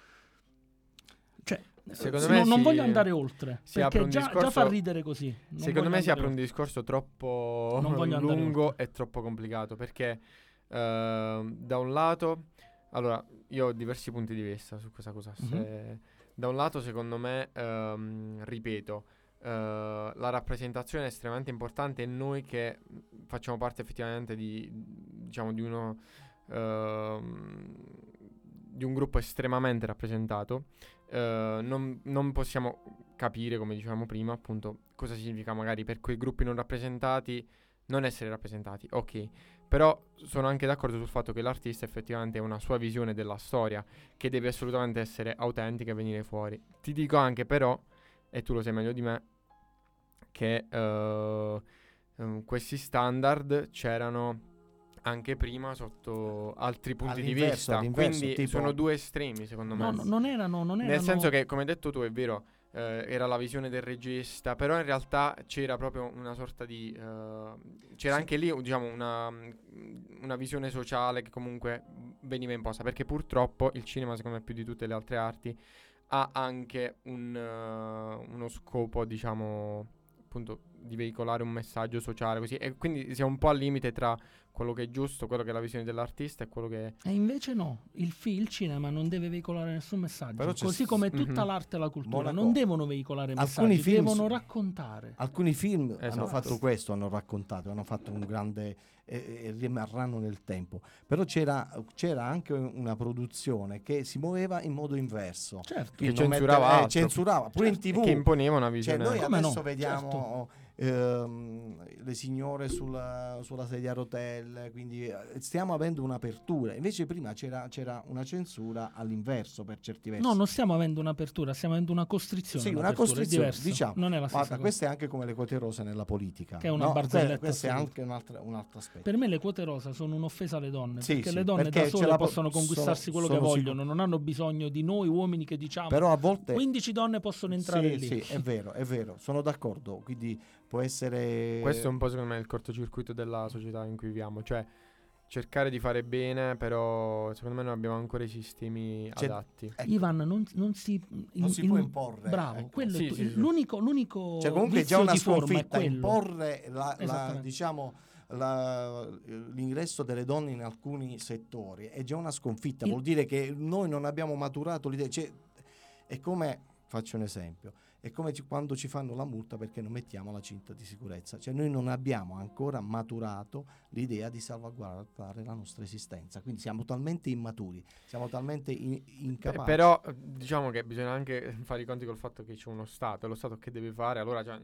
Cioè, secondo no, me non si, voglio andare oltre, perché già, discorso, già fa ridere così. Non secondo me si apre oltre. un discorso troppo non lungo e troppo complicato, perché uh, da un lato, allora, io ho diversi punti di vista su questa cosa. Mm-hmm. Se, da un lato, secondo me, um, ripeto, Uh, la rappresentazione è estremamente importante, e noi che facciamo parte effettivamente di, diciamo, di uno uh, di un gruppo estremamente rappresentato, uh, non, non possiamo capire, come dicevamo prima, appunto, cosa significa magari per quei gruppi non rappresentati non essere rappresentati. Ok, però sono anche d'accordo sul fatto che l'artista effettivamente ha una sua visione della storia che deve assolutamente essere autentica e venire fuori. Ti dico anche però, e tu lo sai meglio di me, che uh, um, questi standard c'erano anche prima sotto altri punti di vista, quindi tipo... sono due estremi secondo me. No, no, non erano, non erano... Nel senso che, come hai detto tu, è vero, uh, era la visione del regista, però in realtà c'era proprio una sorta di... Uh, c'era sì. anche lì, diciamo, una, una visione sociale che comunque veniva imposta, perché purtroppo il cinema, secondo me, più di tutte le altre arti, ha anche un, uh, uno scopo, diciamo, appunto, di veicolare un messaggio sociale, così, e quindi si è un po' al limite tra quello che è giusto, quello che è la visione dell'artista e quello che... E invece no, il, film, il cinema non deve veicolare nessun messaggio, così come tutta mm-hmm. l'arte e la cultura Monaco. non devono veicolare alcuni messaggi, film devono raccontare. Alcuni film esatto. hanno fatto questo, hanno raccontato, hanno fatto un grande... e, e rimarranno nel tempo, però c'era, c'era anche una produzione che si muoveva in modo inverso, certo. che censurava, mette, eh, censurava pure certo. in tv, che imponeva una visione. Cioè, noi Come adesso no? vediamo certo. ehm, le signore sulla, sulla sedia a rotelle, quindi stiamo avendo un'apertura, invece prima c'era, c'era una censura all'inverso per certi versi. No, non stiamo avendo un'apertura, stiamo avendo una costrizione. Sì, una costrizione, diciamo. Non è la stessa Guarda, cosa. questo è anche come le quote rosa nella politica, che è una no? barzelletta. Questo è anche un altro, un altro aspetto. Per me le quote rosa sono un'offesa alle donne, sì, perché sì, le donne perché da sole po- possono conquistarsi sono, quello sono che vogliono, sicuro. non hanno bisogno di noi uomini che diciamo però a volte quindici donne possono entrare sì, lì. Sì, è vero, è vero, sono d'accordo, quindi può essere... Questo è un po' secondo me il cortocircuito della società in cui viviamo, cioè cercare di fare bene, però secondo me non abbiamo ancora i sistemi C'è, adatti. Ecco. Ivan, non, non si, non in, si in, può imporre. Bravo, Ecco. quello Sì, è, sì, sì. l'unico, l'unico Cioè comunque è già vizio una di forma è sconfitta quello. imporre la, la, diciamo, la, l'ingresso delle donne in alcuni settori, è già una sconfitta, Il... vuol dire che noi non abbiamo maturato l'idea, cioè, è come, faccio un esempio, è come ci, quando ci fanno la multa perché non mettiamo la cinta di sicurezza, cioè noi non abbiamo ancora maturato l'idea di salvaguardare la nostra esistenza, quindi siamo talmente immaturi, siamo talmente in, incapaci. P- però diciamo che bisogna anche fare i conti col fatto che c'è uno Stato, e lo Stato che deve fare, allora cioè,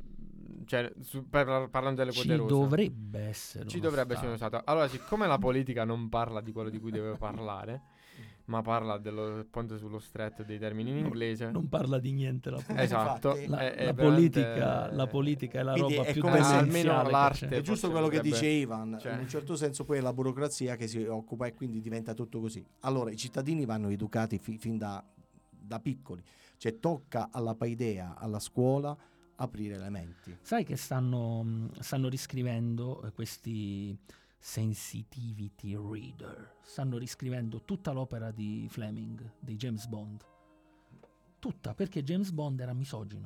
cioè su, per, parlando delle quote ci rosa, dovrebbe essere ci uno dovrebbe stato. essere uno Stato. Allora, siccome la politica non parla di quello di cui deve parlare, ma parla dello ponte sullo stretto, dei termini in inglese, non parla di niente la politica. Esatto, Infatti, la, è, è la, veramente... politica, la politica è la Quindi roba è più come se- almeno essenziale l'arte che È giusto quello che potrebbe- dice Ivan, cioè- in un certo senso poi è la burocrazia che si occupa e quindi diventa tutto così. Allora i cittadini vanno educati fi- fin da, da piccoli, cioè tocca alla Paideia, alla scuola, aprire le menti. Sai che stanno, stanno riscrivendo eh, questi sensitivity reader, stanno riscrivendo tutta l'opera di Fleming, di James Bond, tutta, perché James Bond era misogino,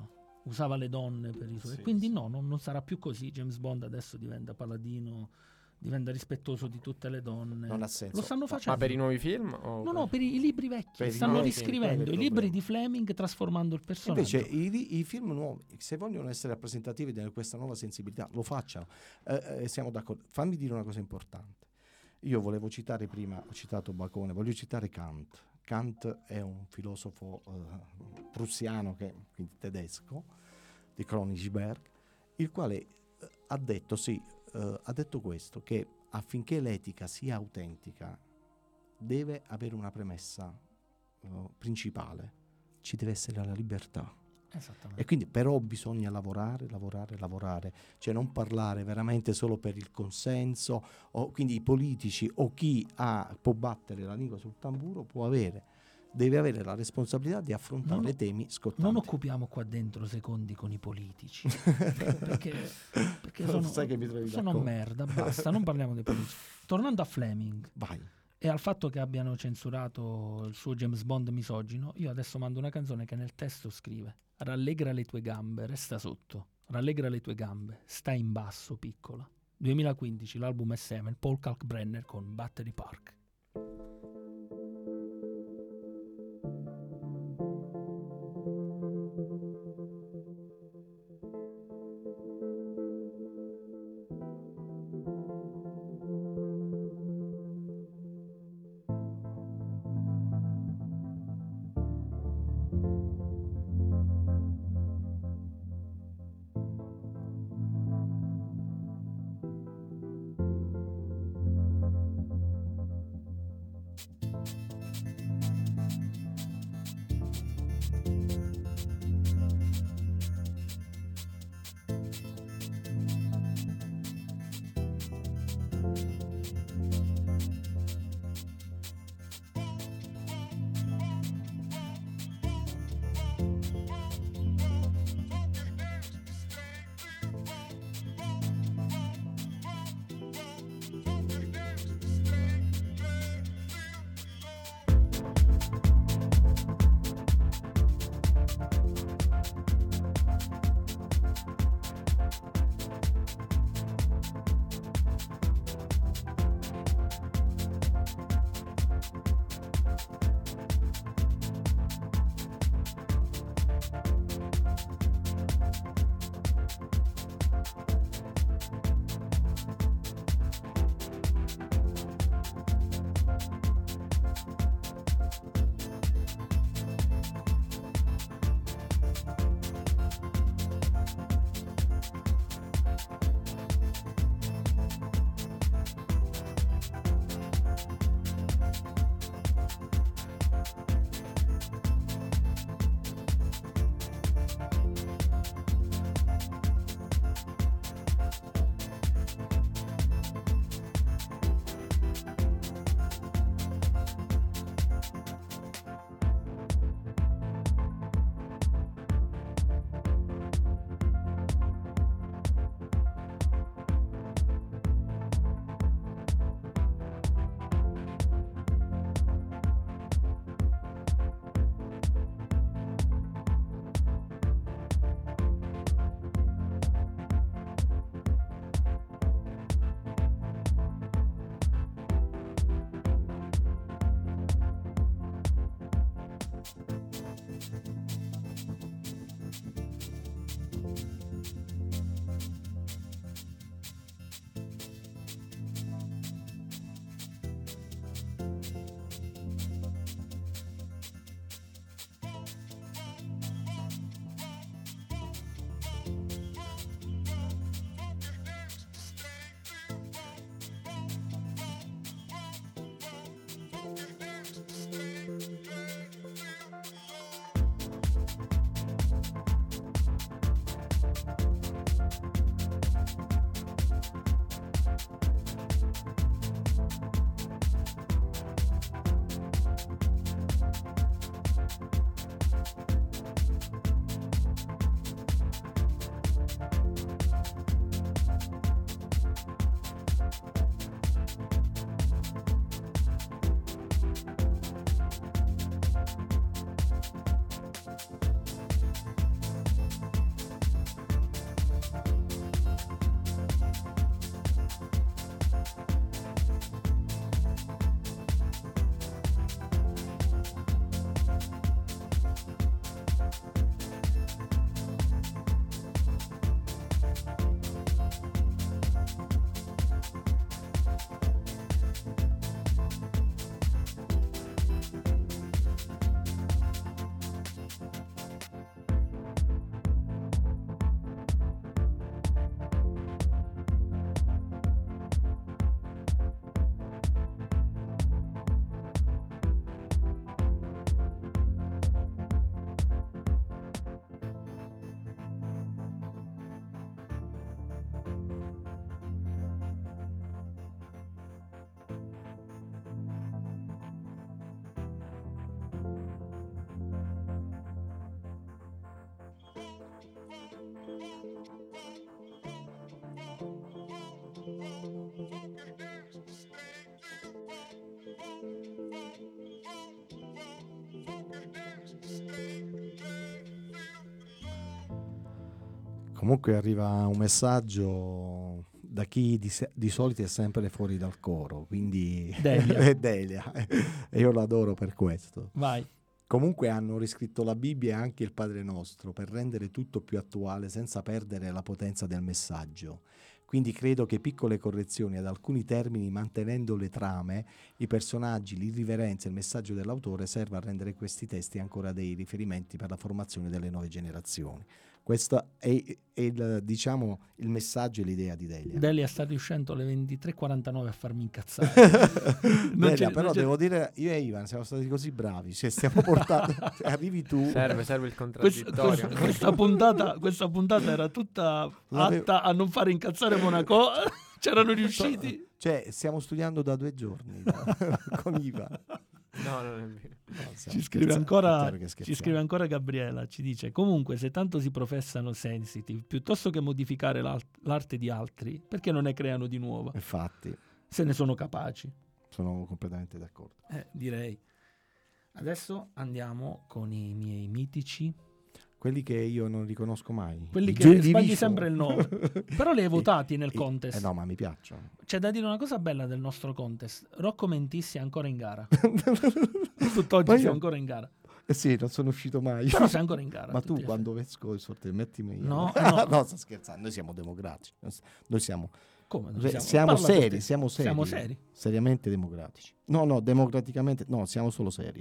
usava le donne per i suoi... Sì, quindi sì. no, non, non sarà più così. James Bond adesso diventa paladino, diventa rispettoso di tutte le donne. Non ha senso. Lo stanno Ma- facendo. Ma per i nuovi film? O No, no, per i, i libri vecchi. Per i Stanno nuovi film, riscrivendo quello è i il libri problema. di Fleming trasformando il personaggio. Invece i, i film nuovi, se vogliono essere rappresentativi di questa nuova sensibilità, lo facciano. Eh, eh, siamo d'accordo. Fammi dire una cosa importante. Io volevo citare prima, ho citato Bacone, voglio citare Kant. Kant è un filosofo eh, prussiano, che, quindi tedesco, di Königsberg, il quale eh, ha detto, sì, eh, ha detto questo, che affinché l'etica sia autentica deve avere una premessa eh, principale, ci deve essere la libertà. Esattamente. E quindi però bisogna lavorare, lavorare, lavorare, cioè non parlare veramente solo per il consenso, o quindi i politici o chi ha, può battere la lingua sul tamburo può avere, deve avere la responsabilità di affrontare Non- temi scottanti. Non occupiamo qua dentro secondi con i politici, perché, perché sono, Sai che mi trovi sono d'accordo. merda, basta, non parliamo dei politici. Tornando a Fleming Vai. e al fatto che abbiano censurato il suo James Bond misogino, io adesso mando una canzone che nel testo scrive: rallegra le tue gambe, resta sotto, rallegra le tue gambe, stai in basso, piccola. duemilaquindici, l'album è Seven, Paul Kalkbrenner con Battery Park. Comunque arriva un messaggio da chi di, se- di solito è sempre fuori dal coro, quindi Delia. è Delia, e io lo adoro per questo. Vai. Comunque hanno riscritto la Bibbia e anche il Padre Nostro per rendere tutto più attuale senza perdere la potenza del messaggio. Quindi credo che piccole correzioni ad alcuni termini, mantenendo le trame, i personaggi, l'irriverenza e il messaggio dell'autore serva a rendere questi testi ancora dei riferimenti per la formazione delle nuove generazioni. Questo è, è il, diciamo, il messaggio e l'idea di Delia. Delia sta riuscendo alle ventitré e quarantanove a farmi incazzare. Non Delia, c'è- però non c'è- devo dire, io e Ivan siamo stati così bravi, cioè stiamo portando, arrivi tu. Serve, serve il Questa, contraddittorio. questa- questa puntata, questa puntata era tutta L'avevo- atta a non fare incazzare Monaco. C'erano riusciti. Cioè, stiamo studiando da due giorni da- con Ivan. No, non è vero. No, stiamo Ci scrive, scherzando, ancora, è chiaro che ci scherziamo. scrive ancora Gabriela, ci dice: comunque se tanto si professano sensitive, piuttosto che modificare l'al- l'arte di altri, perché non ne creano di nuova? Infatti, Se ne sono capaci. sono completamente d'accordo. Eh, direi. Adesso andiamo con i miei mitici, Quelli che io non riconosco mai. quelli I che Joy sbagli Division. sempre il nome. Però li hai votati nel I- contest. Eh no, ma mi piacciono. C'è da dire una cosa bella del nostro contest. Rocco Mentissi è ancora in gara. Tutt'oggi Ma sei io- ancora in gara. Eh sì, non sono uscito mai. Però sei ancora in gara. Ma tutti tu e quando vesco il sorteggio, mettimi. No, eh no. no, sto scherzando. Noi siamo democratici. Noi siamo. Come? Non Re- siamo- siamo Parla per seri, te. siamo seri. Siamo seri. Seriamente democratici. No, no, democraticamente. No, siamo solo seri.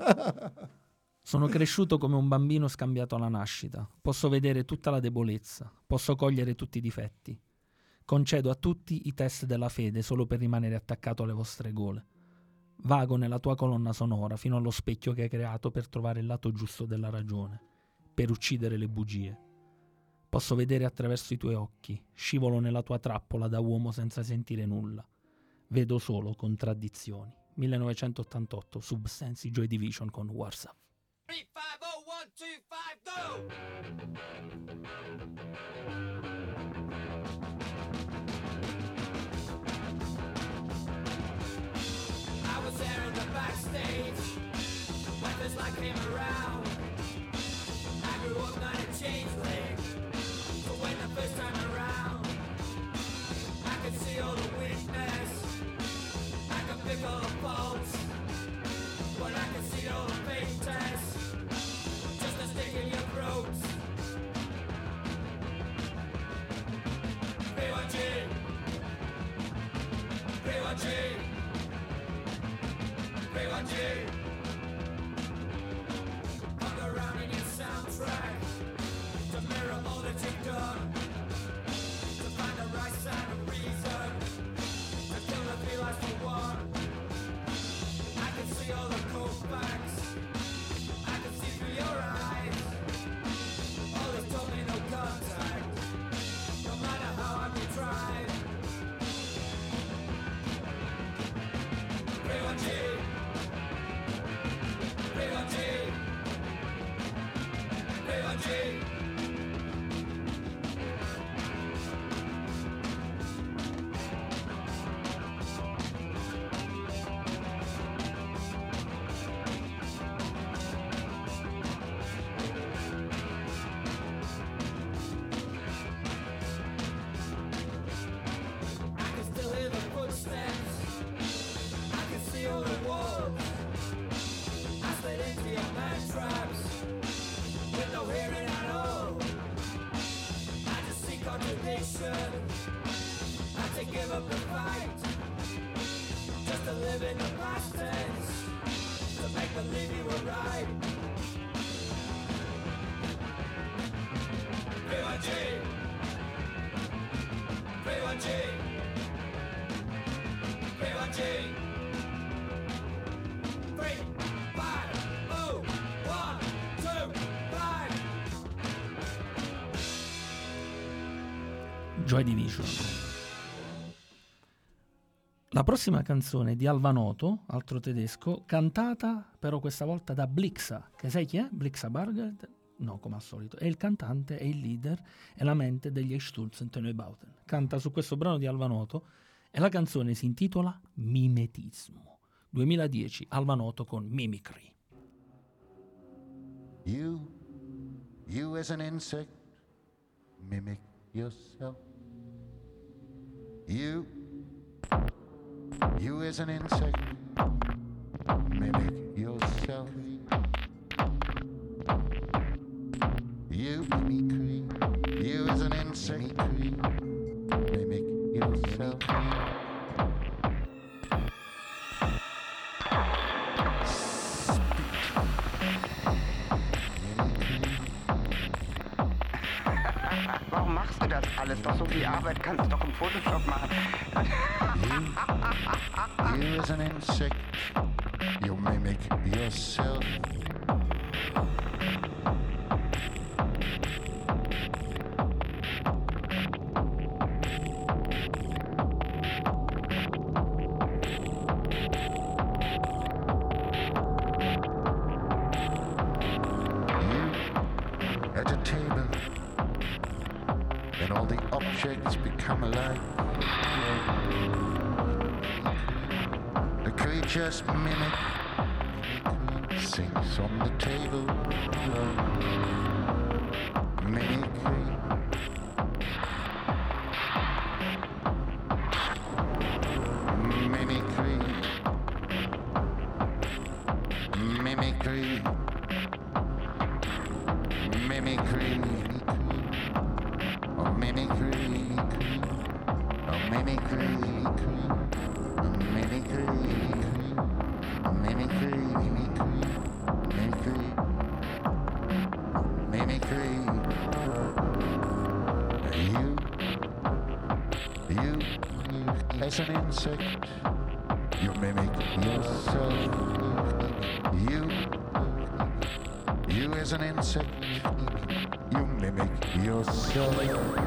Sono cresciuto come un bambino scambiato alla nascita. Posso vedere tutta la debolezza. Posso cogliere tutti i difetti. Concedo a tutti i test della fede solo per rimanere attaccato alle vostre gole. Vago nella tua colonna sonora fino allo specchio che hai creato per trovare il lato giusto della ragione, per uccidere le bugie. Posso vedere attraverso i tuoi occhi, scivolo nella tua trappola da uomo senza sentire nulla. Vedo solo contraddizioni. millenovecentottantotto, Substance, Joy Division con Warsaw. Three, five, oh, one, two, five, go! I was there in the backstage when this light came around. I grew up not a changeling, but when the first time around, I could see all the weakness, I could pick all the faults, but I could see all the fake tests, just a stick in your throats. B one G, B one G, B one G. Hung around in your soundtrack to mirror all that you've done, to find the right side of reason, to kill the feelings for one. I can see all the cold facts, I can see through your eyes. All this told me no contact, no matter how hard we tried. B one G, B one G, B one G. I can still hear the footsteps, I can see all the walls. I slid into your man traps with no hearing at all. I just see contradiction, I had to give up the fight, just to live in the past tense, to make believe you were right. B one G, B one G, B one G. Three, five, oh, one, two, five. Joy Division. La prossima canzone è di Alvanoto, altro tedesco, cantata però questa volta da Blixa, che sai chi è? Blixa Bargeld? No, come al solito. È il cantante, è il leader, è la mente degli Sturzen Neubauten. Canta su questo brano di Alvanoto e la canzone si intitola Mimetismo. duemiladieci, Alvanoto con Mimicry. You, you as an insect, mimic yourself. You, you as an insect, mimic yourself. You, mimicry, you as an insect, mimic yourself. Warum machst du das alles? Doch so viel Arbeit kannst du doch im Photoshop machen. You, you as an insect, you mimic yourself. At a table, and all the objects become alive. The creatures mimic, sings on the table. Mimicry. Mimicry. Mimicry. Mimicry, or mimicry, or mimicry, or mimicry, mimicry, mimicry, mimicry. You, you, as an insect, you mimic yourself. You, you as an insect, you mimic yourself.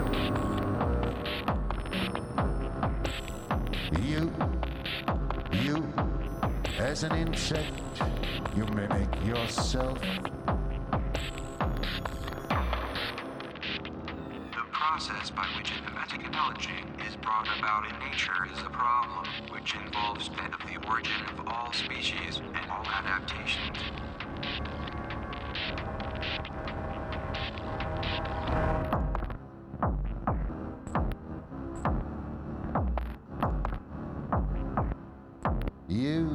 You, you, as an insect, you mimic yourself. The process by which a mimetic analogy is brought about in nature is a problem which involves that of the origin of all species and all adaptations. You,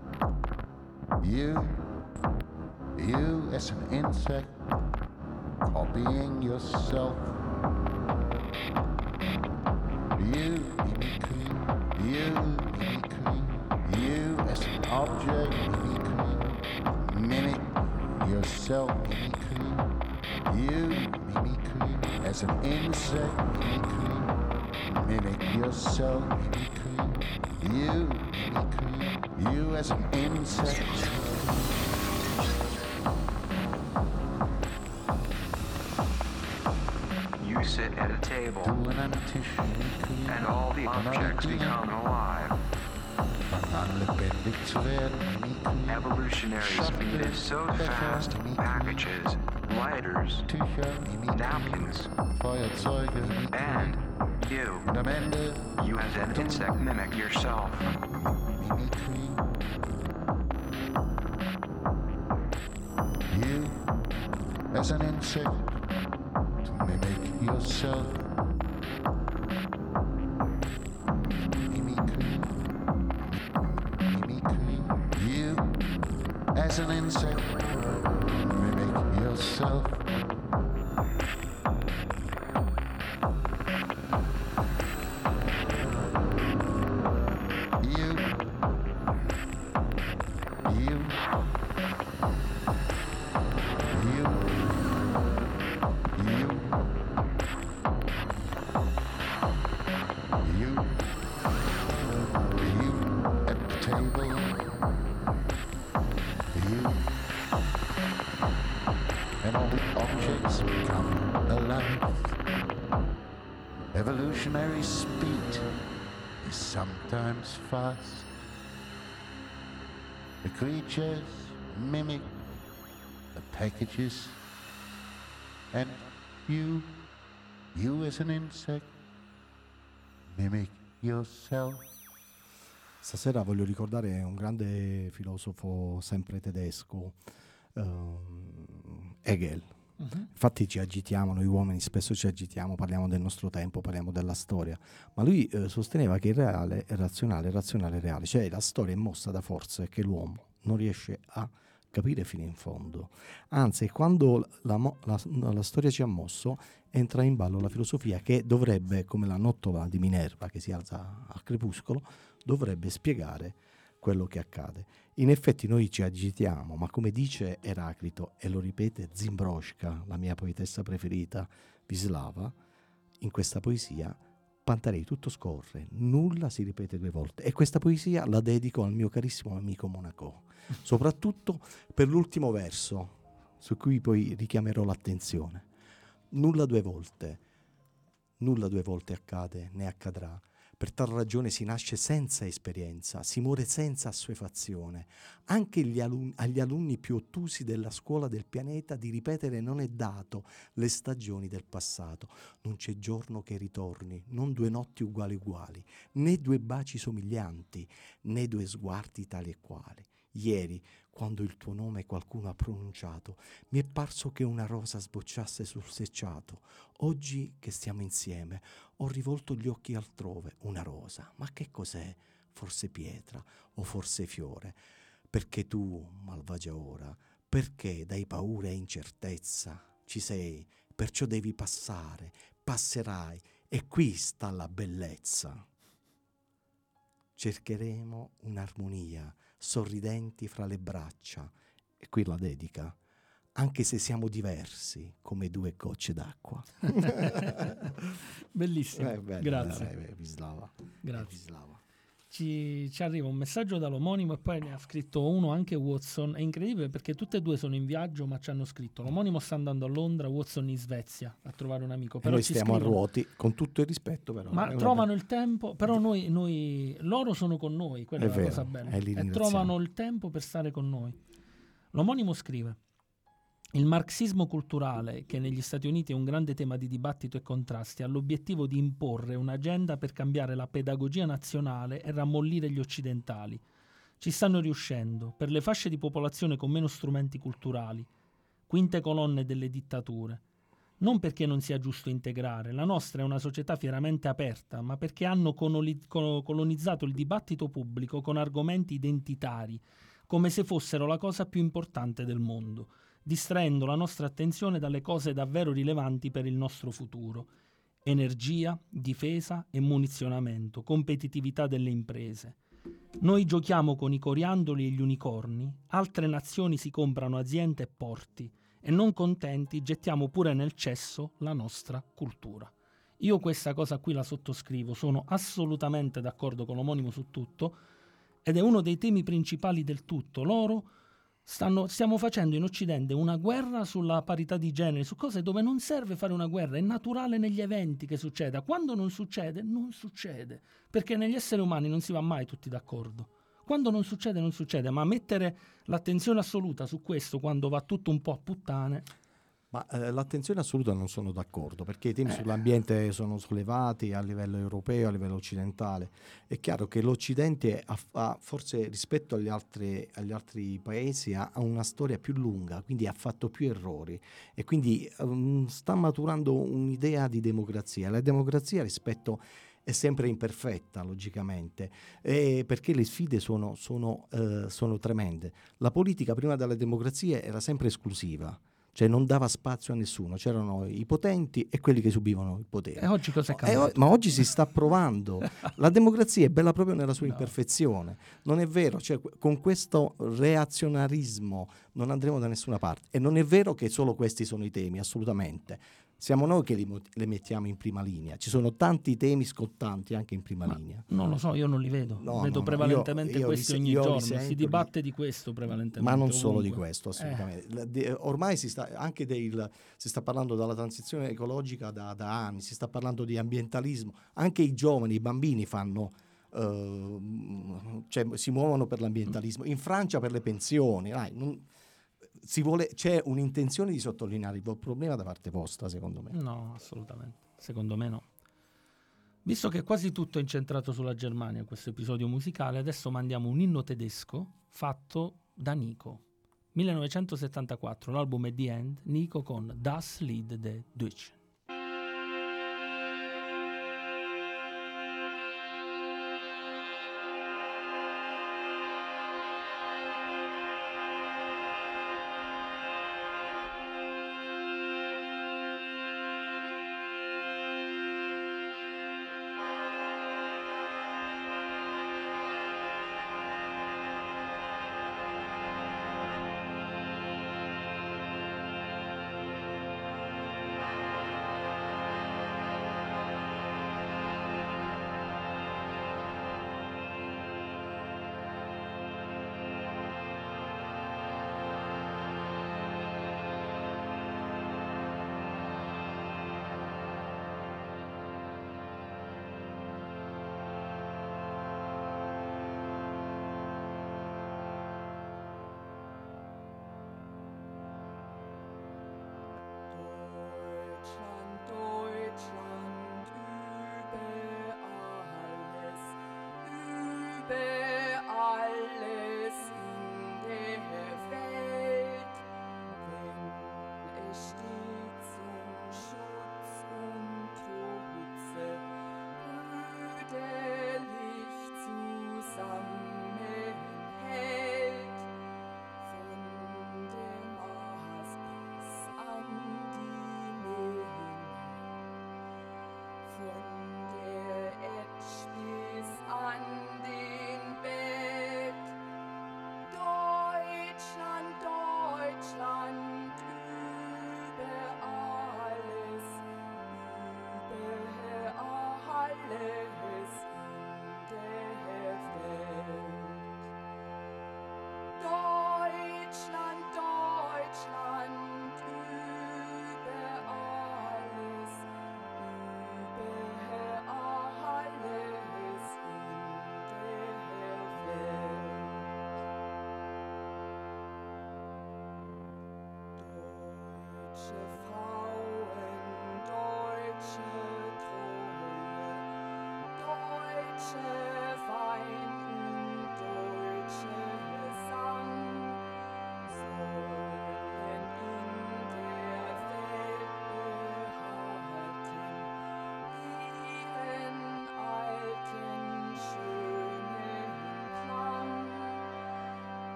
you, you as an insect, copying yourself. You, mimicry, you, mimicry, you as an object, mimicry, mimic yourself, mimicry. You, mimicry, as an insect, mimicry, mimic yourself, mimicry. You, mimicry, you as an insect. You sit at a table, and all the objects become alive. Evolutionary speed is so fast, packages, lighters, napkins, and you, you as an insect mimic yourself. You, as an insect, to mimic yourself. Mimicry, mimicry. You, as an insect, mimic yourself. You, you. You, you, you, you at the table, you, and all the objects become alive. Evolutionary speed is sometimes fast. The creatures mimic the packages, and you, you as an insect, mimic yourself. Stasera voglio ricordare un grande filosofo sempre tedesco, ehm, Hegel. Uh-huh. Infatti ci agitiamo, noi uomini spesso ci agitiamo, parliamo del nostro tempo, parliamo della storia, ma lui eh, sosteneva che il reale è razionale, il razionale è reale, cioè la storia è mossa da forze che l'uomo non riesce a capire fino in fondo. Anzi, quando la, mo- la, la storia ci ha mosso, entra in ballo la filosofia, che dovrebbe, come la nottola di Minerva che si alza al crepuscolo, dovrebbe spiegare quello che accade. In effetti noi ci agitiamo, ma come dice Eraclito, e lo ripete Zimbroška, la mia poetessa preferita, Wisława, in questa poesia: Pantarei, tutto scorre, nulla si ripete due volte. E questa poesia la dedico al mio carissimo amico Monaco, soprattutto per l'ultimo verso, su cui poi richiamerò l'attenzione. Nulla due volte, nulla due volte accade, né accadrà. Per tal ragione si nasce senza esperienza, si muore senza assuefazione. Anche gli alun- agli alunni più ottusi della scuola del pianeta di ripetere non è dato le stagioni del passato. Non c'è giorno che ritorni, non due notti uguali uguali, né due baci somiglianti, né due sguardi tali e quali. Ieri, quando il tuo nome qualcuno ha pronunciato, mi è parso che una rosa sbocciasse sul selciato. Oggi che stiamo insieme, ho rivolto gli occhi altrove. Una rosa, ma che cos'è? Forse pietra o forse fiore? Perché tu, malvagia ora, perché dai paura e incertezza ci sei, perciò devi passare, passerai, e qui sta la bellezza. Cercheremo un'armonia, sorridenti fra le braccia, e qui la dedica, anche se siamo diversi come due gocce d'acqua. Bellissimo, eh, bello, grazie. Eh, eh, Wisława. Grazie. Eh, Wisława. Ci, ci arriva un messaggio dall'omonimo e poi ne ha scritto uno anche Watson. È incredibile perché tutte e due sono in viaggio, ma ci hanno scritto: l'omonimo sta andando a Londra, Watson in Svezia a trovare un amico. E però noi ci stiamo scrivono, a ruoti, con tutto il rispetto però. ma È una trovano be- il tempo, però noi, noi loro sono con noi, quella è, È la vero, cosa bella, e li e ringraziamo. trovano il tempo per stare con noi. L'omonimo scrive: il marxismo culturale, che negli Stati Uniti è un grande tema di dibattito e contrasti, ha l'obiettivo di imporre un'agenda per cambiare la pedagogia nazionale e rammollire gli occidentali. Ci stanno riuscendo, per le fasce di popolazione con meno strumenti culturali, quinte colonne delle dittature. Non perché non sia giusto integrare, la nostra è una società fieramente aperta, ma perché hanno coloni- colonizzato il dibattito pubblico con argomenti identitari, come se fossero la cosa più importante del mondo, distraendo la nostra attenzione dalle cose davvero rilevanti per il nostro futuro: energia, difesa e munizionamento, competitività delle imprese. Noi giochiamo con i coriandoli e gli unicorni, altre nazioni si comprano aziende e porti, e non contenti gettiamo pure nel cesso la nostra cultura. Io questa cosa qui la sottoscrivo, sono assolutamente d'accordo con l'omonimo su tutto, ed è uno dei temi principali del tutto. Loro Stanno, stiamo facendo in Occidente una guerra sulla parità di genere, su cose dove non serve fare una guerra, è naturale negli eventi che succeda. Quando non succede, non succede, perché negli esseri umani non si va mai tutti d'accordo. Quando non succede, non succede, ma mettere l'attenzione assoluta su questo quando va tutto un po' a puttane... Ma eh, l'attenzione assoluta non sono d'accordo, perché i temi Eh. sull'ambiente sono sollevati a livello europeo, a livello occidentale. È chiaro che l'Occidente ha, ha forse rispetto agli altri, agli altri paesi ha, ha una storia più lunga, quindi ha fatto più errori e quindi um, sta maturando un'idea di democrazia. La democrazia rispetto è sempre imperfetta, logicamente, eh, perché le sfide sono, sono, eh, sono tremende. La politica prima della democrazia era sempre esclusiva, cioè non dava spazio a nessuno, c'erano i potenti e quelli che subivano il potere. E oggi cosa è E cambiato? o- ma oggi si sta provando. La democrazia è bella proprio nella sua No. imperfezione. Non è vero, cioè, con questo reazionarismo non andremo da nessuna parte. E non è vero che solo questi sono i temi, assolutamente. Siamo noi che li, mo- li mettiamo in prima linea. Ci sono tanti temi scottanti anche in prima Ma linea. non lo so, io non li vedo. No, vedo no, no, prevalentemente io- io questi li se- ogni io li giorno. sento, si li- dibatte di questo prevalentemente. Ma non solo di ovunque. questo, Eh. assolutamente. La- de- ormai si sta anche del, si sta parlando della transizione ecologica da, da anni, si sta parlando di ambientalismo. Anche i giovani, i bambini fanno, eh, cioè, si muovono per l'ambientalismo. In Francia per le pensioni, dai, non- si vuole, c'è un'intenzione di sottolineare il problema da parte vostra, secondo me. No, assolutamente. Secondo me no. Visto che quasi tutto è incentrato sulla Germania questo episodio musicale, adesso mandiamo un inno tedesco fatto da Nico. millenovecentosettantaquattro, l'album è The End, Nico con Das Lied der Deutschen. Thank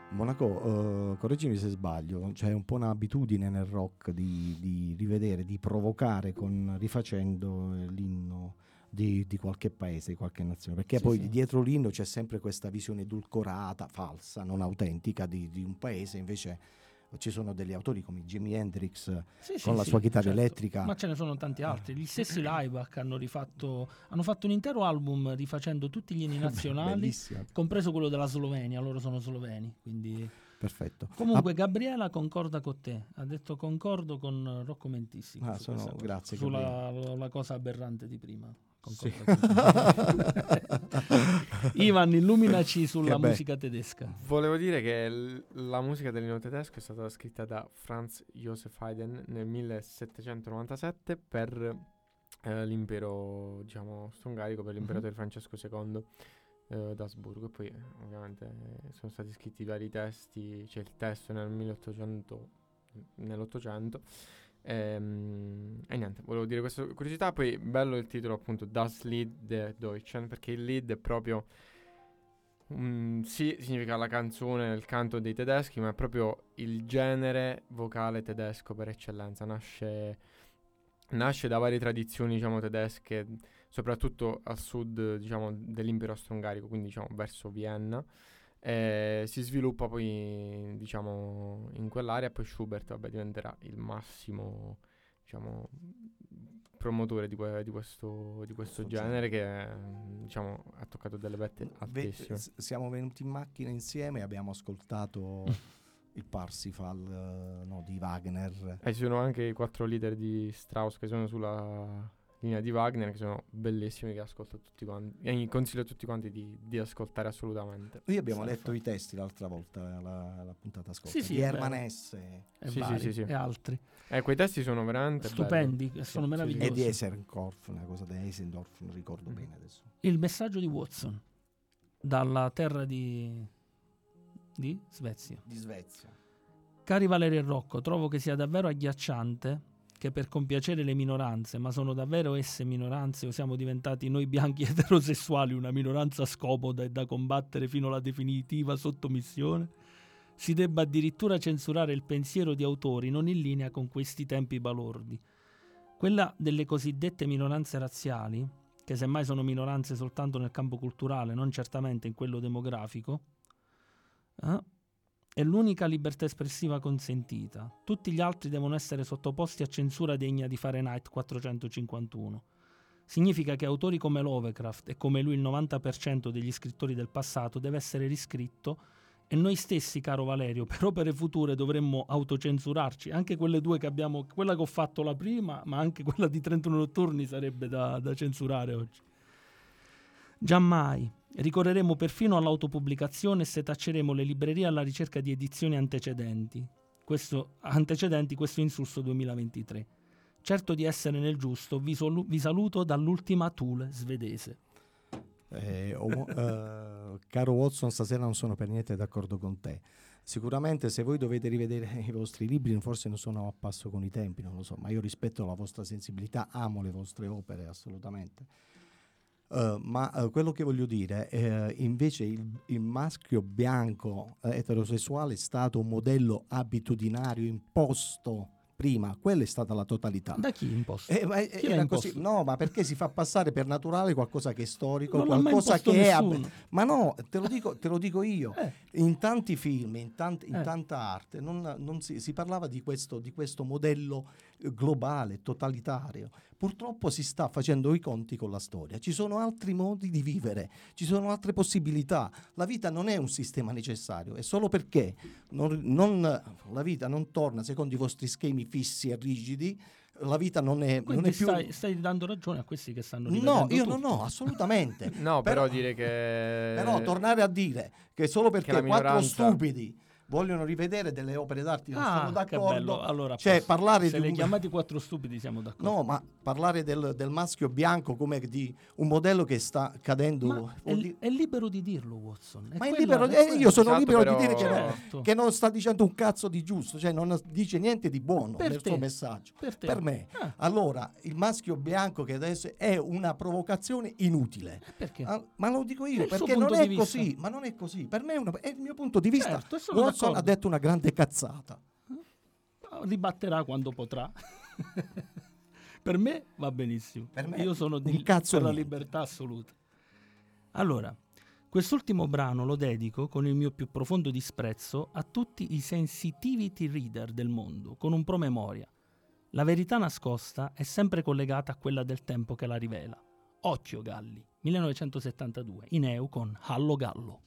Monaco, uh, correggimi se sbaglio, c'è un po' un'abitudine nel rock di, di rivedere, di provocare con rifacendo l'inno di, di qualche paese, di qualche nazione, perché Sì, poi sì. dietro l'inno c'è sempre questa visione edulcorata, falsa, non autentica di, di un paese. Invece ci sono degli autori come Jimi Hendrix Sì, sì, con la sì, sua chitarra certo. elettrica. Ma ce ne sono tanti altri. Gli stessi Laibach hanno rifatto hanno fatto un intero album rifacendo tutti gli inni nazionali, Bellissimo. compreso quello della Slovenia. Loro sono sloveni, quindi Perfetto. comunque Gabriela concorda con te, ha detto concordo con Rocco Mentissi Ah, su sono- questa cosa, grazie, sulla la, la cosa aberrante di prima. Sì. Concordo con te. Ivan, illuminaci sulla Che beh. musica tedesca. Volevo dire che l- la musica dell'inno tedesco è stata scritta da Franz Josef Haydn nel millesettecentonovantasette per eh, l'impero, diciamo, austro-ungarico, per l'imperatore Francesco secondo eh, d'Asburgo. E poi eh, ovviamente eh, sono stati scritti vari testi, c'è il testo nel milleottocento, nell'Ottocento. Ehm, E, niente, volevo dire questa curiosità. Poi bello il titolo, appunto, Das Lied der Deutschen, perché il Lied è proprio mm, sì, significa la canzone, il canto dei tedeschi, ma è proprio il genere vocale tedesco per eccellenza. Nasce, nasce da varie tradizioni, diciamo, tedesche, soprattutto al sud, diciamo, dell'impero austro-ungarico, quindi, diciamo, verso Vienna. Eh, si sviluppa poi, diciamo, in quell'area. Poi Schubert, vabbè, diventerà il massimo, diciamo, promotore di, que- di questo, di questo genere, che, diciamo, ha toccato delle vette Ve- altissime. s- siamo venuti in macchina insieme e abbiamo ascoltato il Parsifal, eh, no, di Wagner. E ci sono anche i quattro leader di Strauss che sono sulla linea di Wagner, che sono bellissimi, che ascolto tutti quanti, e consiglio a tutti quanti di, di ascoltare assolutamente. Noi abbiamo Sì, letto i testi l'altra volta, la, la puntata scorsa, Sì, sì, di è Herman vero. Hesse E Sì, vari, sì, sì, sì. e altri. Eh, quei testi sono veramente Stupendi, belli. sono Sì, meravigliosi. e di Eisenkopf, una cosa di Eisendorf, non ricordo bene adesso. Il messaggio di Watson dalla terra di di Svezia. Di Svezia. Cari Valerio e Rocco, trovo che sia davvero agghiacciante che per compiacere le minoranze, ma sono davvero esse minoranze o siamo diventati noi bianchi eterosessuali una minoranza scomoda e da combattere fino alla definitiva sottomissione, si debba addirittura censurare il pensiero di autori non in linea con questi tempi balordi. Quella delle cosiddette minoranze razziali, che semmai sono minoranze soltanto nel campo culturale, non certamente in quello demografico, eh? è l'unica libertà espressiva consentita. Tutti gli altri devono essere sottoposti a censura degna di Fahrenheit quattrocentocinquantuno. Significa che autori come Lovecraft e come lui il novanta per cento degli scrittori del passato deve essere riscritto, e noi stessi, caro Valerio, per opere future dovremmo autocensurarci. Anche quelle due che abbiamo, quella che ho fatto la prima, ma anche quella di trentuno notturni sarebbe da, da censurare oggi. Giammai. Ricorreremo perfino all'autopubblicazione e setacceremo le librerie alla ricerca di edizioni antecedenti. Questo, antecedenti questo insulso duemilaventitré. Certo di essere nel giusto, vi, solu- vi saluto dall'ultima Thule svedese. Eh, oh, eh, caro Watson, stasera non sono per niente d'accordo con te. Sicuramente se voi dovete rivedere i vostri libri forse non sono a passo con i tempi, non lo so, ma io rispetto la vostra sensibilità, amo le vostre opere assolutamente. Uh, ma uh, quello che voglio dire è uh, invece il, il maschio bianco uh, eterosessuale è stato un modello abitudinario imposto prima, quella è stata la totalità. Da chi imposto? Eh, ma, Chi era l'ha così, imposto? no, ma perché si fa passare per naturale qualcosa che è storico, Non l'ha mai qualcosa imposto che è ab- nessuno. ma no, te lo dico, te lo dico io. Eh. In tanti film, in, tant- in Eh. tanta arte, non, non si, si parlava di questo, di questo modello eh, globale, totalitario. Purtroppo si sta facendo i conti con la storia. Ci sono altri modi di vivere, ci sono altre possibilità. La vita non è un sistema necessario, è solo perché non, non, la vita non torna secondo i vostri schemi fissi e rigidi. La vita non è, Quindi non è più... stai, stai dando ragione a questi che stanno No, rivedendo io tutto. non ho, assolutamente. No, però, Però- dire che... Però tornare a dire che solo perché la quattro minoranza- stupidi vogliono rivedere delle opere d'arte, non Ah, sono che d'accordo. bello. Allora, cioè, posso- parlare se di li un... chiamati quattro stupidi siamo d'accordo. No, ma parlare del, del maschio bianco come di un modello che sta cadendo. Ma vuol è, dire- è libero di dirlo, Watson. È Ma è quella- libero, è eh, quella- io sono Esatto, libero però- di dire che, Certo. non, che non sta dicendo un cazzo di giusto, cioè non dice niente di buono Per nel te. suo messaggio. Per te. me. Ah. Allora, il maschio bianco che adesso è una provocazione inutile. Perché? Ah, ma lo dico io, È il suo perché non punto è di vista. così, ma non è così. Per me è, una- è il mio punto di vista. Certo, e sono Watson d'accordo. ha detto una grande cazzata. Ribatterà quando potrà. Per me va benissimo. Per me Io sono di, un cazzo per la niente. libertà assoluta. Allora, quest'ultimo brano lo dedico con il mio più profondo disprezzo a tutti i sensitivity reader del mondo, con un promemoria. La verità nascosta è sempre collegata a quella del tempo che la rivela. Occhio Galli, millenovecentosettantadue, in E U con Hallo Gallo.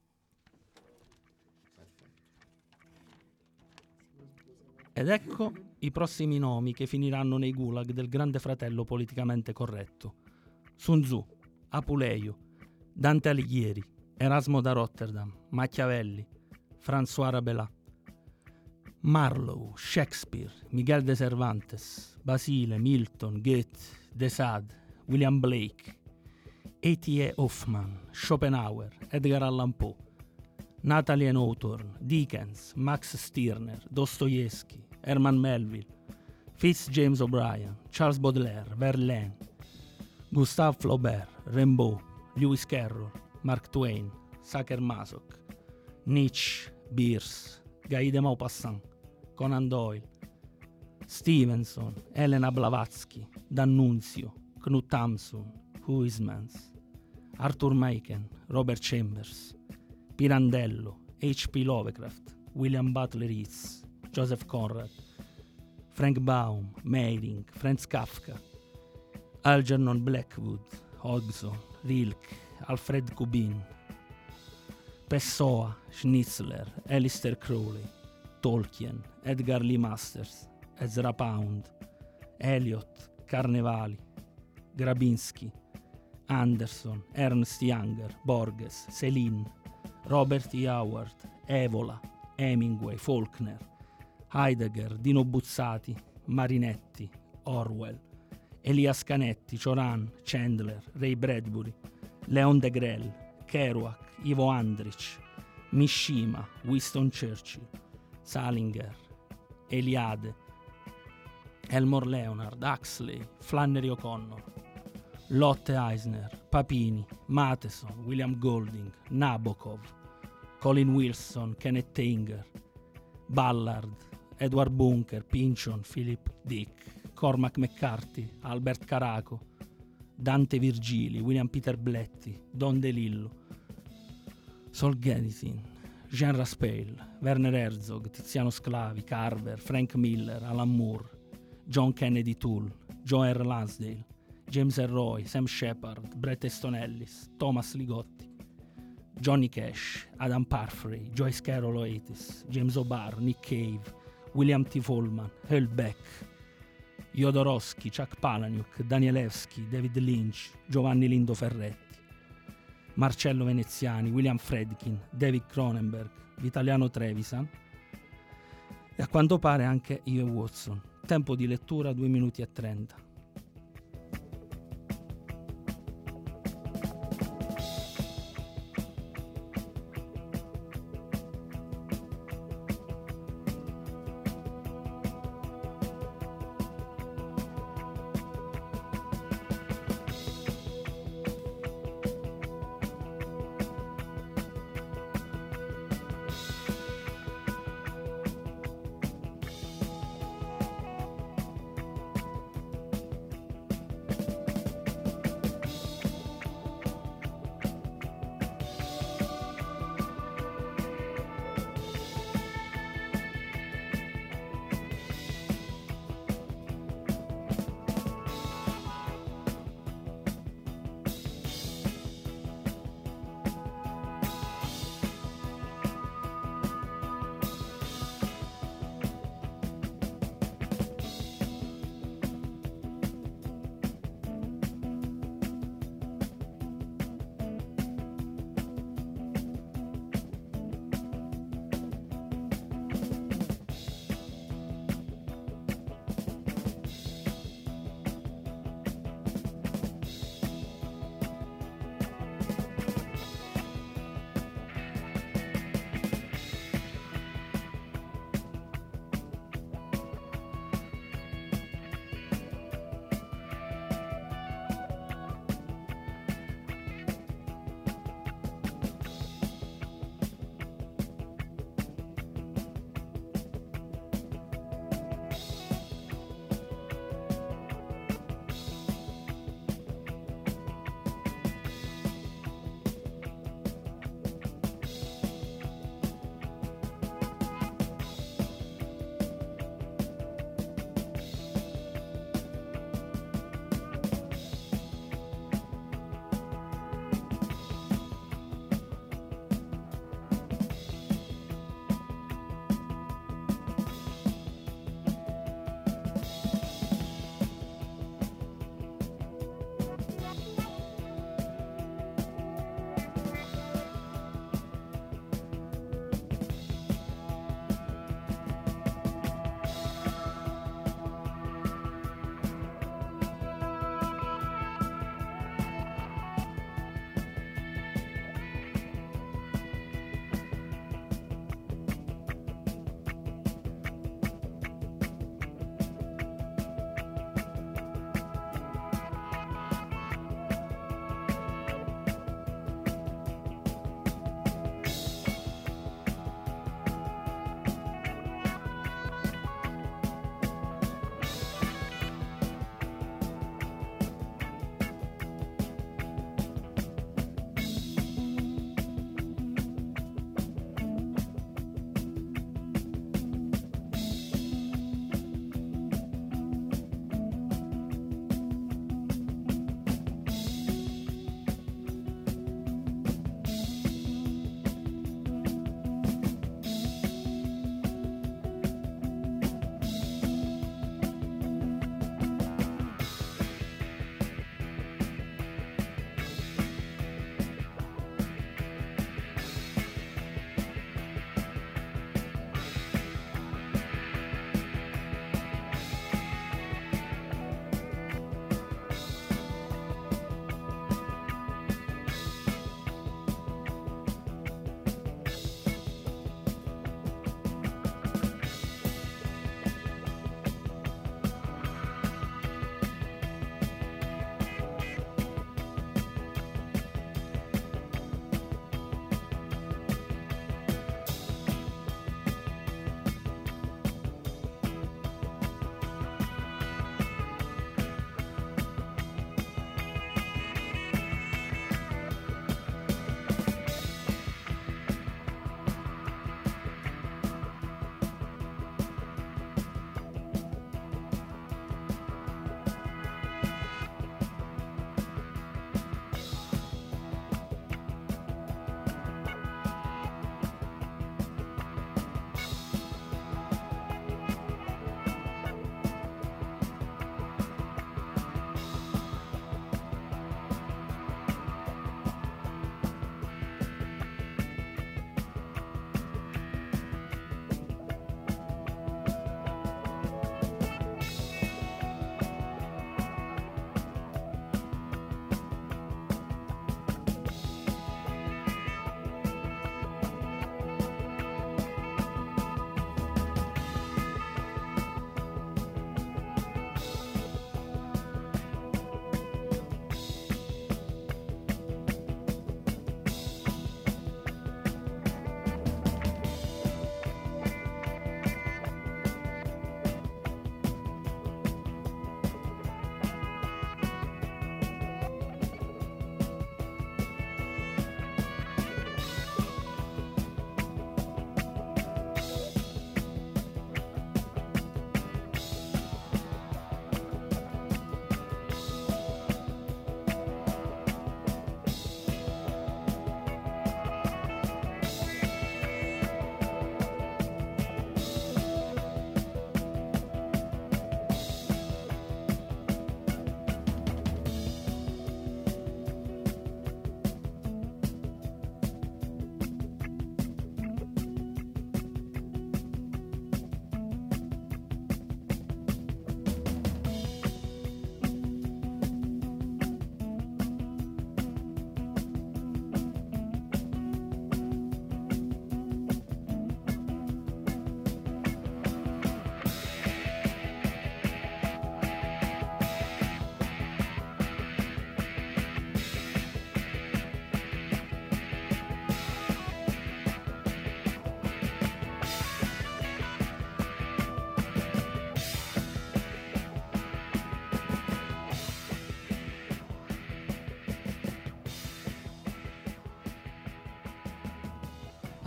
Ed ecco i prossimi nomi che finiranno nei gulag del grande fratello politicamente corretto. Sun Tzu, Apuleio, Dante Alighieri, Erasmo da Rotterdam, Machiavelli, François Rabelais, Marlowe, Shakespeare, Miguel de Cervantes, Basile, Milton, Goethe, de Sade, William Blake, A T E Hoffman, Schopenhauer, Edgar Allan Poe, Nathaniel Hawthorne, Dickens, Max Stirner, Dostoevsky, Herman Melville, Fitz James O'Brien, Charles Baudelaire, Verlaine, Gustave Flaubert, Rimbaud, Lewis Carroll, Mark Twain, Sacher Masoch, Nietzsche, Bierce, Guy de Maupassant, Conan Doyle, Stevenson, Elena Blavatsky, D'Annunzio, Knut Hamsun, Huysmans, Arthur Machen, Robert Chambers, Pirandello, H P Lovecraft, William Butler Yeats, Joseph Conrad, Frank Baum, Meiring, Franz Kafka, Algernon Blackwood, Hodgson, Rilke, Alfred Kubin, Pessoa, Schnitzler, Alistair Crowley, Tolkien, Edgar Lee Masters, Ezra Pound, Eliot, Carnevali, Grabinski, Anderson, Ernst Younger, Borges, Céline, Robert E. Howard, Evola, Hemingway, Faulkner, Heidegger, Dino Buzzati, Marinetti, Orwell, Elias Canetti, Cioran, Chandler, Ray Bradbury, Leon Degrelle, Kerouac, Ivo Andrich, Mishima, Winston Churchill, Salinger, Eliade, Elmore Leonard, Huxley, Flannery O'Connor, Lotte Eisner, Papini, Matheson, William Golding, Nabokov, Colin Wilson, Kenneth Anger, Ballard, Edward Bunker, Pynchon, Philip Dick, Cormac McCarthy, Albert Caraco, Dante Virgili, William Peter Blatty, Don DeLillo, Solzhenitsyn, Jean Raspail, Werner Herzog, Tiziano Sclavi, Carver, Frank Miller, Alan Moore, John Kennedy Toole, Joe R. Lansdale, James Elroy, Sam Shepard, Bret Easton Ellis, Thomas Ligotti, Johnny Cash, Adam Parfrey, Joyce Carol Oates, James O'Barr, Nick Cave, William T. Folman, Earl Beck, Jodorowsky, Chuck Palahniuk, Danielewski, David Lynch, Giovanni Lindo Ferretti, Marcello Veneziani, William Friedkin, David Cronenberg, Vitaliano Trevisan e a quanto pare anche io e Watson. Tempo di lettura due minuti e trenta.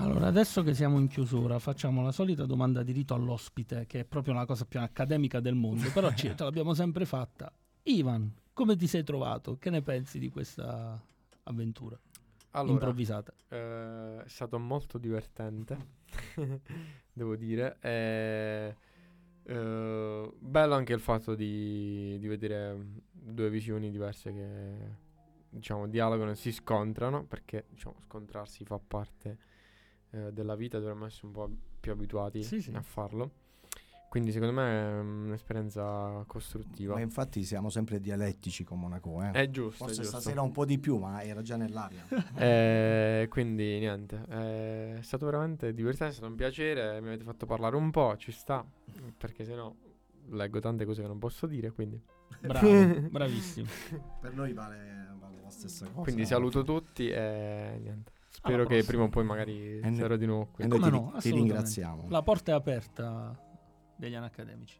Allora, adesso che siamo in chiusura, facciamo la solita domanda di rito all'ospite, che è proprio la cosa più accademica del mondo, però ci, te l'abbiamo sempre fatta. Ivan, come ti sei trovato? Che ne pensi di questa avventura Allora, improvvisata? eh, è stato molto divertente, devo dire. E, eh, bello anche il fatto di, di vedere due visioni diverse che, diciamo, dialogano e si scontrano, perché, diciamo, scontrarsi fa parte eh, della vita, dovremmo essere un po' più abituati Sì, sì. a farlo. Quindi secondo me è un'esperienza costruttiva. Ma infatti siamo sempre dialettici con Monaco, eh? È giusto, Forse è giusto. stasera un po' di più, ma era già nell'aria. Eh, quindi niente, eh, è stato veramente divertente, è stato un piacere, mi avete fatto parlare un po', ci sta, perché sennò leggo tante cose che non posso dire, quindi Bravo, bravissimo. Per noi vale, vale la stessa cosa. Quindi saluto tutti e niente. Spero che prossima. prima o poi magari E noi- sarò di nuovo qui. e noi Come ti, no, ti assolutamente. ringraziamo. La porta è aperta degli Anacademici.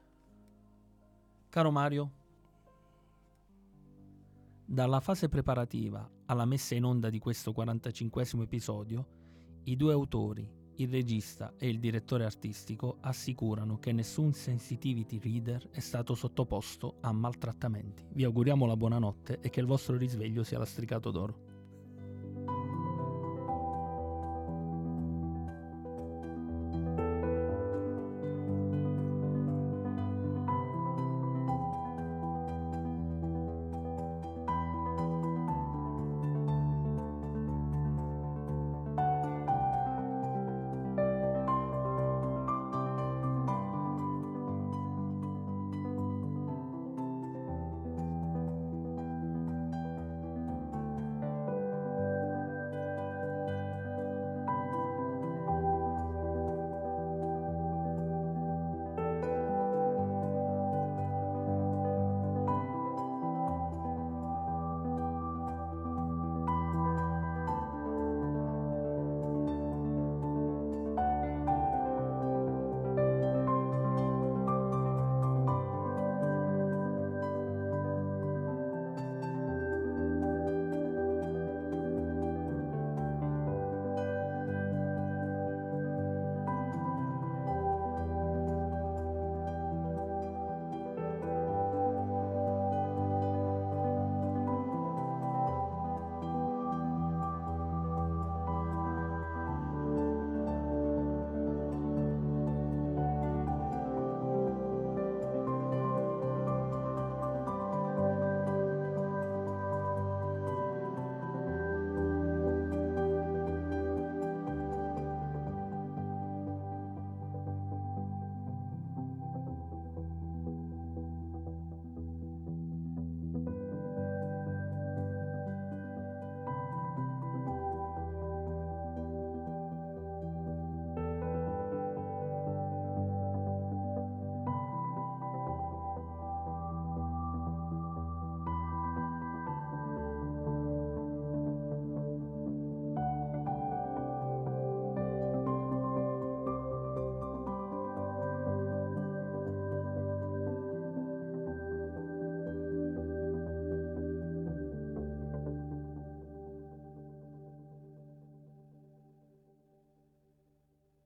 Caro Mario, dalla fase preparativa alla messa in onda di questo quarantacinquesimo episodio, i due autori, il regista e il direttore artistico, assicurano che nessun sensitivity reader è stato sottoposto a maltrattamenti. Vi auguriamo la buonanotte e che il vostro risveglio sia lastricato d'oro.